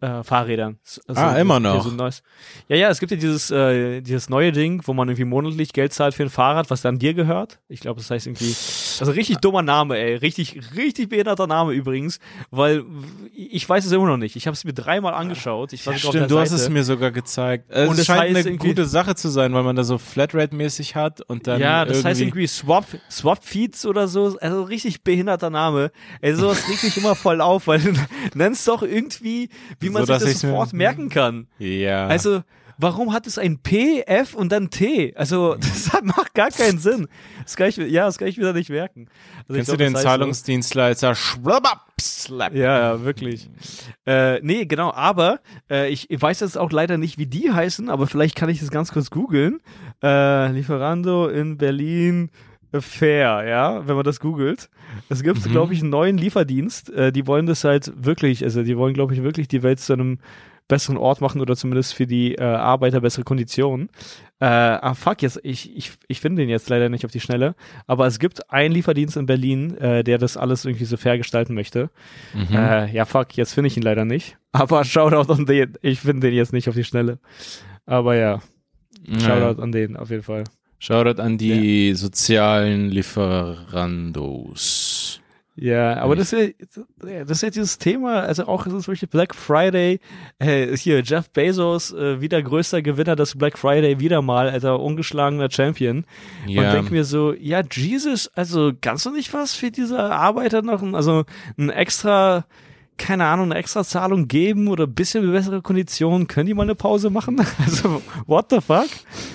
Äh, Fahrrädern. Also ah, immer noch. So ein neues. Ja, ja, es gibt ja dieses, äh, dieses neue Ding, wo man irgendwie monatlich Geld zahlt für ein Fahrrad, was dann dir gehört. Ich glaube, das heißt irgendwie, also richtig dummer Name, ey. Richtig, richtig behinderter Name übrigens, weil ich weiß es immer noch nicht. Ich habe es mir dreimal angeschaut. Ich war ja, sogar stimmt, auf du der hast Seite. es mir sogar gezeigt. Es Und das scheint heißt eine gute Sache zu sein, weil man da so Flatrate-mäßig hat und dann ja, das irgendwie heißt irgendwie Swap, Swap Feeds oder so. Also richtig behinderter Name. Ey, sowas regt mich immer voll auf, weil du nennst doch irgendwie, wie man So, sich dass das sofort merken kann. Ja. Also, warum hat es ein P, F und dann T? Also, das hat, macht gar keinen Sinn. Das kann ich, ja, das kann ich wieder nicht merken. Also Kennst glaub, du den das heißt Zahlungsdienstleister Schwababslap? So. Ja, ja, wirklich. Äh, nee, genau, aber äh, ich, ich weiß jetzt auch leider nicht, wie die heißen, aber vielleicht kann ich das ganz kurz googeln. Äh, Lieferando in Berlin Fair, ja, wenn man das googelt. Es gibt, mhm. glaube ich, einen neuen Lieferdienst. Äh, die wollen das halt wirklich, also die wollen, glaube ich, wirklich die Welt zu einem besseren Ort machen oder zumindest für die äh, Arbeiter bessere Konditionen. Äh, ah, fuck, jetzt, ich, ich, ich finde den jetzt leider nicht auf die Schnelle, aber es gibt einen Lieferdienst in Berlin, äh, der das alles irgendwie so fair gestalten möchte. Mhm. Äh, ja, fuck, jetzt finde ich ihn leider nicht. Aber Shoutout an den, ich finde den jetzt nicht auf die Schnelle. Aber ja, Shoutout ja. an den, auf jeden Fall. Shoutout an die ja. sozialen Lieferandos. Ja, aber das ist ja, das ist ja dieses Thema, also auch es ist wirklich Black Friday, äh, hier Jeff Bezos, äh, wieder größter Gewinner des Black Friday, wieder mal, alter, ungeschlagener Champion. Ja. Und denk mir so, ja, Jesus, also kannst du nicht was für diese Arbeiter noch, also ein extra, keine Ahnung, eine extra Zahlung geben oder ein bisschen bessere Konditionen, können die mal eine Pause machen? Also, what the fuck?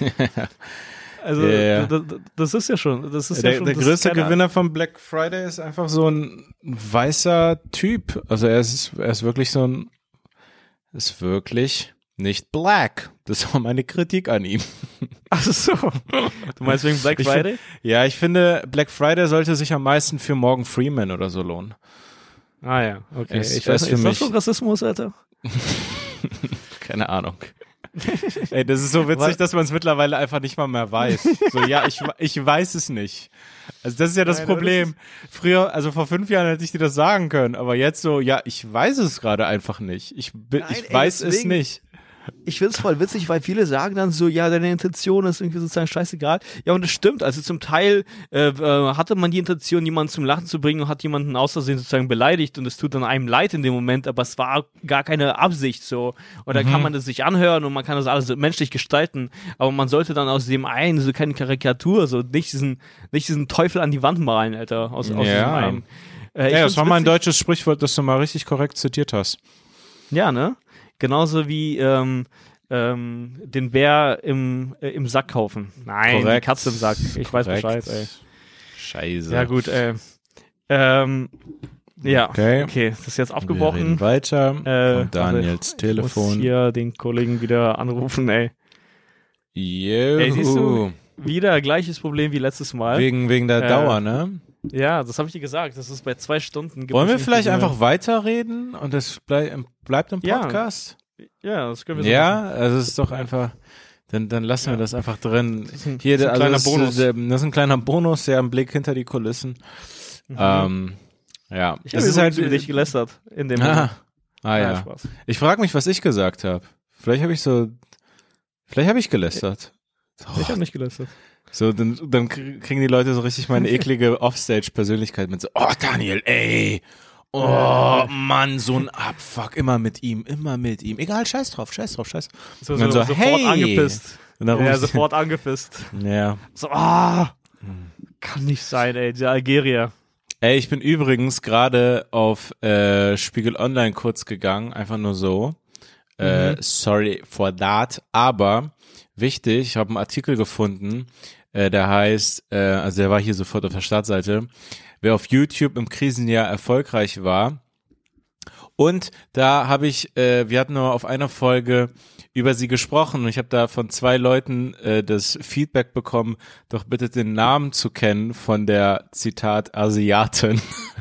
Also yeah. das, das ist ja schon, das ist der, ja schon der größte Gewinner vom Black Friday ist einfach so ein weißer Typ. Also er ist, er ist wirklich so ein, ist wirklich nicht black. Das war meine Kritik an ihm. Ach so. Du meinst wegen Black Friday? Ich, ja, ich finde, Black Friday sollte sich am meisten für Morgan Freeman oder so lohnen. Ah ja, okay. Es, ich weiß nicht, ist ist für das schon Rassismus, Alter? Keine Ahnung. Ey, das ist so witzig, dass man es mittlerweile einfach nicht mal mehr weiß. So, ja, ich, ich weiß es nicht. Also das ist ja das Nein, Problem. Das Früher, also vor fünf Jahren hätte ich dir das sagen können, aber jetzt so, ja, ich weiß es gerade einfach nicht. Ich, Nein, ich ey, weiß deswegen, es nicht. Ich find's voll witzig, weil viele sagen dann so, ja, deine Intention ist irgendwie sozusagen scheißegal. Ja, und das stimmt. Also zum Teil äh, hatte man die Intention, jemanden zum Lachen zu bringen und hat jemanden aus Versehen sozusagen beleidigt und es tut dann einem leid in dem Moment, aber es war gar keine Absicht so. Und dann mhm. kann man das sich anhören und man kann das alles menschlich gestalten, aber man sollte dann aus dem einen so keine Karikatur, so nicht diesen, nicht diesen Teufel an die Wand malen, Alter, aus, aus ja. diesem einen. Äh, ja, das war mal ein deutsches Sprichwort, das du mal richtig korrekt zitiert hast. Ja, ne? Genauso wie ähm, ähm, den Bär im, äh, im Sack kaufen. Nein, Korrekt. die Katze im Sack. Ich weiß Korrekt. Bescheid, ey. Scheiße. Ja gut, ey. Ähm, ja, okay. okay, das ist jetzt abgebrochen. Wir reden weiter. Äh, Und Daniels also, Telefon. Ich muss hier den Kollegen wieder anrufen, ey. Juhu. Ey, siehst du, wieder gleiches Problem wie letztes Mal. Wegen, wegen der äh, Dauer, ne? Ja, das habe ich dir gesagt. Das ist bei zwei Stunden. Wollen wir vielleicht einfach weiterreden und das bleib, bleibt im Podcast? Ja, ja, das können wir so Ja, machen. also es ist doch einfach, dann, dann lassen ja. wir das einfach drin. Das ist ein, Hier, das ist ein also kleiner das, Bonus. Das ist ein kleiner Bonus, der ein Blick hinter die Kulissen. Mhm. Ähm, ja. Ich habe es halt über dich gelästert. In dem ah, ah ja. ja Spaß. Ich frage mich, was ich gesagt habe. Vielleicht habe ich so, vielleicht habe ich gelästert. Oh. Ich habe nicht gelästert. So, dann, dann kriegen die Leute so richtig meine eklige Offstage-Persönlichkeit mit so, oh Daniel, ey, oh Mann, so ein Abfuck, immer mit ihm, immer mit ihm. Egal, scheiß drauf, scheiß drauf, scheiß drauf. So, so, so, sofort hey. angepisst. Ja, ich, sofort angepisst. Ja. So, ah, kann nicht sein, ey, der Algerier. Ey, ich bin übrigens gerade auf äh, Spiegel Online kurz gegangen, einfach nur so. Mhm. Äh, sorry for that, aber wichtig, ich habe einen Artikel gefunden, äh, der heißt, äh, also der war hier sofort auf der Startseite, wer auf YouTube im Krisenjahr erfolgreich war. Und da habe ich, äh, wir hatten nur auf einer Folge über sie gesprochen und ich habe da von zwei Leuten äh, das Feedback bekommen, doch bitte den Namen zu kennen von der, Zitat, Asiatin,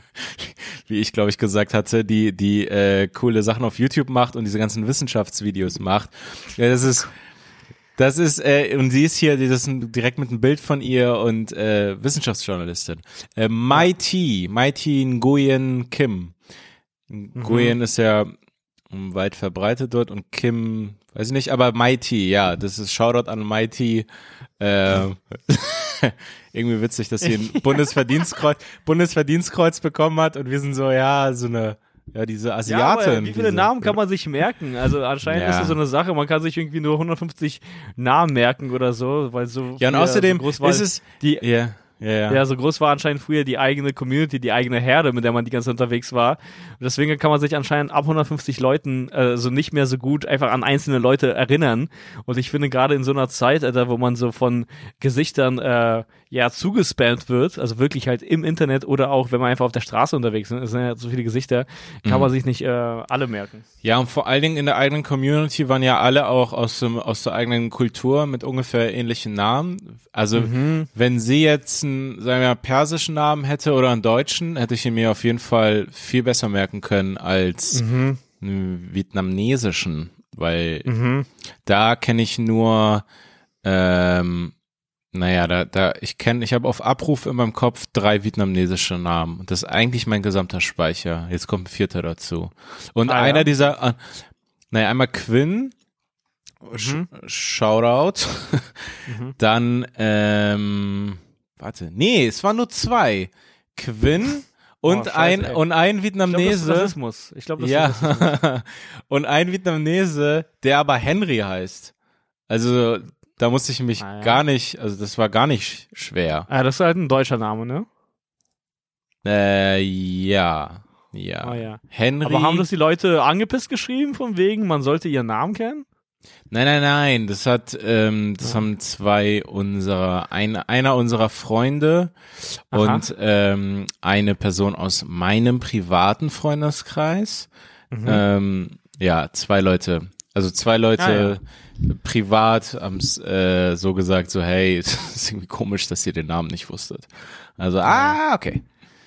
wie ich glaube ich gesagt hatte, die die äh, coole Sachen auf YouTube macht und diese ganzen Wissenschaftsvideos macht. Ja, das ist Das ist, äh, und sie ist hier, das ist direkt mit einem Bild von ihr und äh, Wissenschaftsjournalistin. Äh, Mai T, Mai T Nguyen Kim. Nguyen mhm. ist ja, weit verbreitet dort und Kim, weiß ich nicht, aber Mighty, ja, das ist Shoutout an Mighty. Äh, irgendwie witzig, dass sie ein Bundesverdienstkreuz, Bundesverdienstkreuz bekommen hat und wir sind so, ja, so eine, ja, diese Asiatin. Ja, aber wie viele diese, Namen kann man sich merken? Also anscheinend Ja. ist das so eine Sache, man kann sich irgendwie nur hundertfünfzig Namen merken oder so, weil so Ja, und früher außerdem so groß war ist es, die ja, ja, ja. Ja, so groß war anscheinend früher die eigene Community, die eigene Herde, mit der man die ganze Zeit unterwegs war. Und deswegen kann man sich anscheinend ab hundertfünfzig Leuten äh, so nicht mehr so gut einfach an einzelne Leute erinnern. Und ich finde gerade in so einer Zeit, Alter, wo man so von Gesichtern äh, ja zugespammt wird, also wirklich halt im Internet oder auch, wenn man einfach auf der Straße unterwegs ist, es sind ja so viele Gesichter, kann Mhm. man sich nicht äh, alle merken. Ja, und vor allen Dingen in der eigenen Community waren ja alle auch aus, dem, aus der eigenen Kultur mit ungefähr ähnlichen Namen. Also, Mhm. wenn sie jetzt einen, sagen wir mal, persischen Namen hätte oder einen deutschen, hätte ich ihn mir auf jeden Fall viel besser merken können als Mhm. einen vietnamesischen, weil Mhm. da kenne ich nur, ähm, naja, da, da, ich kenne, ich habe auf Abruf in meinem Kopf drei vietnamesische Namen. Und das ist eigentlich mein gesamter Speicher. Jetzt kommt ein vierter dazu. Und Ah, einer ja? dieser, äh, naja, einmal Quinn, Sh Mhm. Shoutout. Mhm. Dann, ähm, warte, nee, es waren nur zwei. Quinn und Oh, scheiße, ein, ey. und ein Ich glaube, das ist Vietnamese. Rassismus. Ich glaube, das ist Rassismus. Ja, und ein Vietnamese, der aber Henry heißt. Also da musste ich mich Ah, ja. gar nicht, also das war gar nicht schwer. Ah, das ist halt ein deutscher Name, ne? Äh, ja, ja. Ah, ja. Henry. Aber haben das die Leute angepisst geschrieben, von wegen, man sollte ihren Namen kennen? Nein, nein, nein. Das hat, ähm, das Ah. haben zwei unserer, ein, einer unserer Freunde Aha. und ähm, eine Person aus meinem privaten Freundeskreis. Mhm. Ähm, ja, zwei Leute. Also zwei Leute privat haben äh, so gesagt, so hey, es ist irgendwie komisch, dass ihr den Namen nicht wusstet. Also, ah, okay.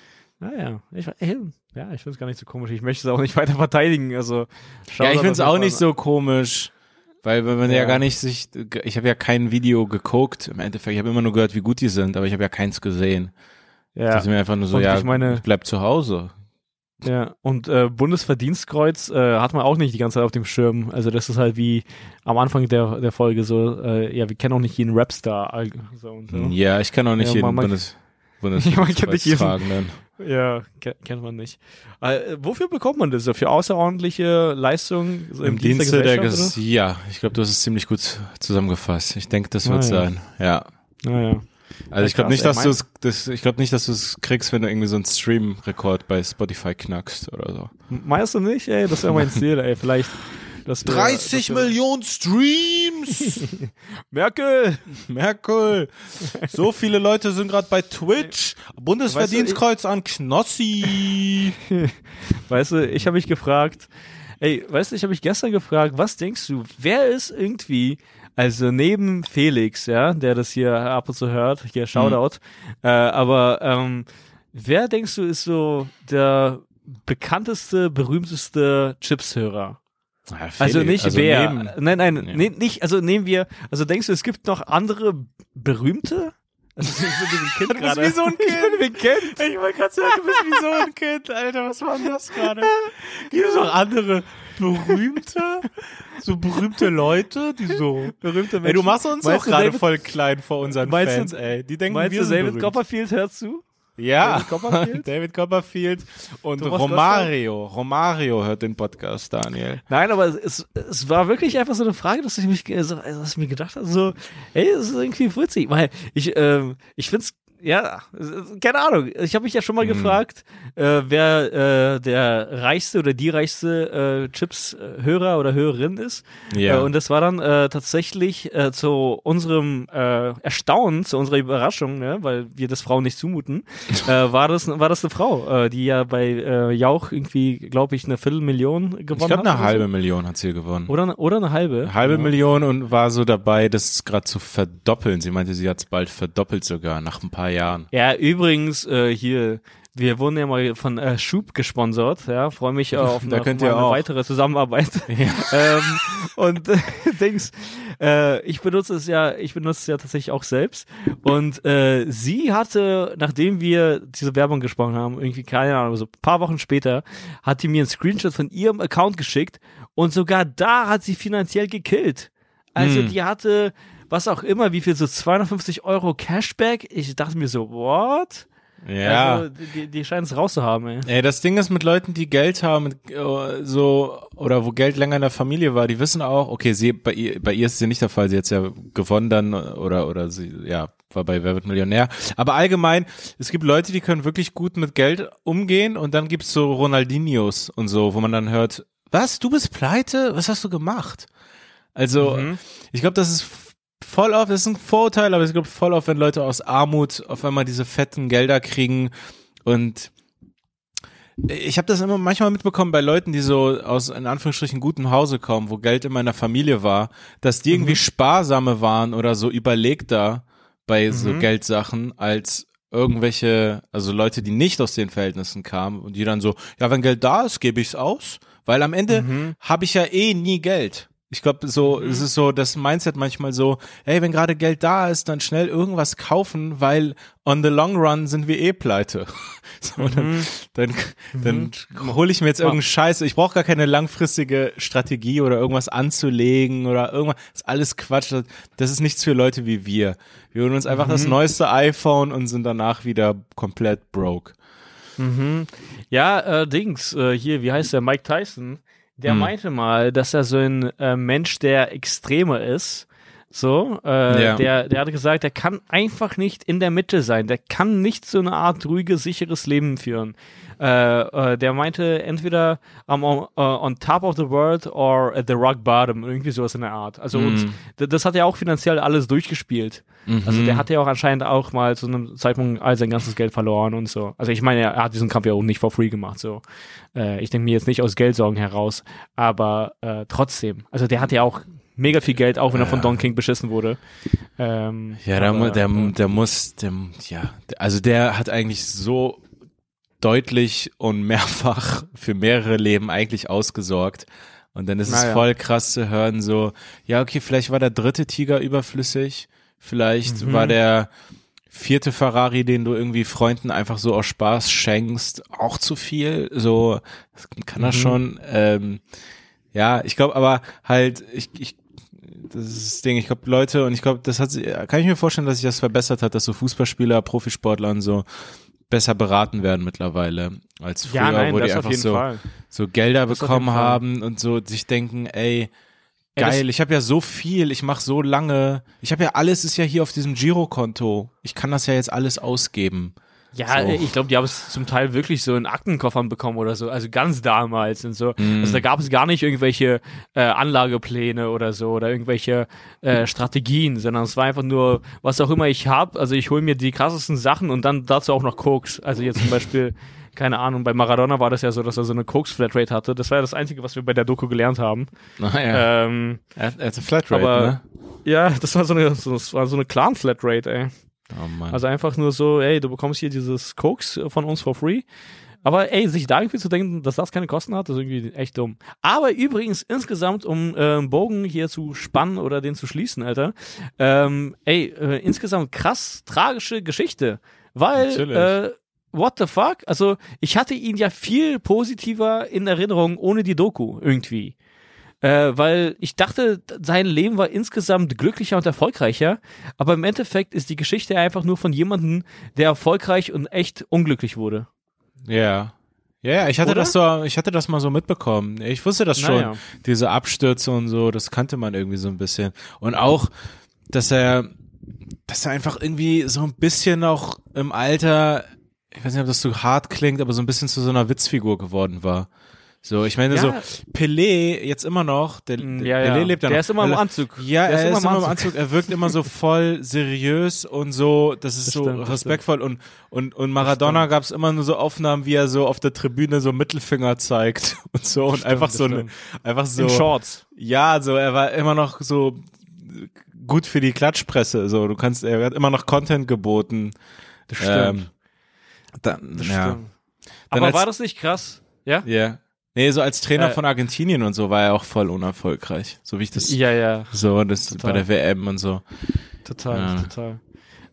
Naja, ich, ich, ja, ich finde es gar nicht so komisch. Ich möchte es auch nicht weiter verteidigen. Also, Ja, ich finde es auch nicht so. so komisch, weil wenn man ja, Ja. gar nicht sich, ich habe ja kein Video geguckt, im Endeffekt, ich habe immer nur gehört, wie gut die sind, aber ich habe ja keins gesehen. Ja, Das ist mir einfach nur so, Und ja, ich meine- ich bleib zu Hause. ja. Und äh, Bundesverdienstkreuz äh, hat man auch nicht die ganze Zeit auf dem Schirm. Also das ist halt wie am Anfang der, der Folge so, äh, ja, wir kennen auch nicht jeden Rapstar. all- So und so. Ja, ich kann auch nicht Ja, jeden man- man- Bundes, Ja, man kennt nicht jeden. Bundesvertragenden. Ja, ke kennt man nicht. Äh, wofür bekommt man das? Für außerordentliche Leistungen so Im Dienste der, Gesellschaft, Ges ja, ich glaube, du hast es ziemlich gut zusammengefasst. Ich denke, das Ah, wird ja. sein, ja. oder? Naja. Also Ja, ich glaube krass, nicht, ey, dass mein- du es, das, ich glaube nicht, dass du es kriegst, wenn du irgendwie so einen Stream-Rekord bei Spotify knackst oder so. Meinst du nicht, ey? Das wäre mein Ziel, ey. Vielleicht. Dass wir, dass wir, Millionen Streams! Merkel! Merkel! So viele Leute sind gerade bei Twitch. Bundesverdienstkreuz an Knossi. Weißt du, ich habe mich gefragt, ey, weißt du, ich habe mich gestern gefragt, was denkst du, wer ist irgendwie, also neben Felix, ja, der das hier ab und zu hört, hier Shoutout, äh, aber ähm, wer denkst du ist so der bekannteste, berühmteste Chipshörer? Ja, Also Felix, nicht also wer. neben- nein, nein, Ja. nee, nicht, also nehmen wir, also denkst du, es gibt noch andere berühmte? Also ich bin wie ein Kind Du bist gerade. wie so ein Ich bin wie ein Kind. Ich wollte gerade sagen, du bist wie so ein Kind, Alter. Was war denn das gerade? Gibt es auch andere berühmte, so berühmte Leute, die so... Berühmte Menschen. Ey, du machst uns Meinst auch du gerade David- voll klein vor unseren Meinst du- Fans, ey. Die denken, Meinst wir du, sind David berühmt. Copperfield hört zu? Ja, David Copperfield? David Copperfield und Thomas Romario. Romario hört den Podcast, Daniel. Nein, aber es, es war wirklich einfach so eine Frage, dass ich mich, also, dass ich mir gedacht habe, so, ey, das ist irgendwie witzig, weil ich, ähm, ich find's, ja, keine Ahnung. Ich habe mich ja schon mal Mhm. gefragt, äh, wer äh, der reichste oder die reichste äh, Chips-Hörer oder Hörerin ist. Ja. Äh, und das war dann äh, tatsächlich äh, zu unserem äh, Erstaunen, zu unserer Überraschung, ne, weil wir das Frauen nicht zumuten, äh, war das war das eine Frau, äh, die ja bei äh, Jauch irgendwie, glaube ich, eine Viertelmillion gewonnen Ich glaube, hat. eine oder halbe so. Million hat sie gewonnen. Oder, oder eine halbe. Eine halbe ja. Million und war so dabei, das gerade zu verdoppeln. Sie meinte, sie hat es bald verdoppelt sogar, nach ein paar Jahren. Ja, übrigens, äh, hier, Wir wurden ja mal von äh, Schub gesponsert, ja, freue mich auf da eine, könnt auf ihr eine auch. weitere Zusammenarbeit. Ja. ähm, und äh, Dings, äh, ich benutze es ja, ich benutze es ja tatsächlich auch selbst. Und äh, sie hatte, nachdem wir diese Werbung gesprochen haben, irgendwie keine Ahnung, so ein paar Wochen später, hat die mir einen Screenshot von ihrem Account geschickt und sogar da hat sie finanziell gekillt. Also Hm. die hatte, was auch immer, wie viel, so zweihundertfünfzig Euro Cashback. Ich dachte mir so, what? Ja. Also, die, die scheinen es rauszuhaben, ey. Ey, das Ding ist mit Leuten, die Geld haben, mit, äh, so, oder wo Geld länger in der Familie war, die wissen auch, okay, sie, bei ihr, bei ihr ist es ja nicht der Fall, sie hat ja gewonnen dann, oder, oder sie, ja, war bei Wer wird Millionär. Aber allgemein, es gibt Leute, die können wirklich gut mit Geld umgehen und dann gibt's so Ronaldinhos und so, wo man dann hört, was, du bist pleite? Was hast du gemacht? Also, Mhm. ich glaube, das ist voll oft, das ist ein Vorurteil, aber ich glaube voll oft, wenn Leute aus Armut auf einmal diese fetten Gelder kriegen und ich habe das immer manchmal mitbekommen bei Leuten, die so aus in Anführungsstrichen gutem Hause kommen, wo Geld immer in der Familie war, dass die irgendwie Mhm. sparsame waren oder so überlegter bei so Mhm. Geldsachen als irgendwelche, also Leute, die nicht aus den Verhältnissen kamen und die dann so, ja, wenn Geld da ist, gebe ich's aus, weil am Ende Mhm. habe ich ja eh nie Geld. Ich glaube, so, Mhm. es ist so das Mindset manchmal so, hey, wenn gerade Geld da ist, dann schnell irgendwas kaufen, weil on the long run sind wir eh pleite. So, dann, Mhm. dann, dann hole ich mir jetzt irgendeinen Scheiß. Ich brauche gar keine langfristige Strategie oder irgendwas anzulegen oder irgendwas. Das ist alles Quatsch. Das ist nichts für Leute wie wir. Wir holen uns einfach Mhm. das neueste iPhone und sind danach wieder komplett broke. Mhm. Ja, äh, Dings, äh, hier, wie heißt der, Mike Tyson, der Hm. meinte mal, dass er so ein äh, Mensch der Extreme ist. So, äh, Ja. der, der hat gesagt, der kann einfach nicht in der Mitte sein. Der kann nicht so eine Art ruhiges, sicheres Leben führen. Äh, äh, der meinte entweder I'm on, uh, on top of the world or at the rock bottom, irgendwie sowas in der Art. Also Mhm. und d- das hat er auch finanziell alles durchgespielt. Also Mhm. der hat ja auch anscheinend auch mal zu einem Zeitpunkt all sein ganzes Geld verloren und so. Also ich meine, er hat diesen Kampf ja auch nicht for free gemacht. So, äh, ich denke mir jetzt nicht aus Geldsorgen heraus, aber äh, trotzdem. Also der hat ja auch mega viel Geld, auch wenn er von Don King beschissen wurde. Ähm, Ja, der, mu- aber, der, äh, der muss, der, ja, also der hat eigentlich so deutlich und mehrfach für mehrere Leben eigentlich ausgesorgt. Und dann ist es Naja. voll krass zu hören, so, ja, okay, vielleicht war der dritte Tiger überflüssig, vielleicht Mhm. war der vierte Ferrari, den du irgendwie Freunden einfach so aus Spaß schenkst, auch zu viel. So, das kann er Mhm. schon. Ähm, ja, ich glaube aber halt, ich, ich das ist das Ding, ich glaube Leute und ich glaube, das hat sich, kann ich mir vorstellen, dass sich das verbessert hat, dass so Fußballspieler, Profisportler und so besser beraten werden mittlerweile als früher, ja, nein, wo die das auf einfach jeden so, Fall. so Gelder Das auf bekommen jeden Fall. haben und so sich denken, ey, Ey, das- geil, ich habe ja so viel, ich mache so lange, ich habe ja alles ist ja hier auf diesem Girokonto, ich kann das ja jetzt alles ausgeben. Ja, So. ich glaube, die haben es zum Teil wirklich so in Aktenkoffern bekommen oder so, also ganz damals und so. Mm. Also da gab es gar nicht irgendwelche äh, Anlagepläne oder so oder irgendwelche äh, Strategien, sondern es war einfach nur, was auch immer ich habe, also ich hole mir die krassesten Sachen und dann dazu auch noch Koks. Also jetzt zum Beispiel, keine Ahnung, bei Maradona war das ja so, dass er so eine Koks-Flatrate hatte. Das war ja das Einzige, was wir bei der Doku gelernt haben. Naja, Ähm, er hat, er hat eine Flatrate, aber- ne? ja, das war so eine, so, das war so eine Clan-Flatrate, ey. Oh Mann. Also einfach nur so, ey, du bekommst hier dieses Koks von uns for free. Aber ey, sich da irgendwie zu denken, dass das keine Kosten hat, ist irgendwie echt dumm. Aber übrigens insgesamt, um äh, einen Bogen hier zu spannen oder den zu schließen, Alter, ähm, ey, äh, insgesamt krass tragische Geschichte. Weil, Natürlich. äh, what the fuck? Also ich hatte ihn ja viel positiver in Erinnerung ohne die Doku irgendwie. Äh, weil ich dachte, sein Leben war insgesamt glücklicher und erfolgreicher, aber im Endeffekt ist die Geschichte einfach nur von jemandem, der erfolgreich und echt unglücklich wurde. Ja. Ja, ja, ich hatte Oder? das so, ich hatte das mal so mitbekommen. Ich wusste das schon, Naja. diese Abstürze und so, das kannte man irgendwie so ein bisschen. Und auch, dass er, dass er einfach irgendwie so ein bisschen auch im Alter, ich weiß nicht, ob das so hart klingt, aber so ein bisschen zu so einer Witzfigur geworden war. So, ich meine, Ja. so Pelé jetzt immer noch, der, Mm, der ja, Pelé ja. lebt ja Der noch. ist immer im Weil- Anzug. Ja, Der er ist immer im Anzug. Er wirkt immer so voll seriös und so, das ist Das so stimmt, das respektvoll und, und, und Maradona gab es immer nur so Aufnahmen, wie er so auf der Tribüne so Mittelfinger zeigt und so und einfach das so eine, stimmt. einfach so. In Shorts. Ja, so, er war immer noch so gut für die Klatschpresse, so, du kannst, er hat immer noch Content geboten. Das stimmt. Ähm, Dann, Das ja. stimmt. Dann Aber als, war das nicht krass? Ja? Ja. Nee, so als Trainer Äh, von Argentinien und so war er auch voll unerfolgreich. So wie ich das, Ja, ja, so, das total. bei der W M und so. total, Ja. total.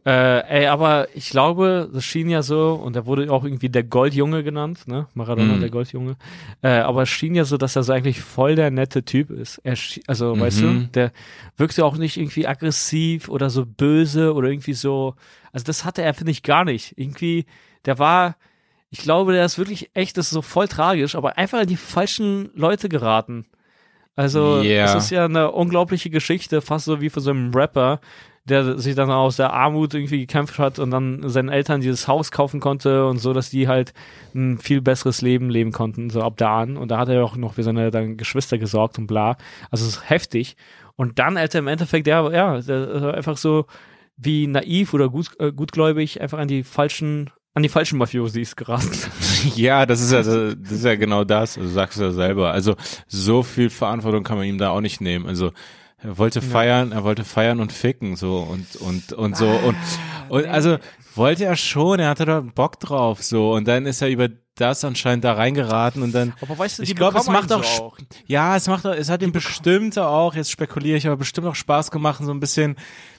Äh, ey, aber ich glaube, das schien ja so, und er wurde auch irgendwie der Goldjunge genannt, ne? Maradona, Mhm. der Goldjunge. Äh, aber es schien ja so, dass er so eigentlich voll der nette Typ ist. Er, schien- also, Mhm. weißt du, der wirkte auch nicht irgendwie aggressiv oder so böse oder irgendwie so. Also, das hatte er, finde ich, gar nicht. Irgendwie, der war, ich glaube, der ist wirklich echt, das ist so voll tragisch, aber einfach in die falschen Leute geraten. Also, Ja. es ist ja eine unglaubliche Geschichte, fast so wie von so einem Rapper, der sich dann aus der Armut irgendwie gekämpft hat und dann seinen Eltern dieses Haus kaufen konnte und so, dass die halt ein viel besseres Leben leben konnten, so ab da an. Und da hat er auch noch für seine dann Geschwister gesorgt und bla. Also, es ist heftig. Und dann, Alter, im Endeffekt, ja, ja, der ist einfach so wie naiv oder gut, äh, gutgläubig einfach an die falschen, an die falschen Mafiosis geraten. Ja, das ist ja, das ist ja genau das. Also sagst du ja selber. Also so viel Verantwortung kann man ihm da auch nicht nehmen. Also er wollte feiern, er wollte feiern und ficken so und und und so und und also wollte er schon. Er hatte da Bock drauf so und dann ist er über das anscheinend da reingeraten und dann. Aber weißt du, ich die glaube, es bekommen macht einen auch, so Sp- auch. ja, es macht auch, es hat ihm bestimmt auch, jetzt spekuliere ich, aber bestimmt auch Spaß gemacht, so ein bisschen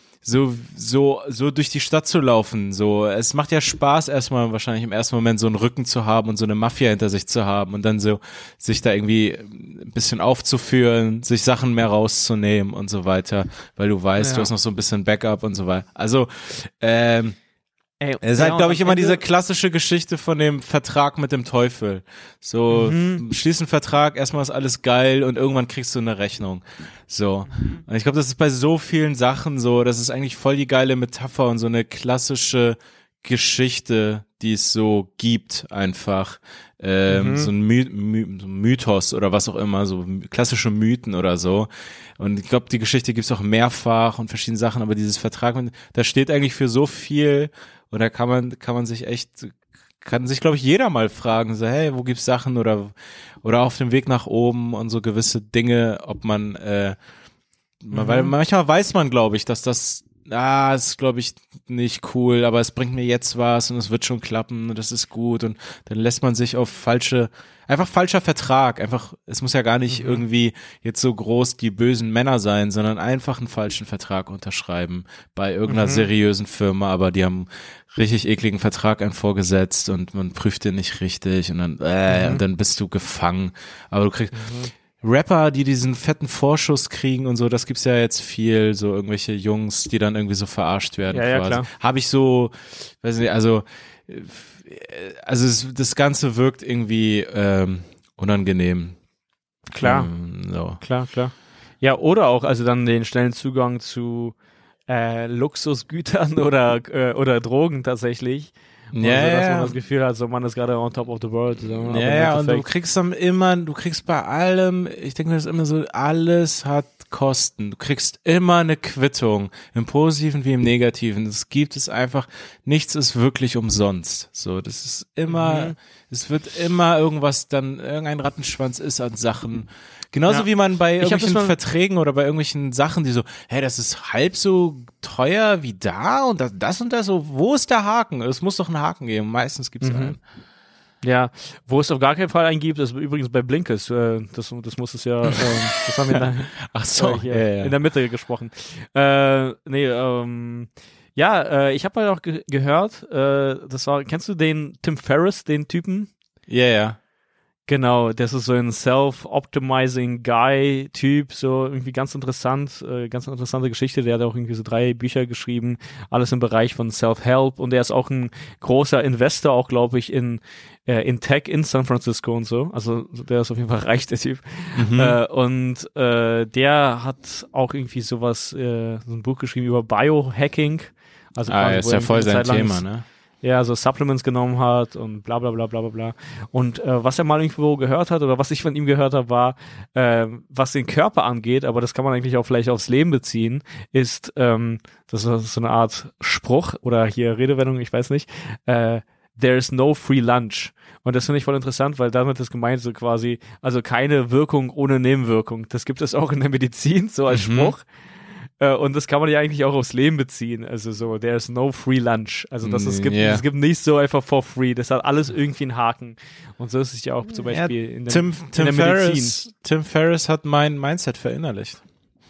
so so so durch die Stadt zu laufen. So, es macht ja Spaß, erstmal wahrscheinlich im ersten Moment so einen Rücken zu haben und so eine Mafia hinter sich zu haben und dann so sich da irgendwie ein bisschen aufzuführen, sich Sachen mehr rauszunehmen und so weiter, weil du weißt, Ja. du hast noch so ein bisschen Backup und so weiter. Also ähm, Ey, es ist ja, halt, und glaube ich, am immer Ende- diese klassische Geschichte von dem Vertrag mit dem Teufel. So, Mhm. f- schließ einen Vertrag, erstmal ist alles geil und irgendwann kriegst du eine Rechnung. So. Und ich glaube, das ist bei so vielen Sachen so, das ist eigentlich voll die geile Metapher und so eine klassische Geschichte, die es so gibt, einfach. Ähm, Mhm. so ein My My so ein Mythos oder was auch immer, so klassische Mythen oder so. Und ich glaube, die Geschichte gibt's auch mehrfach und verschiedene Sachen, aber dieses Vertrag, da steht eigentlich für so viel und da kann man, kann man sich echt, kann sich, glaube ich, jeder mal fragen, so, hey, wo gibt's Sachen oder, oder auf dem Weg nach oben und so gewisse Dinge, ob man, äh, Mhm. weil manchmal weiß man, glaube ich, dass das, ah, ist, glaube ich, nicht cool, aber es bringt mir jetzt was und es wird schon klappen und das ist gut und dann lässt man sich auf falsche, einfach falscher Vertrag, einfach, es muss ja gar nicht Mhm. irgendwie jetzt so groß die bösen Männer sein, sondern einfach einen falschen Vertrag unterschreiben bei irgendeiner Mhm. seriösen Firma, aber die haben richtig ekligen Vertrag einen vorgesetzt und man prüft den nicht richtig und dann, äh, Mhm. und dann bist du gefangen, aber du kriegst, Rapper, die diesen fetten Vorschuss kriegen und so, das gibt's ja jetzt viel, so irgendwelche Jungs, die dann irgendwie so verarscht werden. Ja, ja, quasi. klar. Habe ich so, weiß nicht, also, äh, also es, das Ganze wirkt irgendwie ähm, unangenehm. Klar. Ähm, so. Klar, klar. Ja, oder auch also dann den schnellen Zugang zu äh, Luxusgütern oder äh, oder Drogen tatsächlich. Und Ja, so, dass man ja. das Gefühl hat, so man ist gerade on top of the world. So. Aber Ja, im ja, und du Endeffekt- kriegst dann immer, du kriegst bei allem, ich denke mir das ist immer so, alles hat Kosten. Du kriegst immer eine Quittung, im Positiven wie im Negativen. Das gibt es einfach, nichts ist wirklich umsonst. So, das ist immer, Mhm. es wird immer irgendwas dann, irgendein Rattenschwanz ist an Sachen. Genauso Ja. wie man bei Ich hab irgendwelchen das mal- Verträgen oder bei irgendwelchen Sachen, die so, hey, das ist halb so teuer wie da und das, das und das, so, wo ist der Haken? Es muss doch einen Haken geben. Meistens gibt es Mhm. einen. Ja, wo es auf gar keinen Fall einen gibt, ist übrigens bei Blinkes. Äh, das, das muss es ja, ähm, das haben wir dann Ach so, äh, hier ja, ja. in der Mitte gesprochen. Äh, nee, ähm, ja, äh, ich habe mal auch ge gehört, äh, das war, kennst du den Tim Ferriss, den Typen? Ja, ja. Genau, das ist so ein self-optimizing Guy-Typ, so irgendwie ganz interessant, äh, ganz interessante Geschichte. Der hat auch irgendwie so drei Bücher geschrieben, alles im Bereich von Self-Help und er ist auch ein großer Investor, auch glaube ich, in, äh, in Tech in San Francisco und so. Also der ist auf jeden Fall reich, der Typ. Mhm. Äh, und äh, der hat auch irgendwie sowas, äh, so ein Buch geschrieben über Biohacking. Also Ah, quasi, ja, ist wo ja er voll eine sein Zeit lang Thema, ne? ja, so Supplements genommen hat und bla bla bla bla bla bla. Und äh, was er mal irgendwo gehört hat oder was ich von ihm gehört habe, war, äh, was den Körper angeht, aber das kann man eigentlich auch vielleicht aufs Leben beziehen, ist, ähm, das ist so eine Art Spruch oder hier Redewendung, ich weiß nicht, äh, there is no free lunch. Und das finde ich voll interessant, weil damit ist gemeint so quasi, also keine Wirkung ohne Nebenwirkung. Das gibt es auch in der Medizin, so als Mhm. Spruch. Äh, und das kann man ja eigentlich auch aufs Leben beziehen. Also so, there is no free lunch. Also das, es, gibt, Yeah. es gibt nicht so einfach for free. Das hat alles irgendwie einen Haken. Und so ist es ja auch zum Beispiel Ja, in der, Tim, Tim, in der Medizin. Ferriss, Tim Ferriss hat mein Mindset verinnerlicht.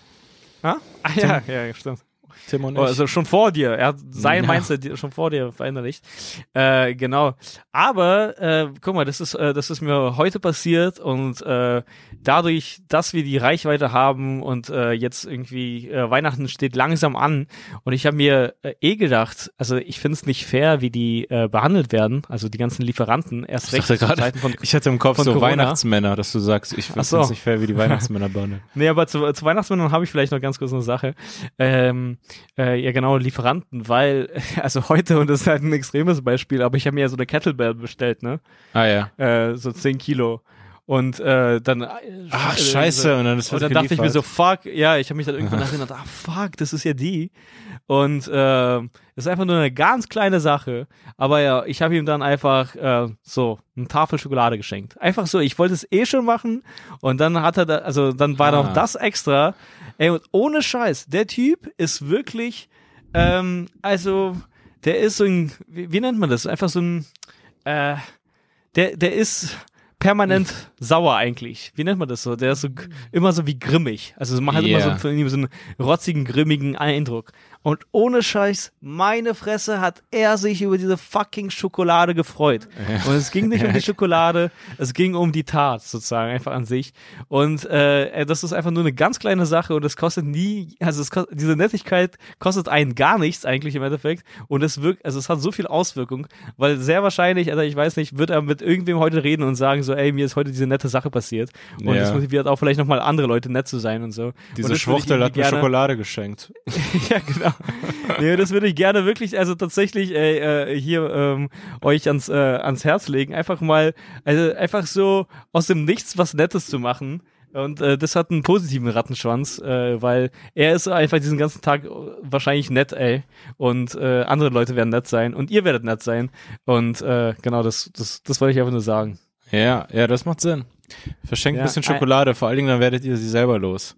Ah, ah ja, ja, stimmt. Tim und ich. Oh, also schon vor dir. Er hat sein Ja. Mindset schon vor dir verinnerlicht. Äh, genau. Aber, äh, guck mal, das ist, äh, das ist mir heute passiert und äh, dadurch, dass wir die Reichweite haben und äh, jetzt irgendwie äh, Weihnachten steht langsam an und ich habe mir äh, eh gedacht, also ich finde es nicht fair, wie die äh, behandelt werden, also die ganzen Lieferanten, erst ich recht dachte zu gerade, Zeiten von ich hatte im Kopf von so Corona. Weihnachtsmänner, dass du sagst, ich finde es Ach so. nicht fair, wie die Weihnachtsmänner behandeln. Nee, aber zu, zu Weihnachtsmännern habe ich vielleicht noch ganz kurz eine Sache. Ähm, äh, ja, genau, Lieferanten, weil, also heute, und das ist halt ein extremes Beispiel, aber ich habe mir ja so eine Kettlebell bestellt, ne? Ah ja. Äh, so zehn Kilo. Und äh, dann. Äh, Ach, äh, scheiße. Und dann ist Und was dann dachte ich mir so, geliefert. fuck, ja, ich habe mich dann irgendwann erinnert, ah, fuck, das ist ja die. Und äh, das ist einfach nur eine ganz kleine Sache. Aber ja, ich habe ihm dann einfach äh, so eine Tafel Schokolade geschenkt. Einfach so, ich wollte es eh schon machen. Und dann hat er, da, also dann war Ah. noch das extra. Ey, und ohne Scheiß, der Typ ist wirklich, ähm, also, der ist so ein, wie, wie nennt man das? Einfach so ein, äh, der, der ist permanent sauer eigentlich. Wie nennt man das so? Der ist so g- immer so wie grimmig. Also man hat immer Yeah. so von ihm so einen rotzigen, grimmigen Eindruck. Und ohne Scheiß, meine Fresse, hat er sich über diese fucking Schokolade gefreut. Und es ging nicht um die Schokolade, es ging um die Tat sozusagen, einfach an sich. Und äh, das ist einfach nur eine ganz kleine Sache und es kostet nie, also es kostet, diese Nettigkeit kostet einen gar nichts eigentlich im Endeffekt. Und es wirkt, also es hat so viel Auswirkung, weil sehr wahrscheinlich, also ich weiß nicht, wird er mit irgendwem heute reden und sagen so, ey, mir ist heute diese nette Sache passiert. Und Ja. das motiviert auch vielleicht nochmal andere Leute nett zu sein und so. Diese und das würde ich Schwuchtel hat irgendwie mir gerne- Schokolade geschenkt. ja, genau. Nee, das würde ich gerne wirklich, also tatsächlich äh, äh, hier ähm, euch ans, äh, ans Herz legen. Einfach mal, also einfach so aus dem Nichts was Nettes zu machen. Und äh, das hat einen positiven Rattenschwanz, äh, weil er ist einfach diesen ganzen Tag wahrscheinlich nett, ey. Und äh, andere Leute werden nett sein und ihr werdet nett sein. Und äh, genau, das, das, das wollte ich einfach nur sagen. Ja, ja, das macht Sinn. Verschenkt Ja, ein bisschen Schokolade, vor allen Dingen dann werdet ihr sie selber los.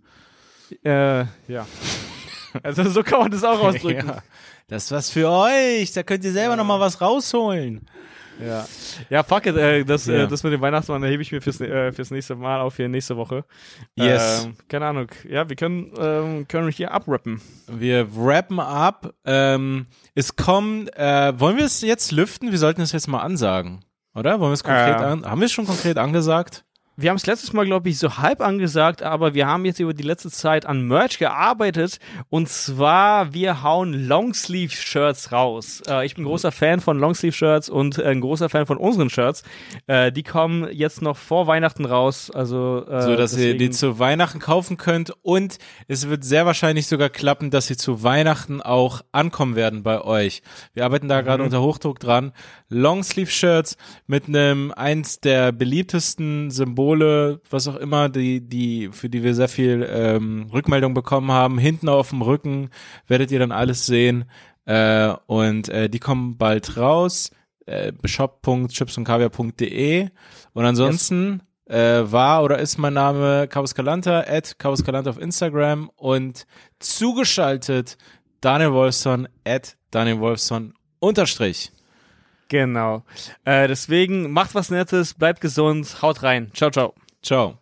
Äh, ja. Also so kann man das auch ausdrücken. Ja. Das ist was für euch, da könnt ihr selber noch mal was rausholen. Ja, ja, fuck it, äh, das, Ja. äh, das mit dem Weihnachtsmann hebe ich mir fürs, äh, fürs nächste Mal auf, hier nächste Woche. Yes. Ähm, keine Ahnung. Ja, wir können, ähm, können wir hier abrappen. Wir wrappen ab. Ähm, es kommt, äh, wollen wir es jetzt lüften? Wir sollten es jetzt mal ansagen, oder? Wollen wir es konkret Äh. an? Haben wir es schon konkret angesagt? Wir haben es letztes Mal, glaube ich, so halb angesagt, aber wir haben jetzt über die letzte Zeit an Merch gearbeitet. Und zwar, wir hauen Longsleeve-Shirts raus. Äh, ich bin großer Fan von Longsleeve-Shirts und äh, ein großer Fan von unseren Shirts. Äh, die kommen jetzt noch vor Weihnachten raus. Also, äh, So, dass ihr die deswegen- zu Weihnachten kaufen könnt und es wird sehr wahrscheinlich sogar klappen, dass sie zu Weihnachten auch ankommen werden bei euch. Wir arbeiten da gerade unter Hochdruck dran. Longsleeve-Shirts mit einem, eins der beliebtesten Symbole, was auch immer, die, die, für die wir sehr viel ähm, Rückmeldung bekommen haben. Hinten auf dem Rücken werdet ihr dann alles sehen. Äh, und äh, die kommen bald raus. Äh, shop punkt chips und kaviar punkt de und ansonsten äh, war oder ist mein Name Carlos Calanta, at Carlos Calanta auf Instagram und zugeschaltet Daniel Wolfson, at Daniel Wolfson unterstrich. Genau. Äh, deswegen macht was Nettes, bleibt gesund, haut rein. Ciao, ciao. Ciao.